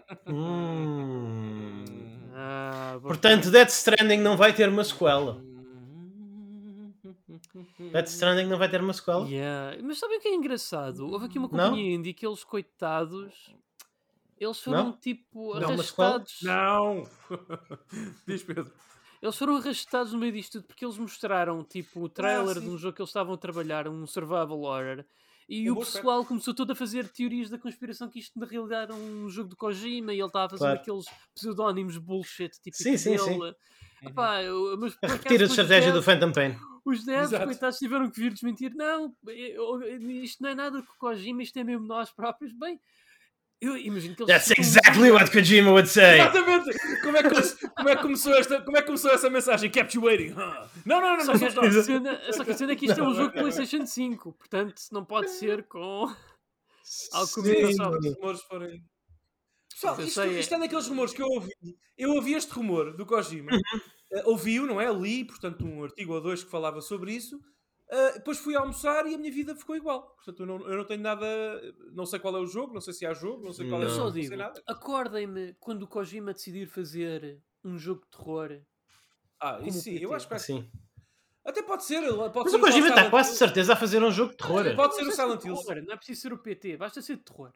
Hum. Ah, Portanto, Death Stranding não vai ter uma sequela. Death Stranding não vai ter uma sequela? Yeah. Mas sabem o que é engraçado? Houve aqui uma Não? companhia indie que eles, coitados, eles foram Não? tipo Não, uma sequela? arrastados. Não! Diz Pedro. Eles foram arrastados no meio disto tudo porque eles mostraram tipo o trailer sim. de um jogo que eles estavam a trabalhar, um survival horror. E Um o bom pessoal começou todo a fazer teorias da conspiração que isto na realidade era um jogo de Kojima e ele estava a fazer Claro. aqueles pseudónimos bullshit tipo Sim, sim, sim. dele. Epá, eu- mas por A acaso repetir a depois estratégia do os devs- Phantom Pain. Os devs, Exato. coitados, tiveram que vir desmentir. Não, eu- eu- isto não é nada com o Kojima, isto é mesmo nós próprios. Bem, Eu imagino que eles That's ficam- exactly what Kojima would say. Exatamente! Como é, que, come- como, é que começou esta, como é que começou essa mensagem? Kept you waiting. Huh? Não, não, não, Só não que, somos nós. a cena, só que a cena é que isto é um jogo de PlayStation cinco, portanto não pode ser com algo como Sim, Microsoft. os rumores forem... Pessoal, Eu isto, sei, isto é daqueles rumores que eu ouvi. Eu ouvi este rumor do Kojima. Uh, ouvi-o, não é? Li, portanto, um artigo ou dois que falava sobre isso. Uh, depois fui almoçar e a minha vida ficou igual. Portanto, eu não, eu não tenho nada... Não sei qual é o jogo, não sei se há jogo, não sei qual é Eu o só jogo, não digo, sei nada. acordem-me quando o Kojima decidir fazer um jogo de terror. Ah, como isso o sim, P T. eu acho que vai... Sim. Até pode ser. Pode Mas ser o Kojima tal está Silent quase de Hill. certeza a fazer um jogo de terror. Pode ser Não o precisa Silent de Hills. terror, não é preciso ser o P T, basta ser de terror.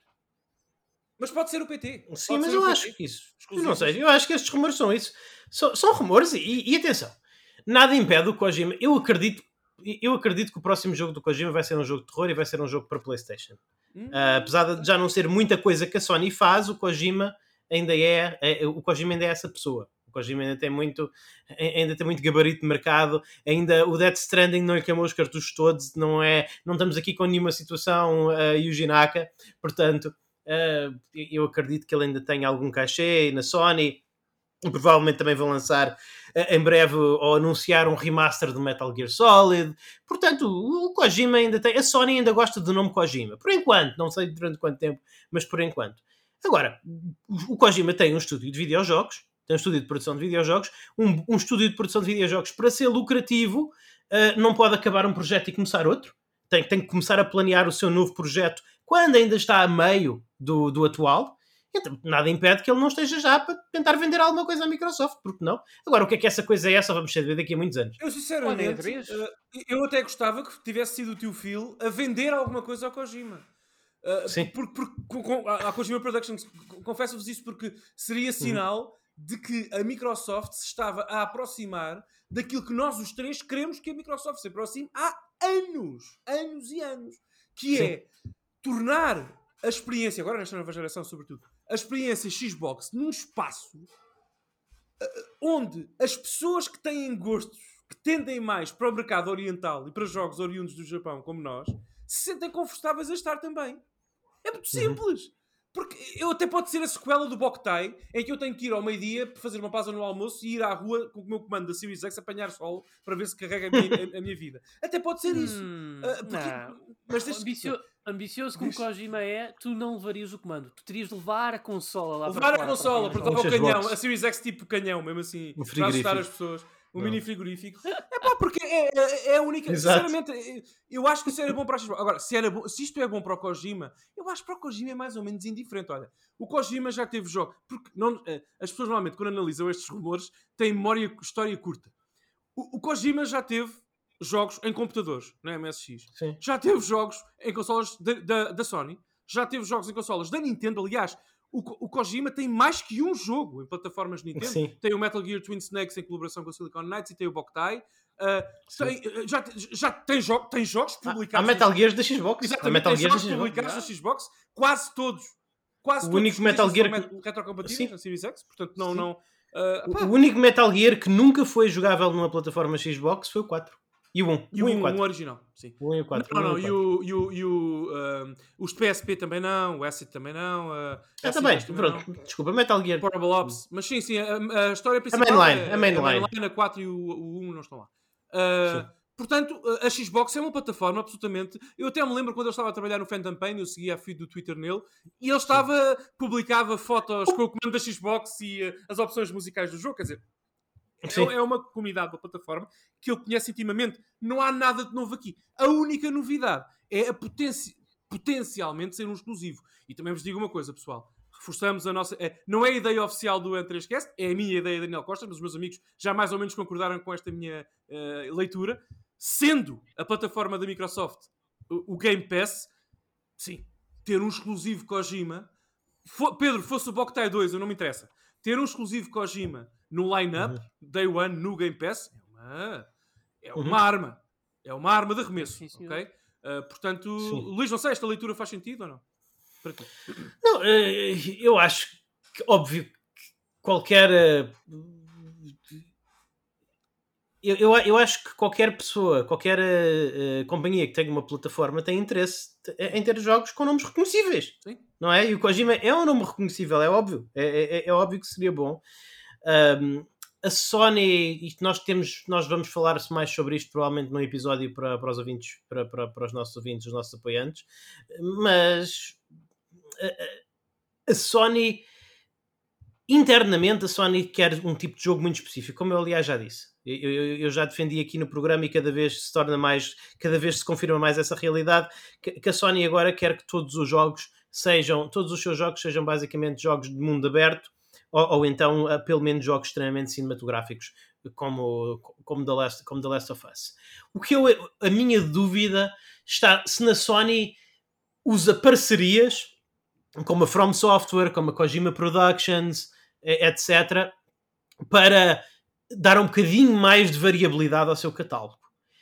Mas pode ser o P T. Sim, Pode mas ser eu o P T. acho que isso. Eu Exclusivos. não sei, eu acho que estes rumores são isso. São, são rumores e, e atenção, nada impede o Kojima. Eu acredito, eu acredito que o próximo jogo do Kojima vai ser um jogo de terror e vai ser um jogo para PlayStation. Hum, Uh, apesar de já não ser muita coisa que a Sony faz, o Kojima ainda é, é o Kojima ainda é essa pessoa. O Kojima ainda tem muito, ainda tem muito gabarito de mercado. Ainda o Death Stranding não lhe queimou os cartuchos todos. Não é, não estamos aqui com nenhuma situação uh, Yuji Naka. Portanto, uh, eu acredito que ele ainda tem algum cachê na Sony. Provavelmente também vão lançar uh, em breve ou anunciar um remaster do Metal Gear Solid. Portanto, o Kojima ainda tem... A Sony ainda gosta do nome Kojima. Por enquanto, não sei durante quanto tempo, mas por enquanto. Agora, o Kojima tem um estúdio de videojogos, tem um estúdio de produção de videojogos, um, um estúdio de produção de videojogos para ser lucrativo, uh, não pode acabar um projeto e começar outro. Tem, tem que começar a planear o seu novo projeto quando ainda está a meio do, do atual. Então, nada impede que ele não esteja já para tentar vender alguma coisa à Microsoft, porque não? Agora, o que é que essa coisa é? Só vamos saber daqui a muitos anos. Eu sinceramente, Olha, três. uh, eu até gostava que tivesse sido o tio Phil a vender alguma coisa ao Kojima. Uh, Sim. Porque, porque com, com, a, a Kojima Productions, confesso-vos isso porque seria sinal uhum. de que a Microsoft se estava a aproximar daquilo que nós os três queremos que a Microsoft se aproxime há anos, anos e anos, que Sim. é tornar a experiência, agora nesta nova geração sobretudo, a experiência Xbox num espaço onde as pessoas que têm gostos que tendem mais para o mercado oriental e para jogos oriundos do Japão, como nós, se sentem confortáveis a estar também. É muito simples. Uhum. Porque eu até pode ser a sequela do Boktai, em que eu tenho que ir ao meio-dia para fazer uma pausa no almoço e ir à rua com o meu comando da Series X apanhar sol para ver se carrega a minha, a, a minha vida. Até pode ser isso. Hum, uh, porque, não. Mas deixa... Ambicio... Ambicioso como Kojima é, tu não levarias o comando. Tu terias de levar a consola lá levar para a consola, porque leva o canhão. A Series X tipo canhão, mesmo assim, um para assustar as pessoas. Um não. mini frigorífico. É pá, porque é, é, é a única... Exato. Sinceramente, eu acho que isso era bom para a Xbox. Agora, se, era bom, se isto é bom para o Kojima, eu acho que para o Kojima é mais ou menos indiferente. Olha, o Kojima já teve jogo. Porque não, as pessoas normalmente, quando analisam estes rumores, têm memória, história curta. O, o Kojima já teve jogos em computadores, na M S X. Sim. Já teve jogos em consolas da, da, da Sony. Já teve jogos em consolas da Nintendo. Aliás, o, o Kojima tem mais que um jogo em plataformas Nintendo. Sim. Tem o Metal Gear Twin Snakes em colaboração com a Silicon Knights e tem o Boktai. Uh, tem, já, já tem, jo tem jogos publicados. Há Metal Gears da Xbox. Exatamente, há Metal tem Gears jogos publicados yeah. na Xbox. Quase todos. Quase o todos único Metal Gear que... retrocompatíveis na Series X. Portanto, não... Sim. não uh, o, o único Metal Gear que nunca foi jogável numa plataforma Xbox foi o quatro. E o um. E o um, um original, sim. O um e o quatro. Não, não, um e, o, e, o, e o, um, os P S P também não, o Acid também não. Uh, ah, também, pronto. Não. Desculpa, Metal Gear. Portable Ops. Mas sim, sim, a, a história principal a mainline, é, a mainline. A mainline, a quatro e o, o um não estão lá. Uh, portanto, a Xbox é uma plataforma absolutamente... Eu até me lembro quando eu estava a trabalhar no Phantom Pain, eu seguia a feed do Twitter nele, e ele estava, sim. publicava fotos com o comando da Xbox e uh, as opções musicais do jogo, quer dizer... Sim. É uma comunidade da plataforma que ele conhece intimamente. Não há nada de novo aqui. A única novidade é a potenci potencialmente ser um exclusivo. E também vos digo uma coisa, pessoal. Reforçamos a nossa... É, não é a ideia oficial do N três Cast, é a minha ideia, Daniel Costa, mas os meus amigos já mais ou menos concordaram com esta minha uh, leitura. Sendo a plataforma da Microsoft o, o Game Pass, sim, ter um exclusivo Kojima... For, Pedro, fosse o Boktai dois, eu não me interessa. Ter um exclusivo Kojima no line-up, uhum. Day One, no Game Pass, é uma, é uma uhum. arma. É uma arma de arremesso, sim, ok? Uh, portanto, sim. Luís, não sei, esta leitura faz sentido ou não? Para ti. Não, eu acho que, óbvio, que qualquer... eu, eu, eu acho que qualquer pessoa, qualquer uh, uh, companhia que tenha uma plataforma tem interesse em ter jogos com nomes reconhecíveis. Sim. Não é? E o Kojima é um nome reconhecível, é óbvio. É, é, é óbvio que seria bom. Um, a Sony, isto nós temos, nós vamos falar mais sobre isto provavelmente num episódio para, para os ouvintes, para, para, para os nossos ouvintes, os nossos apoiantes, mas a, a Sony, internamente, a Sony quer um tipo de jogo muito específico, como eu aliás já disse. Eu, eu, eu já defendi aqui no programa e cada vez se torna mais, cada vez se confirma mais essa realidade, que, que a Sony agora quer que todos os jogos sejam, todos os seus jogos sejam basicamente jogos de mundo aberto, ou, ou então pelo menos jogos extremamente cinematográficos, como, como, The Last, como The Last of Us. O que eu, a minha dúvida está se na Sony usa parcerias como a From Software, como a Kojima Productions, etcétera, para dar um bocadinho mais de variabilidade ao seu catálogo.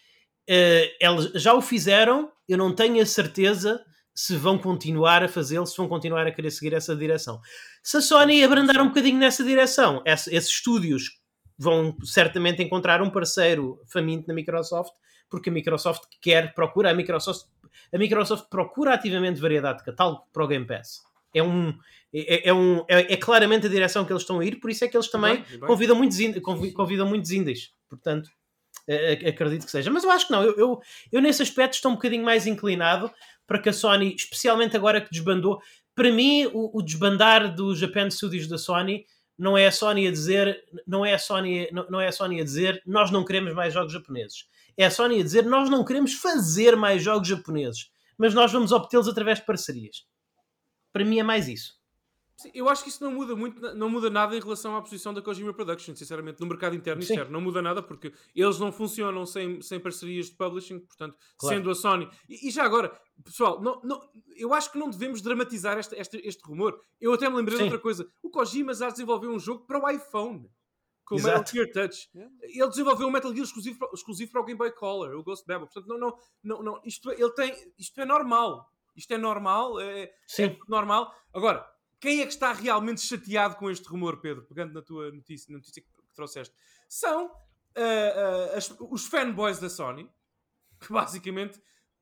Uh, eles já o fizeram, eu não tenho a certeza se vão continuar a fazê-lo, se vão continuar a querer seguir essa direção. Se a Sony abrandar um bocadinho nessa direção, esses estúdios vão certamente encontrar um parceiro faminto na Microsoft, porque a Microsoft quer, procura, a Microsoft, a Microsoft procura ativamente variedade de catálogo para o Game Pass. É, um, é, é, um, é, é claramente a direção que eles estão a ir, por isso é que eles também bem, bem. Convidam, muitos indies, convidam muitos indies. Portanto, acredito que seja. Mas eu acho que não. Eu, eu, eu nesse aspecto estou um bocadinho mais inclinado para que a Sony, especialmente agora que desbandou, para mim o, o desbandar do Japan Studios da Sony não é a Sony a dizer, não é a Sony, não, não é a Sony a dizer nós não queremos mais jogos japoneses. É a Sony a dizer nós não queremos fazer mais jogos japoneses, mas nós vamos obtê-los através de parcerias. Para mim é mais isso. Sim, eu acho que isso não muda muito, não muda nada em relação à posição da Kojima Productions, sinceramente, no mercado interno e externo. Não muda nada porque eles não funcionam sem, sem parcerias de publishing, portanto, claro. Sendo a Sony. E, e já agora, pessoal, não, não, eu acho que não devemos dramatizar este, este, este rumor. Eu até me lembrei Sim. de outra coisa. O Kojima já desenvolveu um jogo para o iPhone, com o Metal Gear Touch. Yeah. Ele desenvolveu um Metal Gear exclusivo, exclusivo para o Game Boy Color, o Ghost Babel. Portanto, não, não, não, não, isto, ele tem, isto é normal. Isto é normal, é, é normal. Agora, quem é que está realmente chateado com este rumor, Pedro? Pegando na tua notícia, na notícia que, que trouxeste. São uh, uh, as, os fanboys da Sony, que basicamente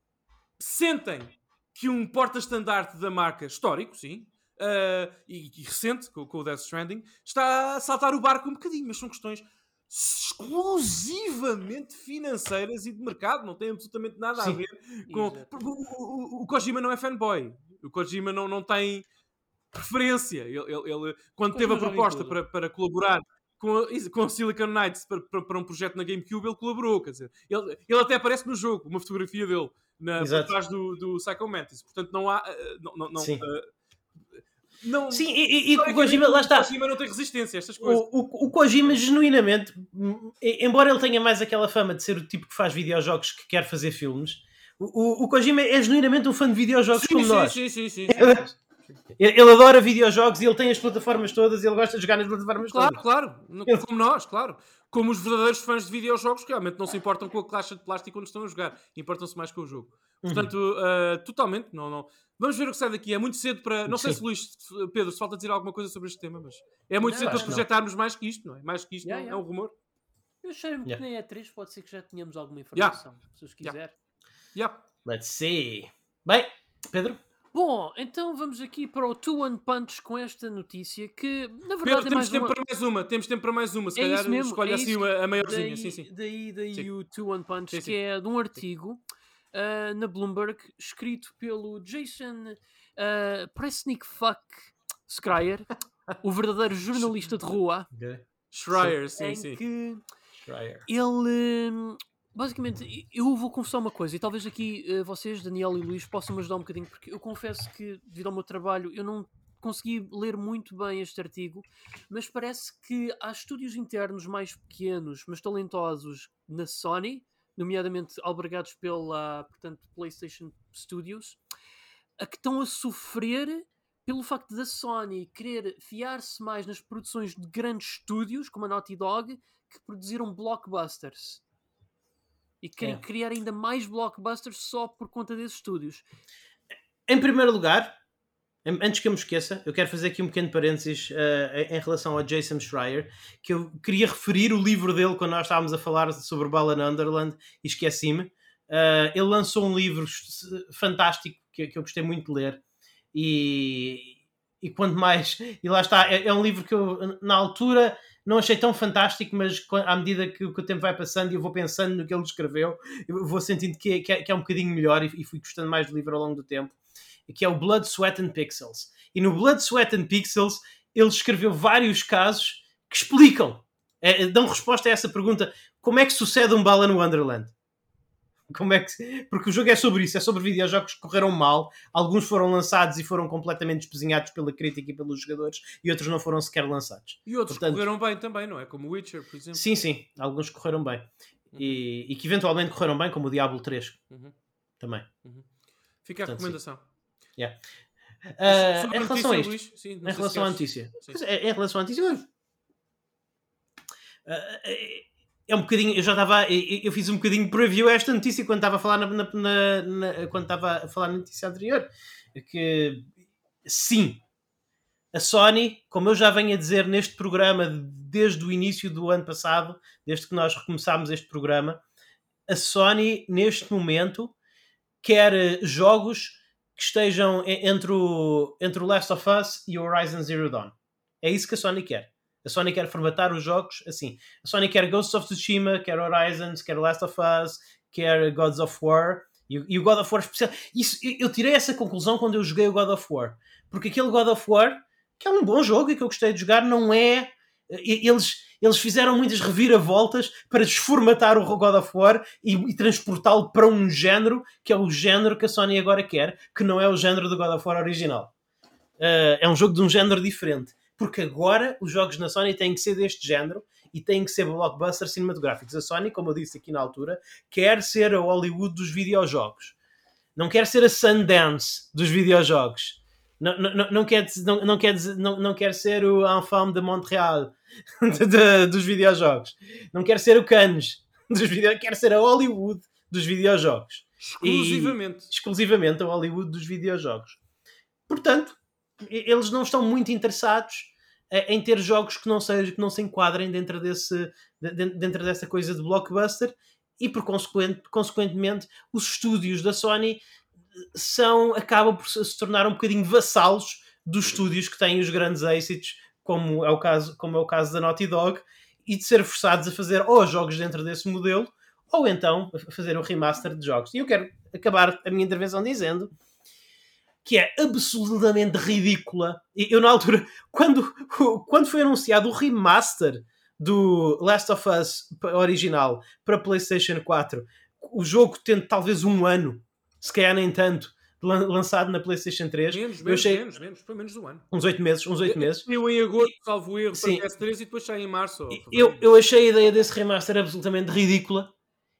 sentem que um porta-estandarte da marca histórico, sim, uh, e, e recente, com, com o Death Stranding, está a saltar o barco um bocadinho, mas são questões exclusivamente financeiras e de mercado, não tem absolutamente nada sim. a ver com... O, o, o Kojima não é fanboy. O Kojima não, não tem... preferência. Ele, ele, ele quando teve a proposta para, para colaborar com a, com a Silicon Knights para, para, para um projeto na GameCube, ele colaborou. Quer dizer, ele, ele até aparece no jogo, uma fotografia dele na, por trás do, do Psycho Mantis. Portanto, não há. Não, não, não, Sim. Uh, não, Sim, e, e o Kojima, lá está. O Kojima não tem resistência a estas coisas. O, o, o Kojima, genuinamente, embora ele tenha mais aquela fama de ser o tipo que faz videojogos que quer fazer filmes, o, o, o Kojima é genuinamente um fã de videojogos sim, como sim, nós. Sim, sim, sim. sim, sim. Ele adora videojogos e ele tem as plataformas todas e ele gosta de jogar nas plataformas claro, todas. Claro, claro. Como nós, claro. Como os verdadeiros fãs de videojogos que realmente não se importam com a caixa de plástico quando estão a jogar. Importam-se mais com o jogo. Portanto, uhum. uh, totalmente, não, não. Vamos ver o que sai daqui. É muito cedo para... Não sei Sim. se, Luís, Pedro, se falta dizer alguma coisa sobre este tema, mas é muito não, cedo para projetarmos não. mais que isto, não é? Mais que isto yeah, não, yeah. é um rumor. Eu achei-me yeah. que nem é três, pode ser que já tenhamos alguma informação, yeah. se os quiser. Yeah. Yeah. Let's see. Bem, Pedro? Bom, então vamos aqui para o Two One Punch com esta notícia que, na verdade, Pedro, é temos mais tempo uma... para mais uma. Temos tempo para mais uma. Se é calhar mesmo, escolhe é assim a, a maiorzinha. Daí, sim, sim. daí, daí sim. o Two One Punch, sim, que sim. é de um artigo uh, na Bloomberg, escrito pelo Jason uh, Presnick Fuck Schreier, o verdadeiro jornalista de rua. Schreier, sim, em sim. que Schreier. ele... Um, basicamente, eu vou confessar uma coisa, e talvez aqui uh, vocês, Daniel e Luís, possam me ajudar um bocadinho, porque eu confesso que, devido ao meu trabalho, eu não consegui ler muito bem este artigo, mas parece que há estúdios internos mais pequenos, mas talentosos na Sony, nomeadamente albergados pela, portanto, PlayStation Studios, a que estão a sofrer pelo facto da Sony querer fiar-se mais nas produções de grandes estúdios, como a Naughty Dog, que produziram blockbusters. E querem é. criar ainda mais blockbusters só por conta desses estúdios. Em primeiro lugar, Antes que eu me esqueça, eu quero fazer aqui um pequeno parênteses uh, em relação ao Jason Schreier, que eu queria referir o livro dele quando nós estávamos a falar sobre Balan Wonderland e esqueci-me. Uh, ele lançou um livro fantástico que, que eu gostei muito de ler e, e quanto mais... E lá está, é, é um livro que eu, na altura, não achei tão fantástico, mas à medida que, que o tempo vai passando e eu vou pensando no que ele escreveu, eu vou sentindo que é, que é, que é um bocadinho melhor e, e fui gostando mais do livro ao longo do tempo. Que é o Blood, Sweat and Pixels. E no Blood, Sweat and Pixels ele escreveu vários casos que explicam, é, dão resposta a essa pergunta: como é que sucede um Balan Wonderland? Como é que... Porque o jogo é sobre isso, é sobre videojogos que correram mal, alguns foram lançados e foram completamente despesinhados pela crítica e pelos jogadores, e outros não foram sequer lançados. E outros Portanto, correram bem também, não é? Como o Witcher, por exemplo. Sim, sim, alguns correram bem. Uhum. E, e que eventualmente correram bem, como o Diablo três. Uhum. Também. Uhum. Fica a Portanto, recomendação. Yeah. Uh, em relação notícia, a isto, Luís, sim, em relação à notícia, é, em relação à notícia, uh, é, é um bocadinho. Eu já estava, eu, eu fiz um bocadinho preview a esta notícia quando estava a falar na, na, na, na quando estava a falar na notícia anterior, que sim, a Sony, como eu já venho a dizer neste programa desde o início do ano passado, desde que nós recomeçámos este programa, a Sony neste momento quer jogos que estejam entre o, entre o Last of Us e o Horizon Zero Dawn. É isso que a Sony quer. A Sony quer formatar os jogos assim. A Sony quer Ghost of Tsushima, quer Horizon, quer Last of Us, quer Gods of War. E, e o God of War especial. Isso, eu tirei essa conclusão quando eu joguei o God of War. Porque aquele God of War, que é um bom jogo e que eu gostei de jogar, não é... Eles, eles fizeram muitas reviravoltas para desformatar o God of War e, e transportá-lo para um género que é o género que a Sony agora quer, que não é o género do God of War original. Uh, é um jogo de um género diferente. Porque agora os jogos na Sony têm que ser deste género e têm que ser blockbusters cinematográficos. A Sony, como eu disse aqui na altura, quer ser a Hollywood dos videojogos. Não quer ser a Sundance dos videojogos. Não, não, não, quer, não, não, quer, não, não quer ser o Enfant de Montreal de, de, dos videojogos. Não quer ser o Cannes dos videojogos. Quer ser a Hollywood dos videojogos. Exclusivamente. E, exclusivamente a Hollywood dos videojogos. Portanto, eles não estão muito interessados em ter jogos que não, sejam, que não se enquadrem dentro, desse, dentro dessa coisa de blockbuster e, por consequente, consequentemente, os estúdios da Sony são, acabam por se tornar um bocadinho vassalos dos estúdios que têm os grandes êxitos, como é o caso, como é o caso da Naughty Dog, e de ser forçados a fazer ou jogos dentro desse modelo, ou então a fazer um remaster de jogos. E eu quero acabar a minha intervenção dizendo que é absolutamente ridícula. Eu, na altura, quando, quando foi anunciado o remaster do Last of Us original para PlayStation quatro, o jogo tendo talvez um ano, se calhar nem tanto, lançado na PlayStation três. Menos, eu menos, achei... menos, menos, foi menos de um ano. Uns oito meses, uns oito meses. Eu em agosto, salvo erro, Sim. para P S três e depois sai em março. Eu, eu achei a ideia desse remaster absolutamente ridícula.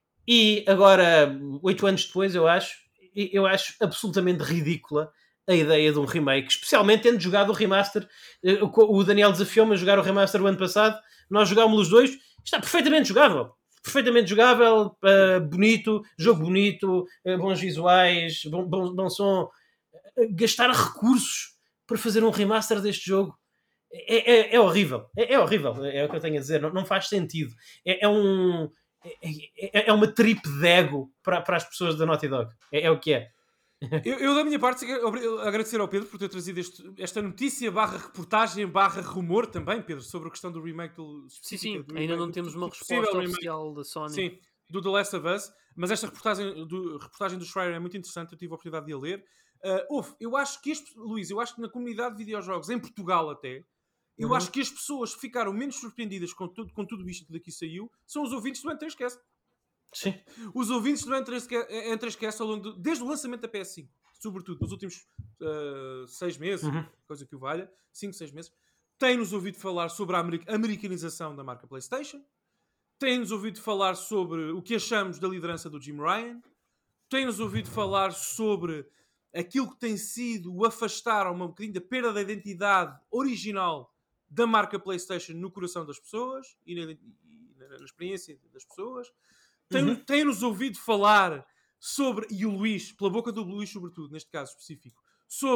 E agora, oito anos depois, eu acho, eu acho absolutamente ridícula a ideia de um remake, especialmente tendo jogado o remaster. O Daniel desafiou-me a jogar o remaster o ano passado, nós jogámos os dois, está perfeitamente jogável. Perfeitamente jogável, uh, bonito, jogo bonito, uh, bons visuais, bom, bom, bom som. Uh, gastar recursos para fazer um remaster deste jogo é, é, é horrível. É, é horrível, é o que eu tenho a dizer. Não, não faz sentido. É, é um... É, é uma trip de ego para, para as pessoas da Naughty Dog. É, é o que é. Eu, eu, da minha parte, agradecer ao Pedro por ter trazido este, esta notícia barra reportagem barra rumor também, Pedro, sobre a questão do remake do... Sim, sim, ainda não temos uma resposta oficial da Sony. Sim, do The Last of Us, mas esta reportagem do, reportagem do Schreier é muito interessante, eu tive a oportunidade de a ler. Uh, ouve, eu acho que este, Luís, eu acho que na comunidade de videojogos, em Portugal até, eu uhum. acho que as pessoas que ficaram menos surpreendidas com tudo, com tudo isto que daqui saiu são os ouvintes do N três Cast. Sim. Os ouvintes do N três Cast ao longo de, desde o lançamento da P S cinco, sobretudo nos últimos uh, seis meses, uhum. coisa que o valha, cinco, seis meses, têm-nos ouvido falar sobre a americanização da marca PlayStation, têm-nos ouvido falar sobre o que achamos da liderança do Jim Ryan, têm-nos ouvido falar sobre aquilo que tem sido o afastar um bocadinho da perda da identidade original da marca PlayStation no coração das pessoas e na, e na, na experiência das pessoas. Tem, uhum. Tem-nos ouvido falar sobre, e o Luís, pela boca do Luís sobretudo, neste caso específico, sobre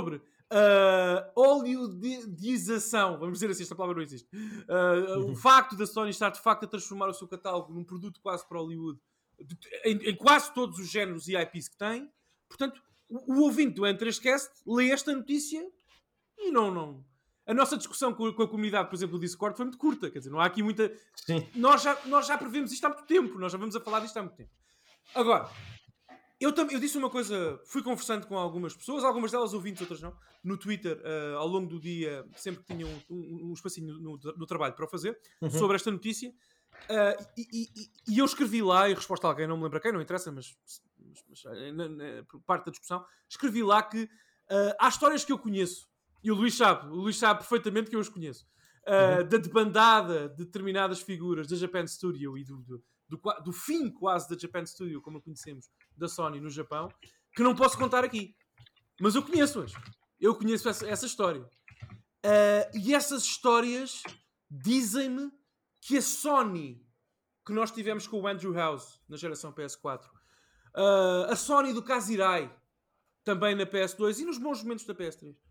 uh, hollywoodização, vamos dizer assim, esta palavra não existe, uh, uhum. o facto da Sony estar de facto a transformar o seu catálogo num produto quase para Hollywood, em, em quase todos os géneros e I Ps que tem. Portanto, o, o ouvinte do N três Cast lê esta notícia e não, não... A nossa discussão com a, com a comunidade, por exemplo, do Discord foi muito curta, quer dizer, não há aqui muita... Sim. Nós já, nós já prevemos isto há muito tempo, nós já vamos a falar disto há muito tempo. Agora, eu, tam, eu disse uma coisa, fui conversando com algumas pessoas, algumas delas ouvintes, outras não, no Twitter, uh, ao longo do dia, sempre que tinham um, um, um espacinho no, no, no trabalho para o fazer, uhum. sobre esta notícia, uh, e, e, e eu escrevi lá, e resposta a alguém, não me lembro a quem, não interessa, mas, mas, mas na, na, por parte da discussão, escrevi lá que uh, há histórias que eu conheço, e o Luís sabe, o Luís sabe perfeitamente que eu os conheço, uh, uhum. da debandada de determinadas figuras da Japan Studio e do, do, do, do fim quase da Japan Studio, como a conhecemos, da Sony no Japão, que não posso contar aqui. Mas eu conheço-as. Eu conheço essa, essa história. Uh, e essas histórias dizem-me que a Sony, que nós tivemos com o Andrew House na geração P S quatro, uh, a Sony do Kazirai, também na P S dois e nos bons momentos da P S três,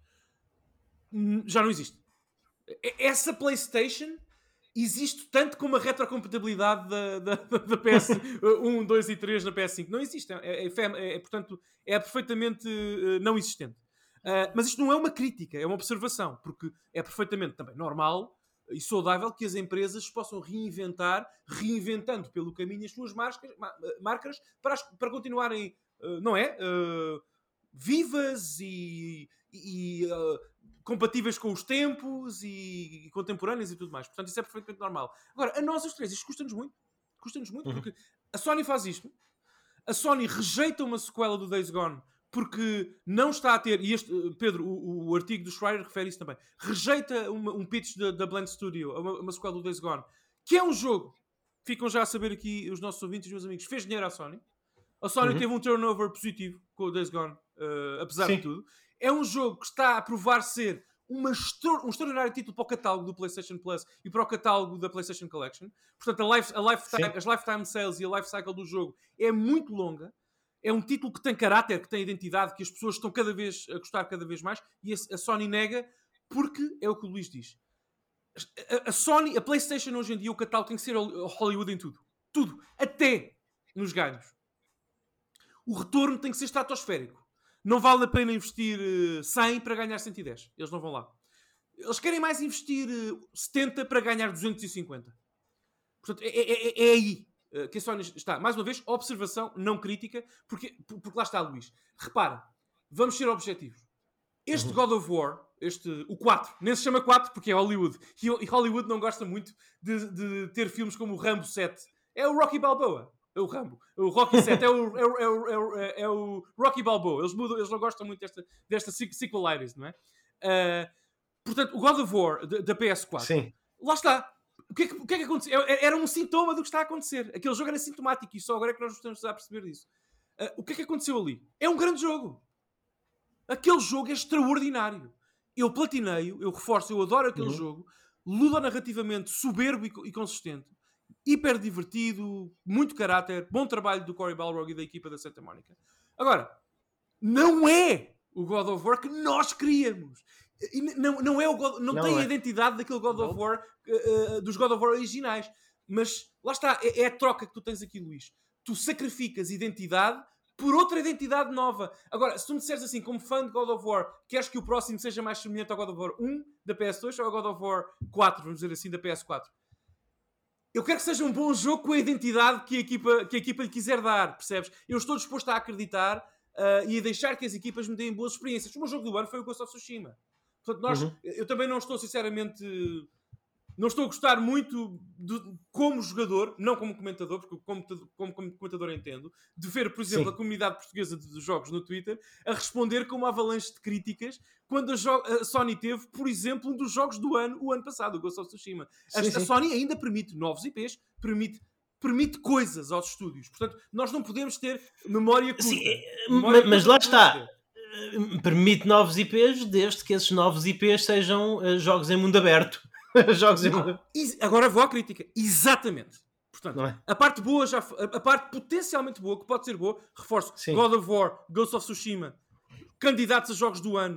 já não existe. Essa PlayStation existe tanto como a retrocompatibilidade da, da, da P S um, dois e três na P S cinco. Não existe. É, é, é, portanto, é perfeitamente uh, não existente. Uh, mas isto não é uma crítica, é uma observação, porque é perfeitamente também normal e saudável que as empresas possam reinventar, reinventando pelo caminho as suas marcas, marcas para, as, para continuarem, uh, não é? Uh, vivas e... e uh, compatíveis com os tempos e, e contemporâneos e tudo mais. Portanto, isso é perfeitamente normal. Agora, a nós os três, isto custa-nos muito. Custa-nos muito, uhum. porque a Sony faz isto. A Sony rejeita uma sequela do Days Gone porque não está a ter, e este, Pedro, o, o artigo do Schreier refere isso também, rejeita uma, um pitch da, da Blend Studio, uma, uma sequela do Days Gone, que é um jogo, ficam já a saber aqui os nossos ouvintes e os meus amigos, fez dinheiro à Sony. A Sony uhum. teve um turnover positivo com o Days Gone, uh, apesar Sim. de tudo. É um jogo que está a provar ser uma extra- um extraordinário título para o catálogo do PlayStation Plus e para o catálogo da PlayStation Collection. Portanto, a life, a lifetime, as lifetime sales e a life cycle do jogo é muito longa. É um título que tem caráter, que tem identidade, que as pessoas estão cada vez a gostar cada vez mais, e a, a Sony nega porque é o que o Luís diz. A, a Sony, a PlayStation hoje em dia, o catálogo tem que ser Hollywood em tudo. Tudo. Até nos ganhos. O retorno tem que ser estratosférico. Não vale a pena investir uh, cem para ganhar cento e dez. Eles não vão lá. Eles querem mais investir uh, setenta para ganhar duzentos e cinquenta. Portanto, é, é, é aí uh, que a Sony está. Mais uma vez, observação, não crítica, porque, porque lá está, Luís. Repara, vamos ser objetivos. Este uhum. God of War, este, o quatro, nem se chama quatro porque é Hollywood. E, e Hollywood não gosta muito de, de ter filmes como o Rambo sete. É o Rocky Balboa. É o Rambo. O Rocky sete é o, é, o, é, o, é, o, é o Rocky Balboa. Eles, mudam, eles não gostam muito desta, desta sequelitis, não é? Uh, portanto, o God of War da, da P S quatro. Sim. Lá está. O que, é que, o que é que aconteceu? Era um sintoma do que está a acontecer. Aquele jogo era sintomático e só agora é que nós estamos a perceber disso. Uh, o que é que aconteceu ali? É um grande jogo. Aquele jogo é extraordinário. Eu platineio, eu reforço, eu adoro aquele uhum. jogo. Ludonarrativamente soberbo e, e consistente. Hiper divertido, muito caráter, bom trabalho do Cory Balrog e da equipa da Santa Mónica. Agora, não é o God of War que nós queríamos. E não, não, é o God, não, não tem é. a identidade daquele God of War, uh, uh, dos God of War originais. Mas, lá está, é, é a troca que tu tens aqui, Luís. Tu sacrificas identidade por outra identidade nova. Agora, se tu me disseres assim, como fã de God of War, queres que o próximo seja mais semelhante ao God of War um da P S dois ou ao God of War quatro, vamos dizer assim, da P S quatro? Eu quero que seja um bom jogo com a identidade que a equipa, que a equipa lhe quiser dar, percebes? Eu estou disposto a acreditar uh, e a deixar que as equipas me deem boas experiências. O meu jogo do ano foi o Ghost of Tsushima. Portanto, nós, uhum. eu também não estou, sinceramente... Não estou a gostar muito de, como jogador, não como comentador, porque como, como, como comentador entendo, de ver, por exemplo, Sim. a comunidade portuguesa de, de jogos no Twitter a responder com uma avalanche de críticas quando a, jo- a Sony teve, por exemplo, um dos jogos do ano, o ano passado, o Ghost of Tsushima. A, sim, sim. a Sony ainda permite novos I Ps, permite, permite coisas aos estúdios. Portanto, nós não podemos ter memória curta. Sim, memória mas, mas lá está. Permite novos I Ps desde que esses novos I Ps sejam uh, jogos em mundo aberto. Jogos em mundo... Agora vou à crítica. Exatamente. Portanto, é? a parte boa, já, a parte potencialmente boa, que pode ser boa, reforço, Sim. God of War, Ghost of Tsushima, candidatos a jogos do ano,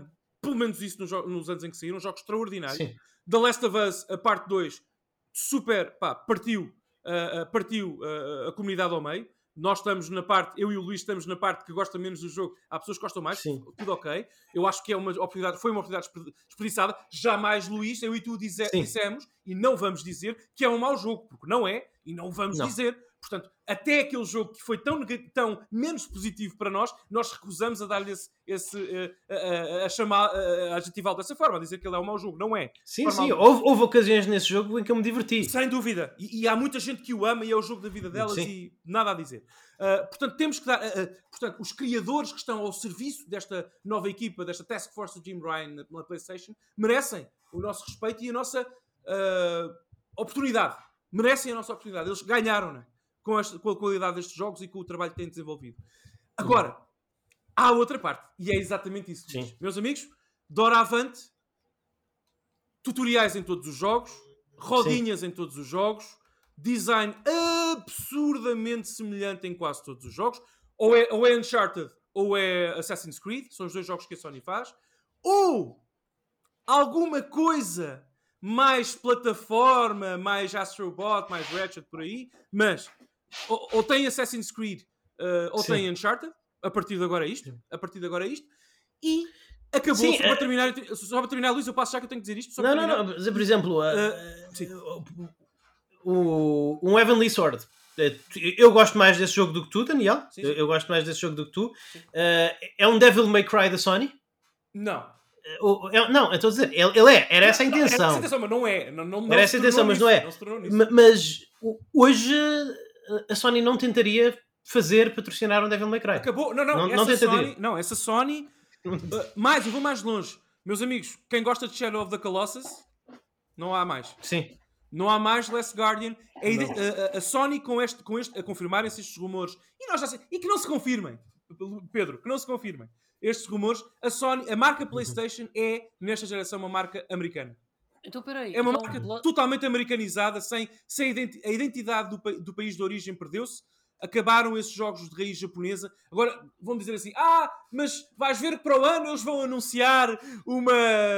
pelo menos isso nos, nos anos em que saíram, jogos extraordinários. Sim. The Last of Us, a parte dois, super, pá, partiu, uh, uh, partiu uh, a comunidade ao meio. Nós estamos na parte, eu e o Luís estamos na parte que gosta menos do jogo. Há pessoas que gostam mais, Sim. tudo ok. Eu acho que é uma oportunidade, foi uma oportunidade desperdiçada. Jamais, Luís, eu e tu dize, dissemos, e não vamos dizer que é um mau jogo, porque não é, e não vamos não. dizer. Portanto, até aquele jogo que foi tão, tão menos positivo para nós, nós recusamos a dar-lhe esse, esse uh, a, a, a chamar, a, a adjetivá-lo dessa forma, a dizer que ele é um mau jogo. Não é. Sim, sim. Houve, houve ocasiões nesse jogo em que eu me diverti. Sem dúvida. E, e há muita gente que o ama e é o jogo da vida delas, sim. E nada a dizer. Uh, portanto, temos que dar... Uh, uh, portanto, os criadores que estão ao serviço desta nova equipa, desta Task Force de Jim Ryan na, na PlayStation, merecem o nosso respeito e a nossa uh, oportunidade. Merecem a nossa oportunidade. Eles ganharam-na. Com, esta, com a qualidade destes jogos e com o trabalho que têm desenvolvido. Agora, há outra parte, e é exatamente isso. Sim. Meus amigos, doravante, tutoriais em todos os jogos, rodinhas Sim. em todos os jogos, design absurdamente semelhante em quase todos os jogos, ou é, ou é Uncharted ou é Assassin's Creed, são os dois jogos que a Sony faz, ou alguma coisa mais plataforma, mais Astrobot, mais Ratchet por aí, mas Ou, ou tem Assassin's Creed uh, ou Sim. tem Uncharted, a partir de agora é isto, a partir de agora é isto, e acabou. Sim, só, é... para terminar, só para terminar, Luís, eu passo já que eu tenho que dizer isto. Só não, não, não, não, mas, por exemplo, uh, uh, o, um Heavenly Sword. Eu gosto mais desse jogo do que tu, Daniel. Sim, sim. Eu, eu gosto mais desse jogo do que tu. Uh, é um Devil May Cry da Sony? Não. Uh, é, não, eu estou a dizer, ele, ele é, era essa a intenção. Não, era essa a intenção, mas não é. Não, não, não era essa a intenção, mas não é. Não mas hoje a Sony não tentaria fazer patrocinar um Devil May Cry. Acabou. Não, não, não, essa, não, Sony, não essa Sony. uh, mais, eu vou mais longe. Meus amigos, quem gosta de Shadow of the Colossus, não há mais. Sim. Não há mais Last Guardian. A, a, a Sony com este, com este, a confirmarem-se estes rumores. E, nós já, e que não se confirmem. Pedro, que não se confirmem. Estes rumores. A Sony, a marca PlayStation é, nesta geração, uma marca americana. Então, peraí. É uma então, marca lo... totalmente americanizada, sem, sem identi- a identidade do, do país de origem perdeu-se. Acabaram esses jogos de raiz japonesa. Agora vão dizer assim: ah, mas vais ver que para o ano eles vão anunciar uma,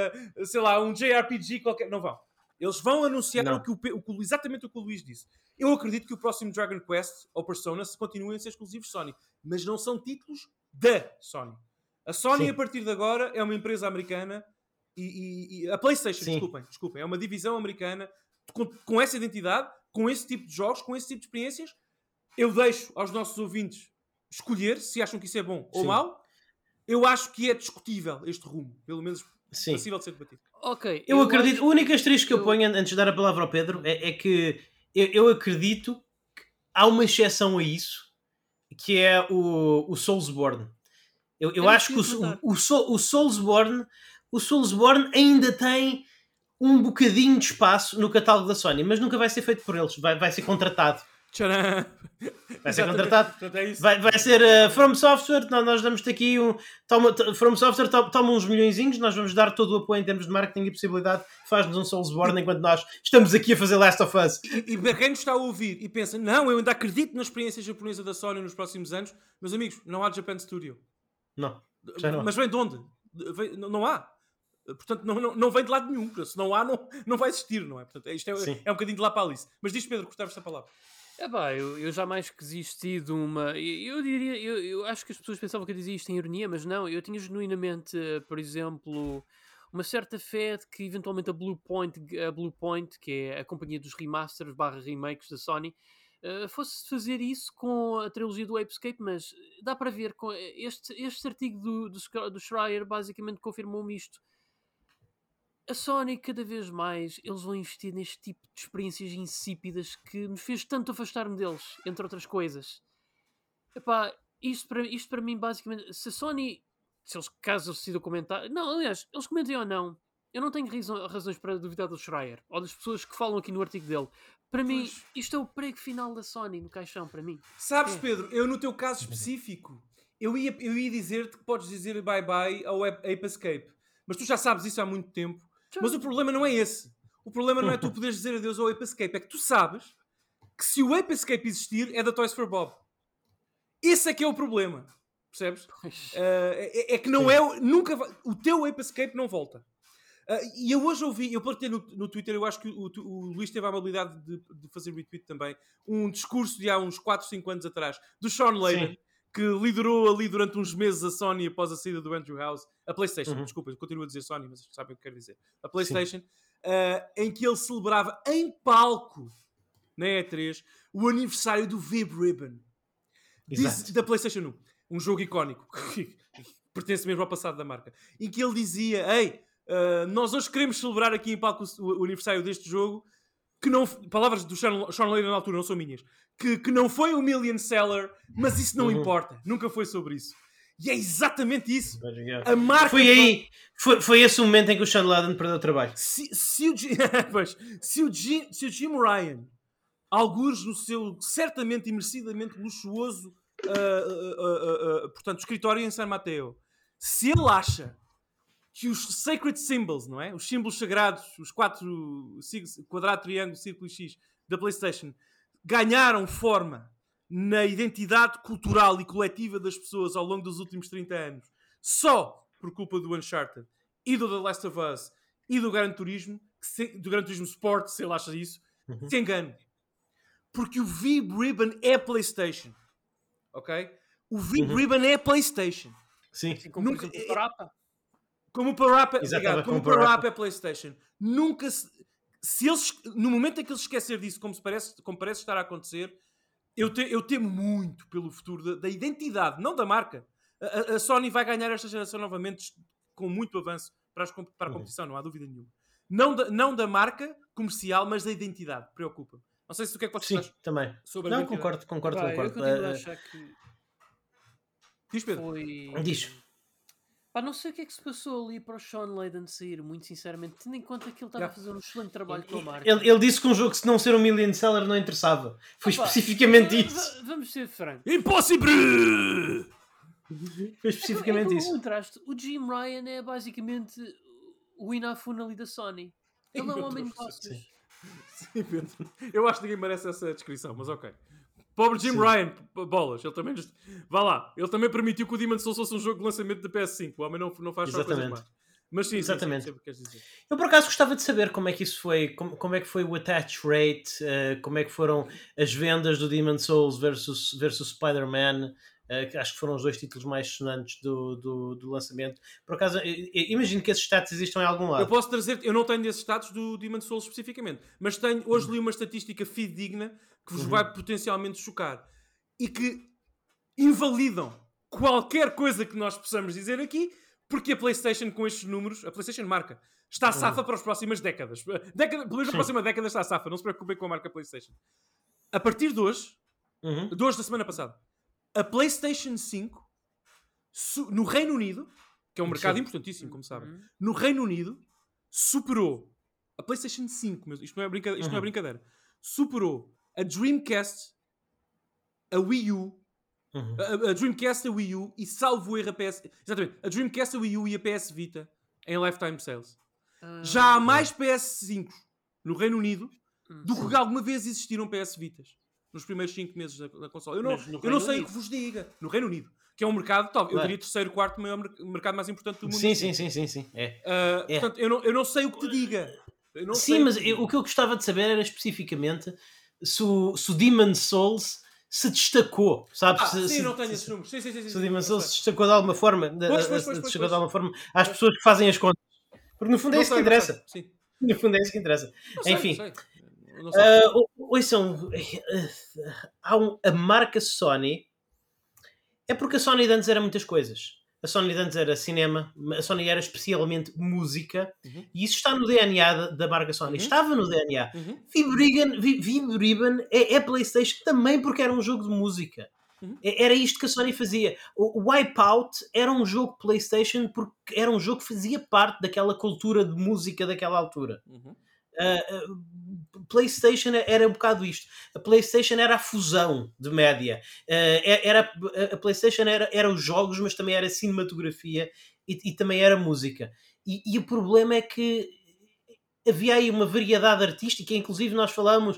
sei lá, um J R P G qualquer. Não vão. Eles vão anunciar o que o, o, exatamente o que o Luís disse. Eu acredito que o próximo Dragon Quest ou Persona se continuem a ser exclusivos Sony, mas não são títulos da Sony. A Sony, Sim. a partir de agora, é uma empresa americana. E, e, e a PlayStation, Sim. desculpem, desculpem, é uma divisão americana com, com essa identidade, com esse tipo de jogos, com esse tipo de experiências. Eu deixo aos nossos ouvintes escolher se acham que isso é bom Sim. ou mau. Eu acho que é discutível este rumo, pelo menos Sim. possível de ser debatido. Okay, eu, eu acredito, acho... o único asterisco que eu... eu ponho antes de dar a palavra ao Pedro é, é que eu, eu acredito que há uma exceção a isso, que é o, o Soulsborne. Eu, eu acho que o, o, o, o Soulsborne o Soulsborne ainda tem um bocadinho de espaço no catálogo da Sony, mas nunca vai ser feito por eles, vai, vai ser contratado. Tcharam. Vai ser contratado. É vai, vai ser uh, From Software, nós, nós damos-te aqui um toma, From Software toma, toma uns milhõezinhos, nós vamos dar todo o apoio em termos de marketing e possibilidade, faz-nos um Soulsborne enquanto nós estamos aqui a fazer Last of Us. E, e para quem nos está a ouvir e pensa, não, eu ainda acredito na experiência japonesa da Sony nos próximos anos, meus amigos, não há Japan Studio. Não. não. Mas vem de onde? Vem, não, não há. Portanto, não, não, não vem de lado nenhum. Se não há, não, não vai existir, não é? Portanto, isto é, é um bocadinho de lá para Alice. Mas diz, Pedro, gostavas desta palavra. É pá, eu, eu jamais quis existir de uma... Eu, eu diria... Eu, eu acho que as pessoas pensavam que eu dizia isto em ironia, mas não. Eu tinha genuinamente, por exemplo, uma certa fé de que eventualmente a Bluepoint, a Bluepoint, que é a companhia dos remasters barra remakes da Sony, uh, fosse fazer isso com a trilogia do Apescape, mas dá para ver... Com este, este artigo do, do, do Schreier basicamente confirmou-me isto. A Sony, cada vez mais, eles vão investir neste tipo de experiências insípidas que me fez tanto afastar-me deles, entre outras coisas. Epá, isto para, isto para mim, basicamente, se a Sony, se eles, caso eles decidam comentar, não, aliás, eles comentem ou não, eu não tenho razão, razões para duvidar do Schreier, ou das pessoas que falam aqui no artigo dele. Para pois. mim, isto é o prego final da Sony, no caixão, para mim. Sabes, é. Pedro, eu no teu caso específico, eu ia, eu ia dizer-te que podes dizer bye-bye ao Ape Escape, mas tu já sabes isso há muito tempo. Mas o problema não é esse. O problema não é tu poderes dizer adeus ao Ape Escape. É que tu sabes que se o Ape Escape existir é da Toys for Bob. Esse é que é o problema. Percebes? Pois. Uh, é, é que não Sim. é... o- Nunca vai, o teu Ape Escape não volta. Uh, e eu hoje ouvi, eu partilhei no, no Twitter, eu acho que o, o Luís teve a habilidade de, de fazer retweet também, um discurso de há uns quatro, cinco anos atrás, do Sean Layden, Sim. que liderou ali durante uns meses a Sony após a saída do Andrew House, a PlayStation, Uhum. desculpa, eu continuo a dizer Sony, mas sabem o que quero dizer, a PlayStation, uh, em que ele celebrava em palco, na E três, o aniversário do Vib Ribbon. Diz- Exato. da PlayStation um. Um jogo icónico, que pertence mesmo ao passado da marca, em que ele dizia, ei, uh, nós hoje queremos celebrar aqui em palco o, o aniversário deste jogo, que não, palavras do Sean, Sean Layden na altura, não são minhas, que, que não foi um million seller, mas isso não Uhum. importa, nunca foi sobre isso. E é exatamente isso. Obrigado. A marca Foi aí, foi, foi esse o momento em que o Sean Layden perdeu o trabalho. Se, se, o, Jim, pois, se, o Jim, se o Jim Ryan, algures no seu certamente e merecidamente luxuoso uh, uh, uh, uh, portanto, escritório em San Mateo, se ele acha que os sacred symbols, não é? Os símbolos sagrados, os quatro, quadrado, triângulo, círculo e X da PlayStation, ganharam forma na identidade cultural e coletiva das pessoas ao longo dos últimos trinta anos, só por culpa do Uncharted e do The Last of Us e do Gran Turismo, que se, do Gran Turismo Sport, se ele acha isso, Uhum. se engane. Porque o Vib Ribbon é PlayStation. Ok? O Vib Uhum. Ribbon é PlayStation. Sim. Assim como, Nunca- por exemplo, o Parapa. Como o Power-Up é, Exatamente, obrigado, como o como o Power-Up. Power-Up é PlayStation. Nunca se, se eles, no momento em que eles esquecer disso, como, se parece, como parece estar a acontecer, eu, te, eu temo muito pelo futuro da, da identidade, não da marca. A, a- a Sony vai ganhar esta geração novamente com muito avanço para, as, comp- para a Uhum. competição, não há dúvida nenhuma. Não da, não da marca comercial, mas da identidade. Preocupa-me. Não sei se o que é que vocês Sim, acham também. sobre a Não, identidade. concordo, concordo, Pá, eu concordo. continuo a Eh, achar que Diz, Pedro. foi... Diz. Pá, não sei o que é que se passou ali para o Sean Layden sair, muito sinceramente, tendo em conta que ele estava Yeah. a fazer um excelente trabalho com a marca. Ele, ele disse que um jogo, se não ser um million seller, não interessava. Foi Opa, especificamente va- isso. va- Vamos ser francos. Impossível! Foi especificamente é isso. Um contraste. O Jim Ryan é basicamente o Inafune ali da Sony. Ele é um Meu homem de Deus, negócios. sim. Sim, Pedro. Eu acho que ninguém merece essa descrição, mas ok. Pobre Jim Sim. Ryan, p- bolas, ele também. just- Vá lá, ele também permitiu que o Demon's Souls fosse um jogo de lançamento da P S cinco. O homem não, não faz só coisas Exatamente. más. Mas sim, sim, sim, Exatamente. sei o que queres dizer. Eu por acaso gostava de saber como é que isso foi, como, como é que foi o attach rate, eh, como é que foram as vendas do Demon's Souls versus, versus Spider-Man, eh, que acho que foram os dois títulos mais sonantes do, do, do lançamento. Por acaso, eu- eu imagino que esses stats existam em algum Eu lado. posso trazer, eu não tenho desses status do Demon's Souls especificamente, mas tenho, hoje li uma estatística fidedigna que vos Uhum. vai potencialmente chocar e que invalidam qualquer coisa que nós possamos dizer aqui, porque a PlayStation com estes números, a PlayStation marca, está safa para as próximas décadas. Década, pelo menos Sim. a próxima década está safa, não se preocupem com a marca PlayStation. A partir de hoje, Uhum. de hoje da semana passada, a PlayStation cinco, su- no Reino Unido, que é um mercado Sim. importantíssimo, como sabem, Uhum. no Reino Unido, superou a PlayStation cinco, mesmo, isto, não é, brinca, isto não é Uhum. brincadeira, superou a Dreamcast, a Wii U, Uhum. a, a Dreamcast, a Wii U e salvo erro a P S... Exatamente, a Dreamcast, a Wii U e a P S Vita em lifetime sales. Ah, Já há mais P S cinco no Reino Unido hum, do sim. que alguma vez existiram P S Vitas nos primeiros cinco meses da, da console. Eu não, Mas no eu não Reino sei o Unido. que vos diga. No Reino Unido, que é um mercado, talvez, eu Claro. diria terceiro, quarto maior mer- mercado mais importante do mundo. Sim, sim, sim, sim, sim. É. Ah, É. Portanto, eu não, eu não sei o que te diga. Eu não Sim, sei mas o que te eu- diga. o que eu gostava de saber era especificamente se o, se o Demon's Souls se destacou, sabes? Ah, se, sim, se- não tenho se- esses números. Sim, sim, sim. sim, se o sim, Demon's não Souls se sei. destacou de alguma forma, de- Pois, pois, se pois, pois, destacou pois. de alguma forma às pessoas que fazem as contas. Porque no fundo é Não isso que sei, não interessa. sei. Sim. No fundo é isso que interessa. Não sei, Enfim. não sei. Não sei. Ah, ou- ouçam, há um- a marca Sony é porque a Sony de antes era muitas coisas. A Sony de antes era cinema, a Sony era especialmente música, Uhum. e isso está no D N A da, da marca Sony. Uhum. Estava no D N A. Uhum. Vib-Ribbon Vi- Vib-Ribbon é, é PlayStation também porque era um jogo de música. Uhum. É- Era isto que a Sony fazia. O o Wipeout era um jogo PlayStation porque era um jogo que fazia parte daquela cultura de música daquela altura. Uhum. Uh, uh, PlayStation era um bocado isto. A PlayStation era a fusão de média. Uh, era, a PlayStation era, era os jogos, mas também era cinematografia e, e também era música. E, e o problema é que havia aí uma variedade artística, inclusive nós falamos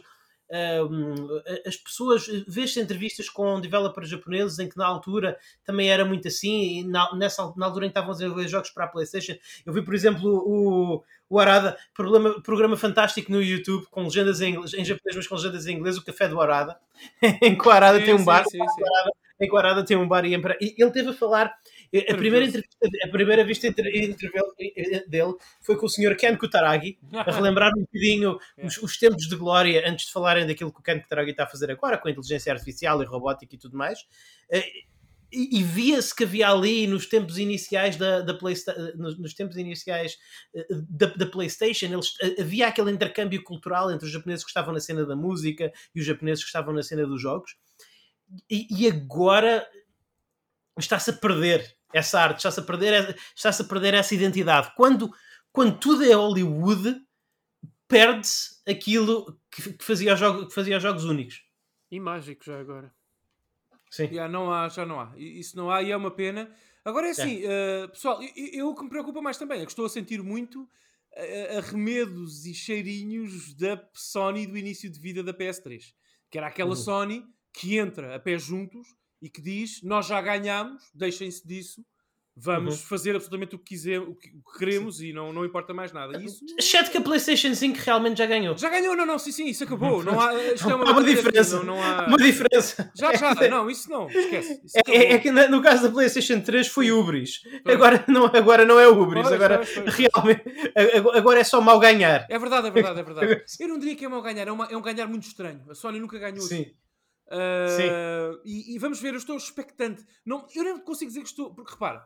Uh, as pessoas, vês entrevistas com developers japoneses em que na altura também era muito assim, e na, nessa, na altura em que estavam a desenvolver jogos para a PlayStation. Eu vi, por exemplo, o, o Arada, programa, programa fantástico no YouTube com legendas em, em japonês, mas com legendas em inglês, o Café do Arada, em que o Arada sim, tem um sim, bar, sim, sim. Arada, em que o Arada tem um bar e, e ele teve a falar. A primeira, entrevista, a primeira vista entre, entre dele foi com o senhor Ken Kutaragi, a relembrar um bocadinho os, os tempos de glória antes de falarem daquilo que o Ken Kutaragi está a fazer agora, com a inteligência artificial e robótica e tudo mais. E, e via-se que havia ali nos tempos iniciais da, da Playsta- nos, nos tempos iniciais da, da PlayStation, eles, havia aquele intercâmbio cultural entre os japoneses que estavam na cena da música e os japoneses que estavam na cena dos jogos. E, e agora está-se a perder essa arte, está-se a perder, está-se a perder essa identidade. Quando, quando tudo é Hollywood, perde-se aquilo que, que, fazia jogo, que fazia jogos únicos. E mágicos já agora. Sim. Yeah, não há, já não há. Isso não há e é uma pena. Agora é assim, é. Uh, pessoal, eu, eu, o que me preocupa mais também é que estou a sentir muito uh, arremedos e cheirinhos da Sony do início de vida da P S três. Que era aquela uhum. Sony que entra a pé juntos e que diz, nós já ganhámos, deixem-se disso, vamos uhum. fazer absolutamente o que, quiser, o que, o que queremos sim. E não, não importa mais nada. Isso... Exceto que a PlayStation cinco realmente já ganhou. Já ganhou, não, não, sim, sim, isso acabou. Não há, isto é uma, há uma diferença. Não, não há... Uma diferença. Já, já, não, isso não, esquece. Isso é, é, é que no caso da PlayStation três foi Ubris. Agora não, agora não é Ubris, pois, agora pois, pois, realmente, agora é só mal ganhar. É verdade, é verdade, é verdade. Eu não diria que é mal ganhar, é, uma, é um ganhar muito estranho. A Sony nunca ganhou sim. assim. Uh, Sim. E, e vamos ver, eu estou expectante. Não, eu nem consigo dizer que estou. Porque repara,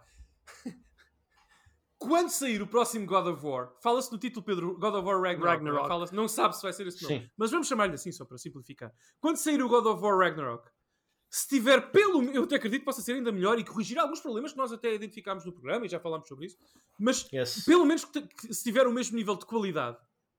quando sair o próximo God of War, fala-se no título, Pedro, God of War Ragnarok. Ragnarok. Fala-se, não sabe se vai ser esse nome, Sim. mas vamos chamar-lhe assim só para simplificar. Quando sair o God of War Ragnarok, se tiver pelo. Eu até acredito que possa ser ainda melhor e corrigir alguns problemas que nós até identificámos no programa e já falámos sobre isso, mas yes. pelo menos que, que, se tiver o mesmo nível de qualidade,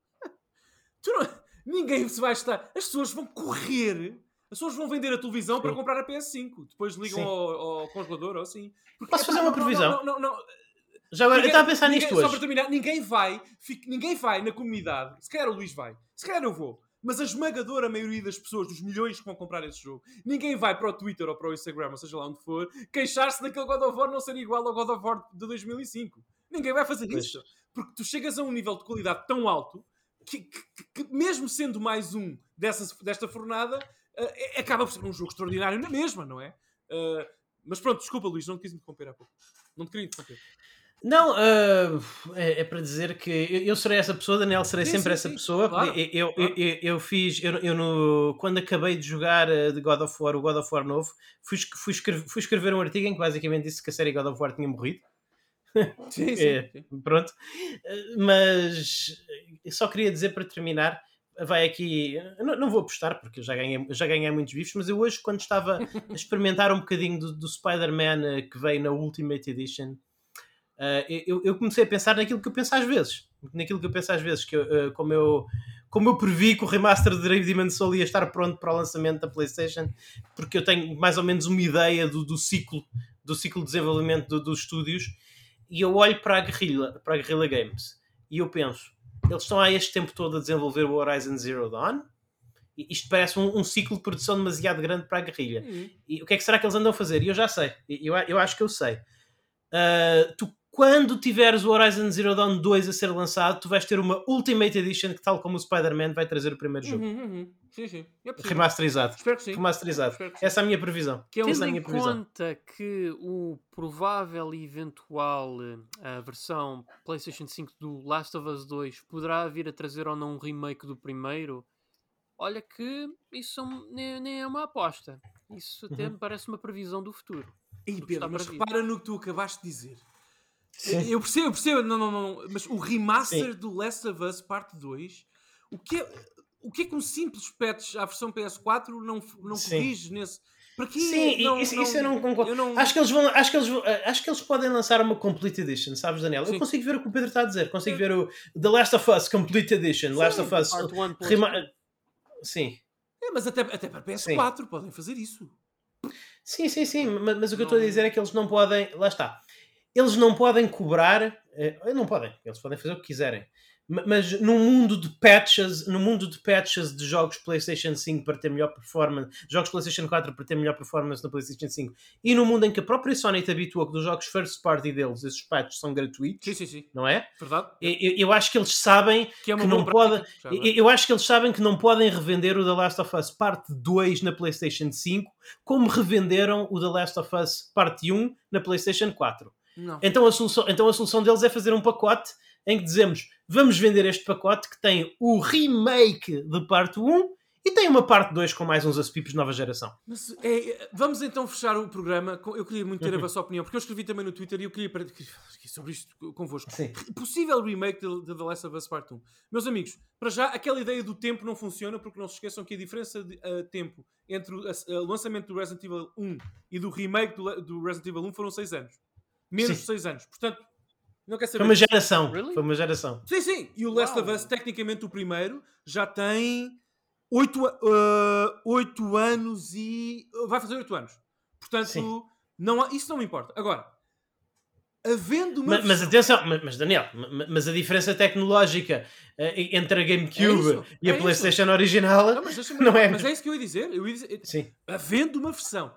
tu não, ninguém se vai estar. As pessoas vão correr. As pessoas vão vender a televisão Sim. para comprar a P S cinco. Depois ligam ao, ao congelador ou assim. Porque, Posso é, fazer uma não, previsão? Não, não, não, não. Já agora, ninguém, eu estava a pensar ninguém, nisto só hoje. Para terminar, ninguém vai, fica, ninguém vai na comunidade. Se calhar o Luís vai. Se calhar eu vou. Mas a esmagadora maioria das pessoas, dos milhões que vão comprar esse jogo, ninguém vai para o Twitter ou para o Instagram, ou seja lá onde for, queixar-se daquele God of War não ser igual ao God of War de dois mil e cinco. Ninguém vai fazer pois. isso. Porque tu chegas a um nível de qualidade tão alto que, que, que mesmo sendo mais um dessa, desta fornada... Uh, acaba por ser um jogo extraordinário na mesma, não é? Uh, mas pronto, desculpa Luís, não te quis interromper há pouco. Não te queria interromper. Não, uh, é, é para dizer que eu, eu serei essa pessoa, Daniel, serei sim, sempre sim, essa sim. pessoa. Claro, eu, claro. Eu, eu, eu fiz, eu, eu no, quando acabei de jogar uh, de God of War, o God of War novo, fui, fui, escrever, fui escrever um artigo em que basicamente disse que a série God of War tinha morrido. Sim, sim, é, sim. Pronto. Uh, mas eu só queria dizer para terminar. Vai aqui, não, não vou apostar porque eu já ganhei, já ganhei muitos bifes, mas eu hoje, quando estava a experimentar um bocadinho do, do Spider-Man uh, que veio na Ultimate Edition, uh, eu, eu comecei a pensar naquilo que eu penso às vezes. Naquilo que eu penso às vezes, que eu, uh, como, eu, como eu previ que o remaster de Demon's Souls ia estar pronto para o lançamento da PlayStation, porque eu tenho mais ou menos uma ideia do, do, ciclo, do ciclo de desenvolvimento do, dos estúdios, e eu olho para a Guerrilla, para a Guerrilla Games e eu penso, eles estão há este tempo todo a desenvolver o Horizon Zero Dawn. E isto parece um, um ciclo de produção demasiado grande para a guerrilha. Uhum. E o que é que será que eles andam a fazer? E eu já sei. Eu, eu acho que eu sei. Uh, tu, quando tiveres o Horizon Zero Dawn dois a ser lançado, tu vais ter uma Ultimate Edition que, tal como o Spider-Man, vai trazer o primeiro jogo. Uhum, uhum. Sim, sim. É remasterizado. Espero que sim. Remasterizado. Espero que sim. Essa é a minha previsão. Que Essa é a minha previsão. Conta que o provável e eventual a versão PlayStation cinco do Last of Us dois poderá vir a trazer ou não um remake do primeiro. Olha que isso nem, nem é uma aposta. Isso até uhum. me parece uma previsão do futuro. E Pedro, mas repara no que tu acabaste de dizer. Sim. Eu percebo, eu percebo, não, não, não, mas o remaster Sim. do Last of Us Parte dois, o que é, o que, é que um simples patch à versão P S quatro não, não corrige nesse... Para quê? Sim, não, isso, não, isso eu não concordo. Eu não... Acho, que eles vão, acho, que eles, acho que eles podem lançar uma Complete Edition, sabes, Daniel? Sim. Eu consigo ver o que o Pedro está a dizer. Consigo Sim. ver o The Last of Us Complete Edition. Sim. Last of Us... One, rema... Sim. É, mas até, até para P S quatro sim. podem fazer isso. Sim, sim, sim. Mas, mas o que não... eu estou a dizer é que eles não podem... Lá está. Eles não podem cobrar... Não podem. Eles podem fazer o que quiserem. Mas num mundo de patches, no mundo de patches de jogos PlayStation cinco para ter melhor performance, jogos PlayStation quatro para ter melhor performance no PlayStation cinco, e no mundo em que a própria Sony te habituou que dos jogos first party deles, esses patches são gratuitos, Sim, sim, sim. não é? Verdade. Eu, eu acho que eles sabem Que é uma que boa não podem. prática, já agora. Eu, eu acho que eles sabem que não podem revender o The Last of Us Parte dois na PlayStation cinco como revenderam o The Last of Us Parte um na PlayStation quatro. Não. Então a solução, então a solução deles é fazer um pacote em que dizemos: vamos vender este pacote que tem o remake de parte um e tem uma parte dois com mais uns aspipos de nova geração. Mas é, é, vamos então fechar o programa. com- Eu queria muito ter a Uhum. vossa opinião, porque eu escrevi também no Twitter e eu queria para- sobre isto convosco. Sim. Possível remake de, de The Last of Us Part um. Meus amigos, para já, aquela ideia do tempo não funciona, porque não se esqueçam que a diferença de uh, tempo entre o a- o lançamento do Resident Evil um e do remake do, Le- do Resident Evil um foram seis anos. Menos Sim. de seis anos. Portanto, não quer saber. Foi uma geração. Really? Foi uma geração. Sim, sim. E o Last Uau. of Us, tecnicamente o primeiro, já tem oito uh, oito anos e... vai fazer oito anos. Portanto, Sim. não há- isso não me importa. Agora, havendo uma... Mas, mas atenção, mas, mas, Daniel, ma- mas a diferença tecnológica eh, entre a GameCube É isso, e a é PlayStation original Não, mas, deixa-me- não é. mas é isso que eu ia dizer. Eu ia dizer Sim. havendo uma versão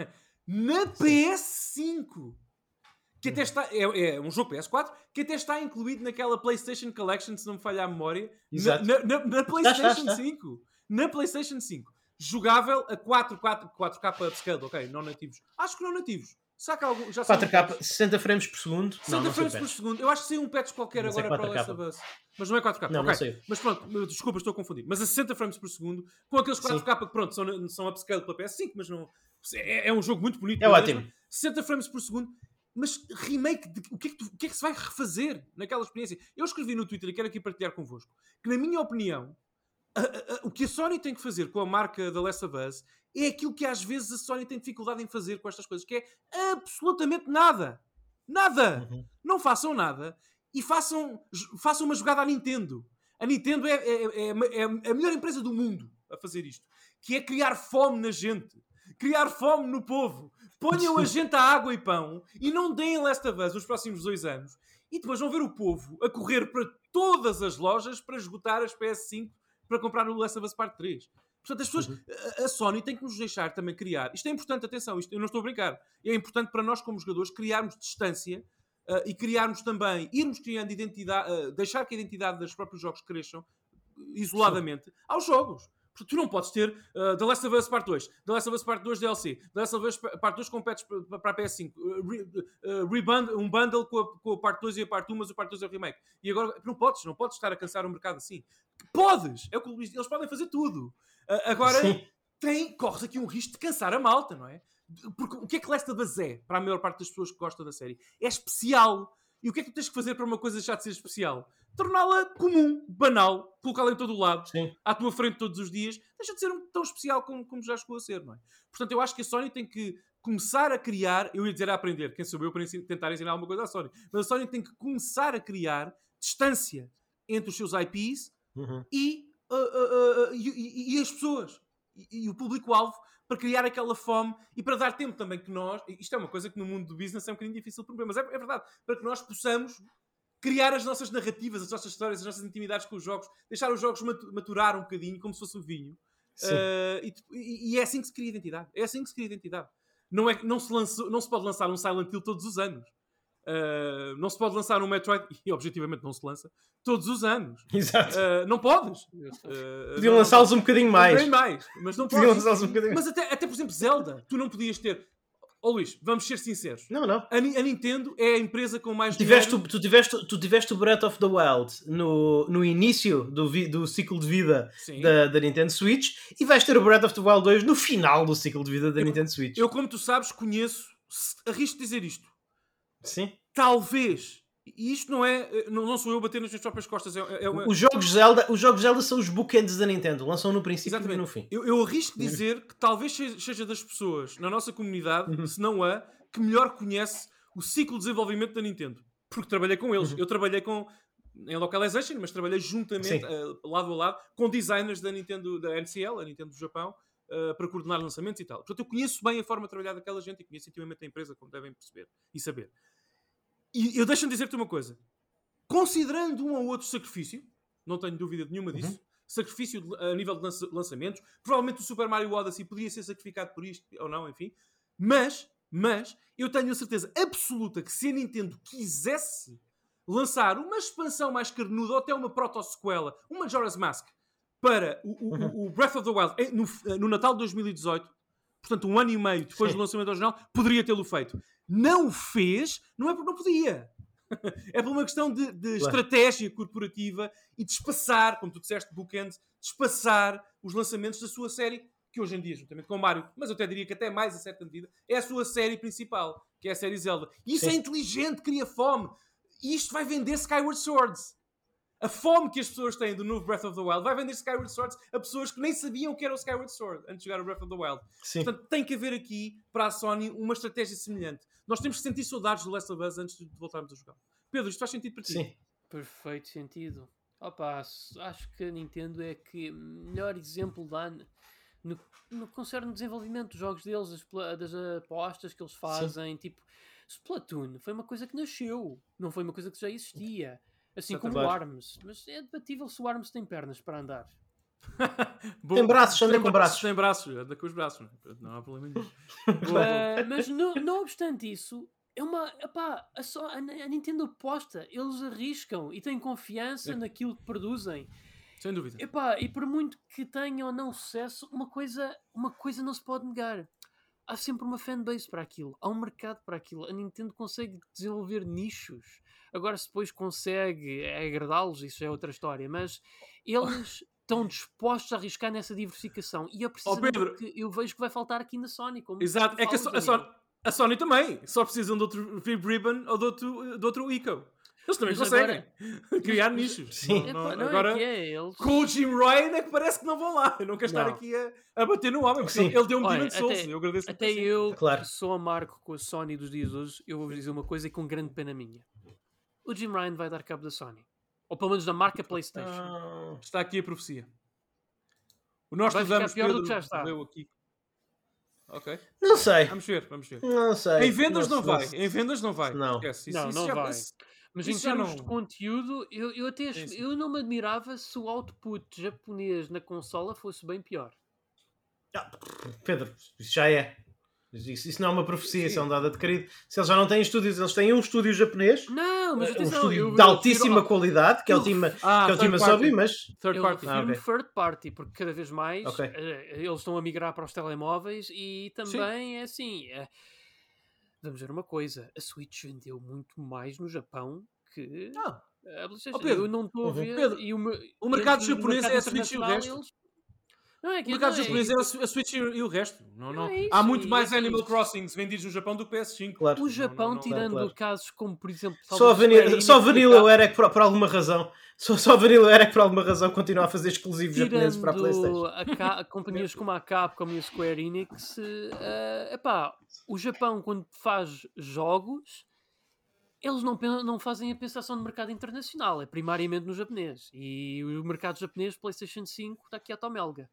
na P S cinco que até está, é, é um jogo P S quatro que até está incluído naquela PlayStation Collection, se não me falha a memória, na, Exato. na, na- na PlayStation está, está. cinco. Na PlayStation cinco. Jogável a quatro K upscale, ok, não nativos. Acho que não nativos. Saca algum, já saiu quatro um K, patch. sessenta frames por segundo. Não, sessenta não sei frames o por patch. segundo. Eu acho que saiu um patch qualquer Mas é agora para o quatro K. Last of Us. Mas não é quatro K. Não, ok. não saiu. Mas pronto, desculpa, estou a confundir. Mas a sessenta frames por segundo, com aqueles quatro K que pronto, são, são upscale para P S cinco, mas não. É, é um jogo muito bonito. É não ótimo. mesmo? sessenta frames por segundo. Mas remake, de, o, que é que tu- o que é que se vai refazer naquela experiência? Eu escrevi no Twitter e quero aqui partilhar convosco que, na minha opinião, a- a- a- o que a Sony tem que fazer com a marca da Last of Us é aquilo que às vezes a Sony tem dificuldade em fazer com estas coisas, que é absolutamente nada. Nada! Uhum. Não façam nada e façam, façam uma jogada à Nintendo. A Nintendo é, é, é, é a melhor empresa do mundo a fazer isto, que é criar fome na gente, criar fome no povo. Ponham a gente a água e pão e não deem Last of Us nos próximos dois anos. E depois vão ver o povo a correr para todas as lojas para esgotar as P S cinco para comprar o Last of Us Part três. Portanto, as pessoas, a, a Sony tem que nos deixar também criar. Isto é importante, atenção, isto, eu não estou a brincar. É importante para nós, como jogadores, criarmos distância uh, e criarmos também, irmos criando identidade, uh, deixar que a identidade dos próprios jogos cresçam isoladamente Sim. aos jogos. Porque tu não podes ter uh, The Last of Us Part dois, The Last of Us Part dois D L C, The Last of Us Part dois com patch para a P S cinco, uh, re, uh, rebund, um bundle com a, com a Part dois e a Part um, mas o Part dois é o remake. E agora, não podes, não podes estar a cansar o mercado assim. Podes! É o que eles podem fazer tudo. Uh, agora, tem, corres aqui um risco de cansar a malta, não é? Porque o que é que Last of Us é, para a maior parte das pessoas que gostam da série? É especial. E o que é que tu tens que fazer para uma coisa deixar de ser especial? Torná-la comum, banal, colocá-la em todo o lado, Sim. à tua frente todos os dias, deixa de ser tão especial como, como já chegou a ser, não é? Portanto, eu acho que a Sony tem que começar a criar, eu ia dizer a aprender, quem sou eu para ensinar, tentar ensinar alguma coisa à Sony, mas a Sony tem que começar a criar distância entre os seus I Ps uhum. e, uh, uh, uh, e, e, e as pessoas, e, e o público-alvo, para criar aquela fome e para dar tempo também que nós, isto é uma coisa que no mundo do business é um bocadinho difícil de perceber, mas é, é verdade, para que nós possamos criar as nossas narrativas, as nossas histórias, as nossas intimidades com os jogos, deixar os jogos maturar um bocadinho, como se fosse um vinho. Uh, e, e é assim que se cria identidade. É assim que se cria identidade. Não, é, não, se, lançou, não se pode lançar um Silent Hill todos os anos. Uh, não se pode lançar um Metroid, e objetivamente não se lança, todos os anos. Exato. Uh, não podes. Uh, Podiam lançá-los um bocadinho mais. Um mais, mas não Podiam podes. lançá-los um bocadinho Mas até, até, por exemplo, Zelda, tu não podias ter... Ó oh, Luís, vamos ser sinceros. Não, não. A, a Nintendo é a empresa com mais tu tiveste, dinheiro... tu, tiveste, tu tiveste o Breath of the Wild no, no início do, vi, do ciclo de vida da, da Nintendo Switch e vais ter o Breath of the Wild dois no final do ciclo de vida da eu, Nintendo Switch. Eu, como tu sabes, conheço... Arrisco dizer isto. Sim. Talvez... E isto não é... Não, não sou eu bater nas minhas próprias costas. É, é uma... os, jogos Zelda, os jogos Zelda são os bookends da Nintendo. Lançam no princípio Exatamente. E no fim. Eu, eu arrisco dizer que talvez seja das pessoas na nossa comunidade, uhum. se não a, que melhor conhece o ciclo de desenvolvimento da Nintendo. Porque trabalhei com eles. Uhum. Eu trabalhei com... em localization, mas trabalhei juntamente, uh, lado a lado, com designers da Nintendo, da N C L, a Nintendo do Japão, uh, para coordenar lançamentos e tal. Portanto, eu conheço bem a forma de trabalhar daquela gente e conheço intimamente a empresa, como devem perceber e saber. E eu deixo-me dizer-te uma coisa. considerando um ou outro sacrifício, não tenho dúvida nenhuma disso, Uhum. sacrifício de, a nível de lança, lançamentos, provavelmente o Super Mario Odyssey podia ser sacrificado por isto ou não, enfim, mas, mas eu tenho a certeza absoluta que se a Nintendo quisesse lançar uma expansão mais carnuda ou até uma proto-sequela, uma Majora's Mask, para o, o, Uhum. o Breath of the Wild no, no Natal de dois mil e dezoito, portanto um ano e meio depois Sim. do lançamento original, poderia tê-lo feito. Não o fez, não é porque não podia. É por uma questão de, de Claro. estratégia corporativa e de espaçar, como tu disseste, bookends, de espaçar os lançamentos da sua série, que hoje em dia, juntamente com o Mario, mas eu até diria que até mais a certa medida, é a sua série principal, que é a série Zelda. E isso Sim. é inteligente, cria fome. E isto vai vender Skyward Swords. A fome que as pessoas têm do novo Breath of the Wild vai vender Skyward Swords a pessoas que nem sabiam o que era o Skyward Sword antes de jogar o Breath of the Wild. Sim. Portanto, tem que haver aqui, para a Sony, uma estratégia semelhante. Nós temos que sentir saudades do Last of Us antes de voltarmos a jogar. Pedro, isto faz sentido para ti? Sim. Perfeito sentido. Opa, acho que a Nintendo é que melhor exemplo dá no, no concerne desenvolvimento dos jogos deles, das, das apostas que eles fazem. Sim. Tipo, Splatoon foi uma coisa que nasceu, não foi uma coisa que já existia. Assim Exato, como claro. o ARMS. Mas é debatível se o ARMS tem pernas para andar. Tem braços, anda tem com braços. Tem braços, anda com os braços. Não há problema nenhum. mas mas não, não obstante isso, é uma, epá, a, só, a, a Nintendo aposta, eles arriscam e têm confiança É. naquilo que produzem. Sem dúvida. Epá, e por muito que tenham ou não sucesso, uma coisa, uma coisa não se pode negar. Há sempre uma fanbase para aquilo. Há um mercado para aquilo. A Nintendo consegue desenvolver nichos. Agora, se depois consegue agradá-los, isso já é outra história. Mas eles estão dispostos a arriscar nessa diversificação. E é precisamente Oh, Pedro. o que eu vejo que vai faltar aqui na Sony. Como Exato. tu É que a, falas, So- a, Daniel. Sony, a Sony também. Só precisam de outro Vib Ribbon ou de outro, de outro Ico. Eles também Mas conseguem criar mas- nichos. Sim. Não- Epá, não- não, agora, é que é, eles... com o Jim Ryan é que parece que não vão lá. Eu não quero estar Não. aqui a, a bater no homem. Porque Sim. ele deu um Olha, Demon's Souls. até- Eu agradeço Até eu, Claro. que sou amargo com a Sony dos dias de hoje, eu vou-vos dizer uma coisa e com grande pena minha. O Jim Ryan vai dar cabo da Sony. Ou pelo menos da marca PlayStation. Ah, Está aqui a profecia. O nós Vai ficar estudamos, pior do Pedro, que já está. leu aqui. Ok. não sei. Vamos ver, vamos ver. Não sei. Em vendas não, se- vai. se- Em vendas não vai. Não. Esquece. Isso, Não, isso não já, vai. isso- Mas isso em já termos não- de conteúdo, eu, eu até Sim, sim. eu não me admirava se o output japonês na consola fosse bem pior. Ah, Pedro, isso já é. Isso, isso não é uma profecia, Sim. isso é um dado adquirido. Se eles já não têm estúdios, eles têm um estúdio japonês, Não, mas um atenção, estúdio eu, de eu altíssima refiro qualidade, que é o eu Tima, Ah, que é o third Tima party. Sobi, mas Third Eu party. refiro-me Ah, ok. third party, porque cada vez mais Ok. eh, eles estão a migrar para os telemóveis e também é assim. eh, vamos ver uma coisa: a Switch vendeu muito mais no Japão que Ah, a PlayStation. Oh, Pedro. Eu não estou a Uhum. ver. Pedro, e o, me- o mercado entre japonês mercado é a Switch e o internacional, resto. eles- Não é O que mercado não, japonês é, é a a Switch e o resto. Não, Não não. é isso, Há muito e mais assim- Animal Crossings vendidos no Japão do que P S cinco. claro. O Japão, não, não, tirando claro. casos como, por exemplo, Só a talvez Vanilla, Square só a Enix e Vanilla Cap- era que por, por alguma razão, só, só a Vanilla era que por alguma razão continua a fazer exclusivos japoneses para a PlayStation. Tirando a Ca- companhias como a Capcom e a Square Enix, eh, epá, o Japão, quando faz jogos, eles não, pen- não fazem a pensação no mercado internacional, é primariamente no japonês. E o mercado japonês, PlayStation cinco, está aqui a Tomelga.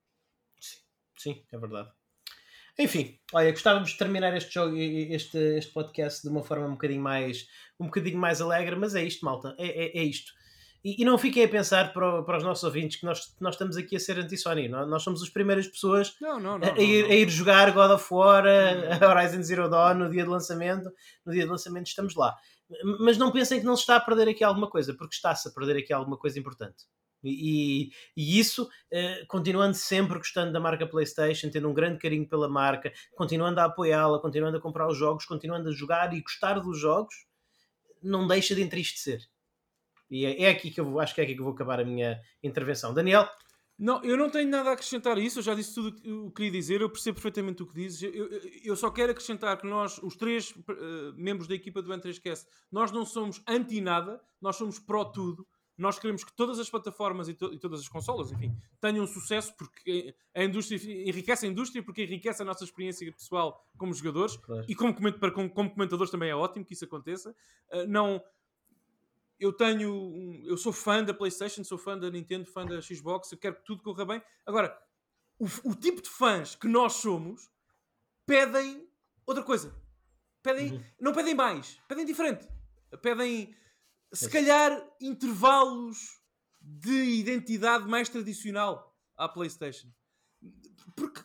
Sim, é verdade. Enfim, olha, gostávamos de terminar este jogo, este, este podcast de uma forma um bocadinho mais, um bocadinho mais alegre, mas é isto, malta, é, é, é isto. E, e não fiquem a pensar para, o- para os nossos ouvintes que nós, nós estamos aqui a ser anti-Sony. Nós, nós somos as primeiras pessoas Não, não, não. a, a ir, não, a ir jogar God of War, a, Não. a Horizon Zero Dawn no dia de lançamento. No dia de lançamento estamos lá. Mas não pensem que não se está a perder aqui alguma coisa, porque está-se a perder aqui alguma coisa importante. E, e, e isso, eh, continuando sempre gostando da marca PlayStation, tendo um grande carinho pela marca, continuando a apoiá-la, continuando a comprar os jogos, continuando a jogar e gostar dos jogos, não deixa de entristecer. E é, é aqui que eu vou, acho que é aqui que eu vou acabar a minha intervenção. Daniel? Não, eu não tenho nada a acrescentar a isso, eu já disse tudo o que eu queria dizer, eu percebo perfeitamente o que dizes. Eu, eu, eu só quero acrescentar que nós, os três uh, membros da equipa do N três Cast, nós não somos anti-nada, nós somos pró-tudo. Nós queremos que todas as plataformas e, to- e todas as consolas, enfim, tenham sucesso porque a indústria enriquece a indústria, porque enriquece a nossa experiência pessoal como jogadores Claro. e como, coment- para, como, como comentadores também é ótimo que isso aconteça. Uh, não... Eu tenho, um- eu sou fã da PlayStation, sou fã da Nintendo, fã da Xbox, eu quero que tudo corra bem. Agora, o, o tipo de fãs que nós somos pedem outra coisa. Pedem, Uhum. não pedem mais, pedem diferente. Pedem se calhar intervalos de identidade mais tradicional à PlayStation. Porque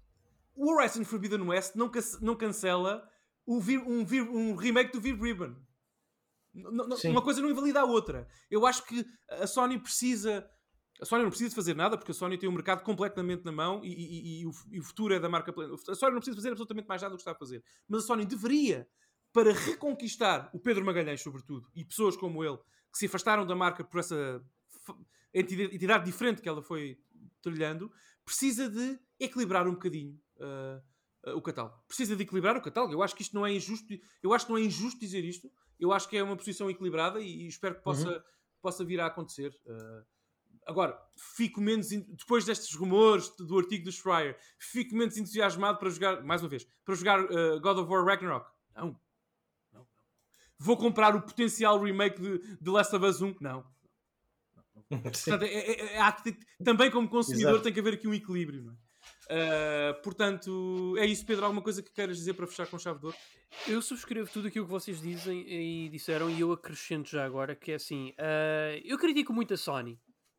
o Horizon Forbidden West não, não cancela o vir, um, vir, um remake do Vir Ribbon. N- uma coisa não invalida a outra. Eu acho que a Sony precisa... A Sony não precisa de fazer nada, porque a Sony tem o mercado completamente na mão e, e, e, o, e o futuro é da marca... A Sony não precisa fazer absolutamente mais nada do que está a fazer. Mas a Sony deveria, para reconquistar o Pedro Magalhães, sobretudo, e pessoas como ele, que se afastaram da marca por essa entidade, entidade diferente que ela foi trilhando, precisa de equilibrar um bocadinho uh, uh, o catálogo. Precisa de equilibrar o catálogo. Eu acho que isto não é injusto. Eu acho que não é injusto dizer isto. Eu acho que é uma posição equilibrada e, e espero que possa, uhum. possa vir a acontecer. Uh, agora, fico menos... Depois destes rumores do artigo do Schreier, fico menos entusiasmado para jogar, mais uma vez, para jogar uh, God of War Ragnarok. Não. Não, não. Vou comprar o potencial remake de, de Last of Us um? Não. Portanto, é, é, é, há que, também como consumidor Exato. Tem que haver aqui um equilíbrio, não é? Uh, portanto, é isso, Pedro. Alguma coisa que queiras dizer para fechar com chave de ouro? Eu subscrevo tudo aquilo que vocês dizem e disseram, e eu acrescento já agora que é assim, uh, eu critico muito a Sony,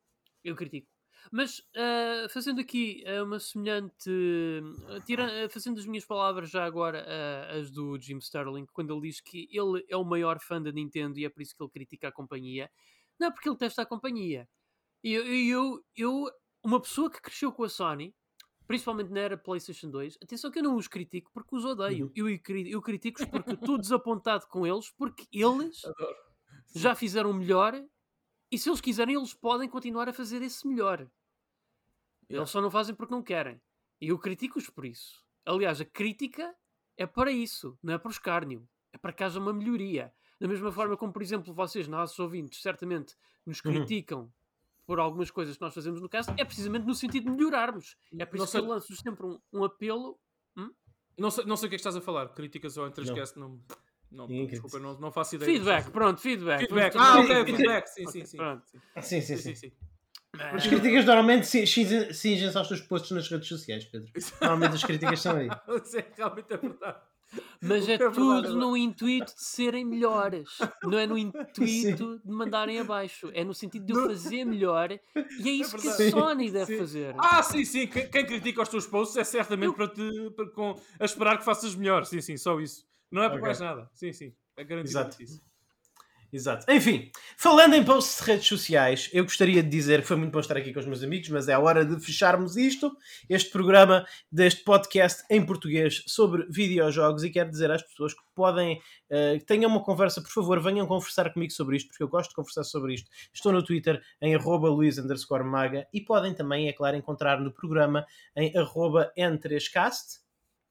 eu critico, mas uh, fazendo aqui uh, uma semelhante uh, tira, uh, fazendo as minhas palavras já agora uh, as do Jim Sterling, quando ele diz que ele é o maior fã da Nintendo e é por isso que ele critica a companhia. Não, porque ele testa a companhia. E eu, eu, eu, uma pessoa que cresceu com a Sony, principalmente na era PlayStation dois, atenção que eu não os critico porque os odeio. Uhum. Eu, eu critico-os porque estou desapontado com eles, porque eles Adoro. Já fizeram melhor e se eles quiserem, eles podem continuar a fazer esse melhor. Yeah. Eles só não fazem porque não querem. E eu critico-os por isso. Aliás, a crítica é para isso, não é para o escárnio. É para que haja uma melhoria. Da mesma forma como, por exemplo, vocês, nossos ouvintes, certamente nos criticam uhum. por algumas coisas que nós fazemos no caso, é precisamente no sentido de melhorarmos. É por isso sei... que eu lanço sempre um, um apelo. Hum? Não, sei, não sei o que é que estás a falar. Críticas ou Entrescast, não. Não, não pronto, desculpa, não, não faço ideia. Feedback, pronto, feedback. Feedback. Ah, ok, feedback. Sim, okay, sim, sim. Pronto. Sim, sim, sim. sim, sim. As críticas normalmente cingem-se aos teus posts nas redes sociais, Pedro. Normalmente as críticas são aí. Isso é realmente a verdade. Mas é, é tudo verdade, no intuito de serem melhores. Não é no intuito Sim. de mandarem abaixo. É no sentido de eu fazer melhor. E é isso é que a Sony deve sim. fazer. Ah, sim, sim. Quem, quem critica os teus posts é certamente eu... para te para, com, a esperar que faças melhor. Sim, sim, só isso. Não é para okay. mais nada. Sim, sim. É garantido isso. Exato. Enfim, falando em posts de redes sociais, eu gostaria de dizer que foi muito bom estar aqui com os meus amigos, mas é a hora de fecharmos isto, este programa deste podcast em português sobre videojogos, e quero dizer às pessoas que podem, uh, que tenham uma conversa, por favor, venham conversar comigo sobre isto, porque eu gosto de conversar sobre isto. Estou no Twitter em arroba luís underscore maga e podem também, é claro, encontrar no programa em arroba N três cast,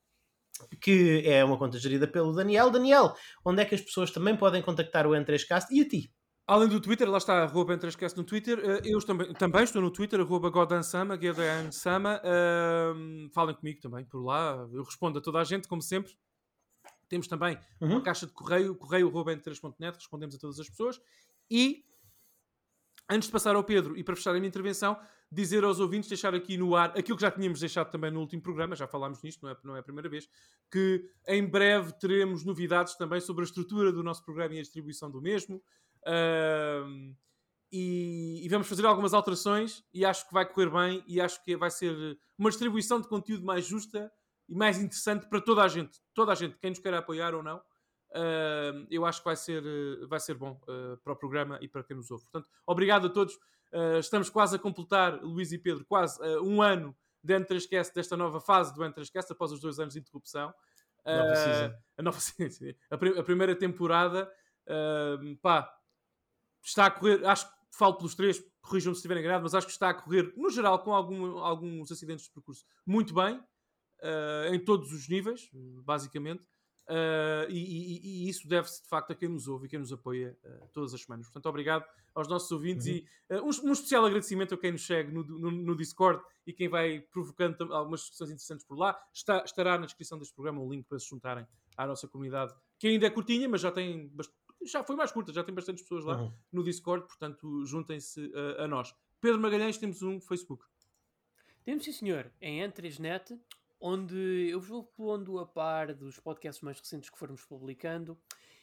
que é uma conta gerida pelo Daniel. Daniel, onde é que as pessoas também podem contactar o N três cast e a ti? Além do Twitter, lá está, arroba N três cast no Twitter. Eu também, também estou no Twitter, arroba Godansama, G D N Sama. Uh, falem comigo também por lá. Eu respondo a toda a gente, como sempre. Temos também uhum. uma caixa de correio, correio arroba N três ponto net, respondemos a todas as pessoas. E, antes de passar ao Pedro e para fechar a minha intervenção, dizer aos ouvintes, deixar aqui no ar aquilo que já tínhamos deixado também no último programa, já falámos nisto, não é, não é a primeira vez, que em breve teremos novidades também sobre a estrutura do nosso programa e a distribuição do mesmo. Uh, e, e vamos fazer algumas alterações e acho que vai correr bem e acho que vai ser uma distribuição de conteúdo mais justa e mais interessante para toda a gente. Toda a gente, quem nos quer apoiar ou não. Uh, eu acho que vai ser, vai ser bom uh, para o programa e para quem nos ouve. Portanto, obrigado a todos. Uh, estamos quase a completar, Luís e Pedro, quase uh, um ano de N três cast, desta nova fase do N três cast, após os dois anos de interrupção. Uh, nova season. A, nova, a, prim- a primeira temporada, uh, pá, está a correr, acho que falo pelos três, corrijam-me se estiverem enganado, mas acho que está a correr, no geral, com algum, alguns acidentes de percurso, muito bem, uh, em todos os níveis, basicamente. Uh, e, e, e isso deve-se de facto a quem nos ouve e quem nos apoia uh, todas as semanas. Portanto, obrigado aos nossos ouvintes uhum. e uh, um, um especial agradecimento a quem nos segue no, no, no Discord e quem vai provocando algumas discussões interessantes por lá. Está, estará na descrição deste programa um link para se juntarem à nossa comunidade, que ainda é curtinha, mas já tem bast... já foi mais curta, já tem bastantes pessoas lá uhum. no Discord, portanto juntem-se uh, a nós. Pedro Magalhães, temos um Facebook. Temos sim, senhor, em N três net, onde eu vou pondo a par dos podcasts mais recentes que formos publicando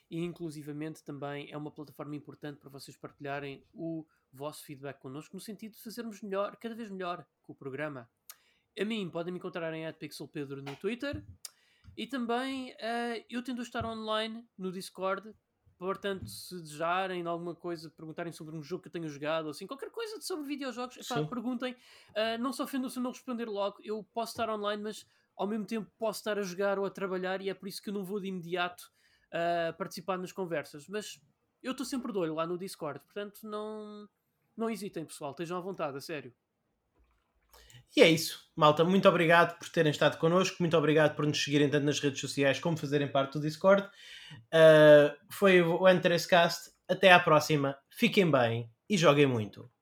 e inclusivamente também é uma plataforma importante para vocês partilharem o vosso feedback connosco, no sentido de fazermos melhor, cada vez melhor com o programa. A mim podem me encontrar em arroba pixelpedro no Twitter, e também uh, eu tendo a estar online no Discord. Portanto, se desejarem alguma coisa, perguntarem sobre um jogo que eu tenho jogado, ou assim, qualquer coisa sobre videojogos, epá, perguntem. Uh, não se ofendam se eu não responder logo. Eu posso estar online, mas ao mesmo tempo posso estar a jogar ou a trabalhar, e é por isso que eu não vou de imediato uh, participar nas conversas. Mas eu estou sempre de olho lá no Discord, portanto não, não hesitem, pessoal, estejam à vontade, a sério. E é isso, malta, muito obrigado por terem estado connosco, muito obrigado por nos seguirem tanto nas redes sociais como fazerem parte do Discord. Uh, foi o N três Cast, até à próxima, fiquem bem e joguem muito.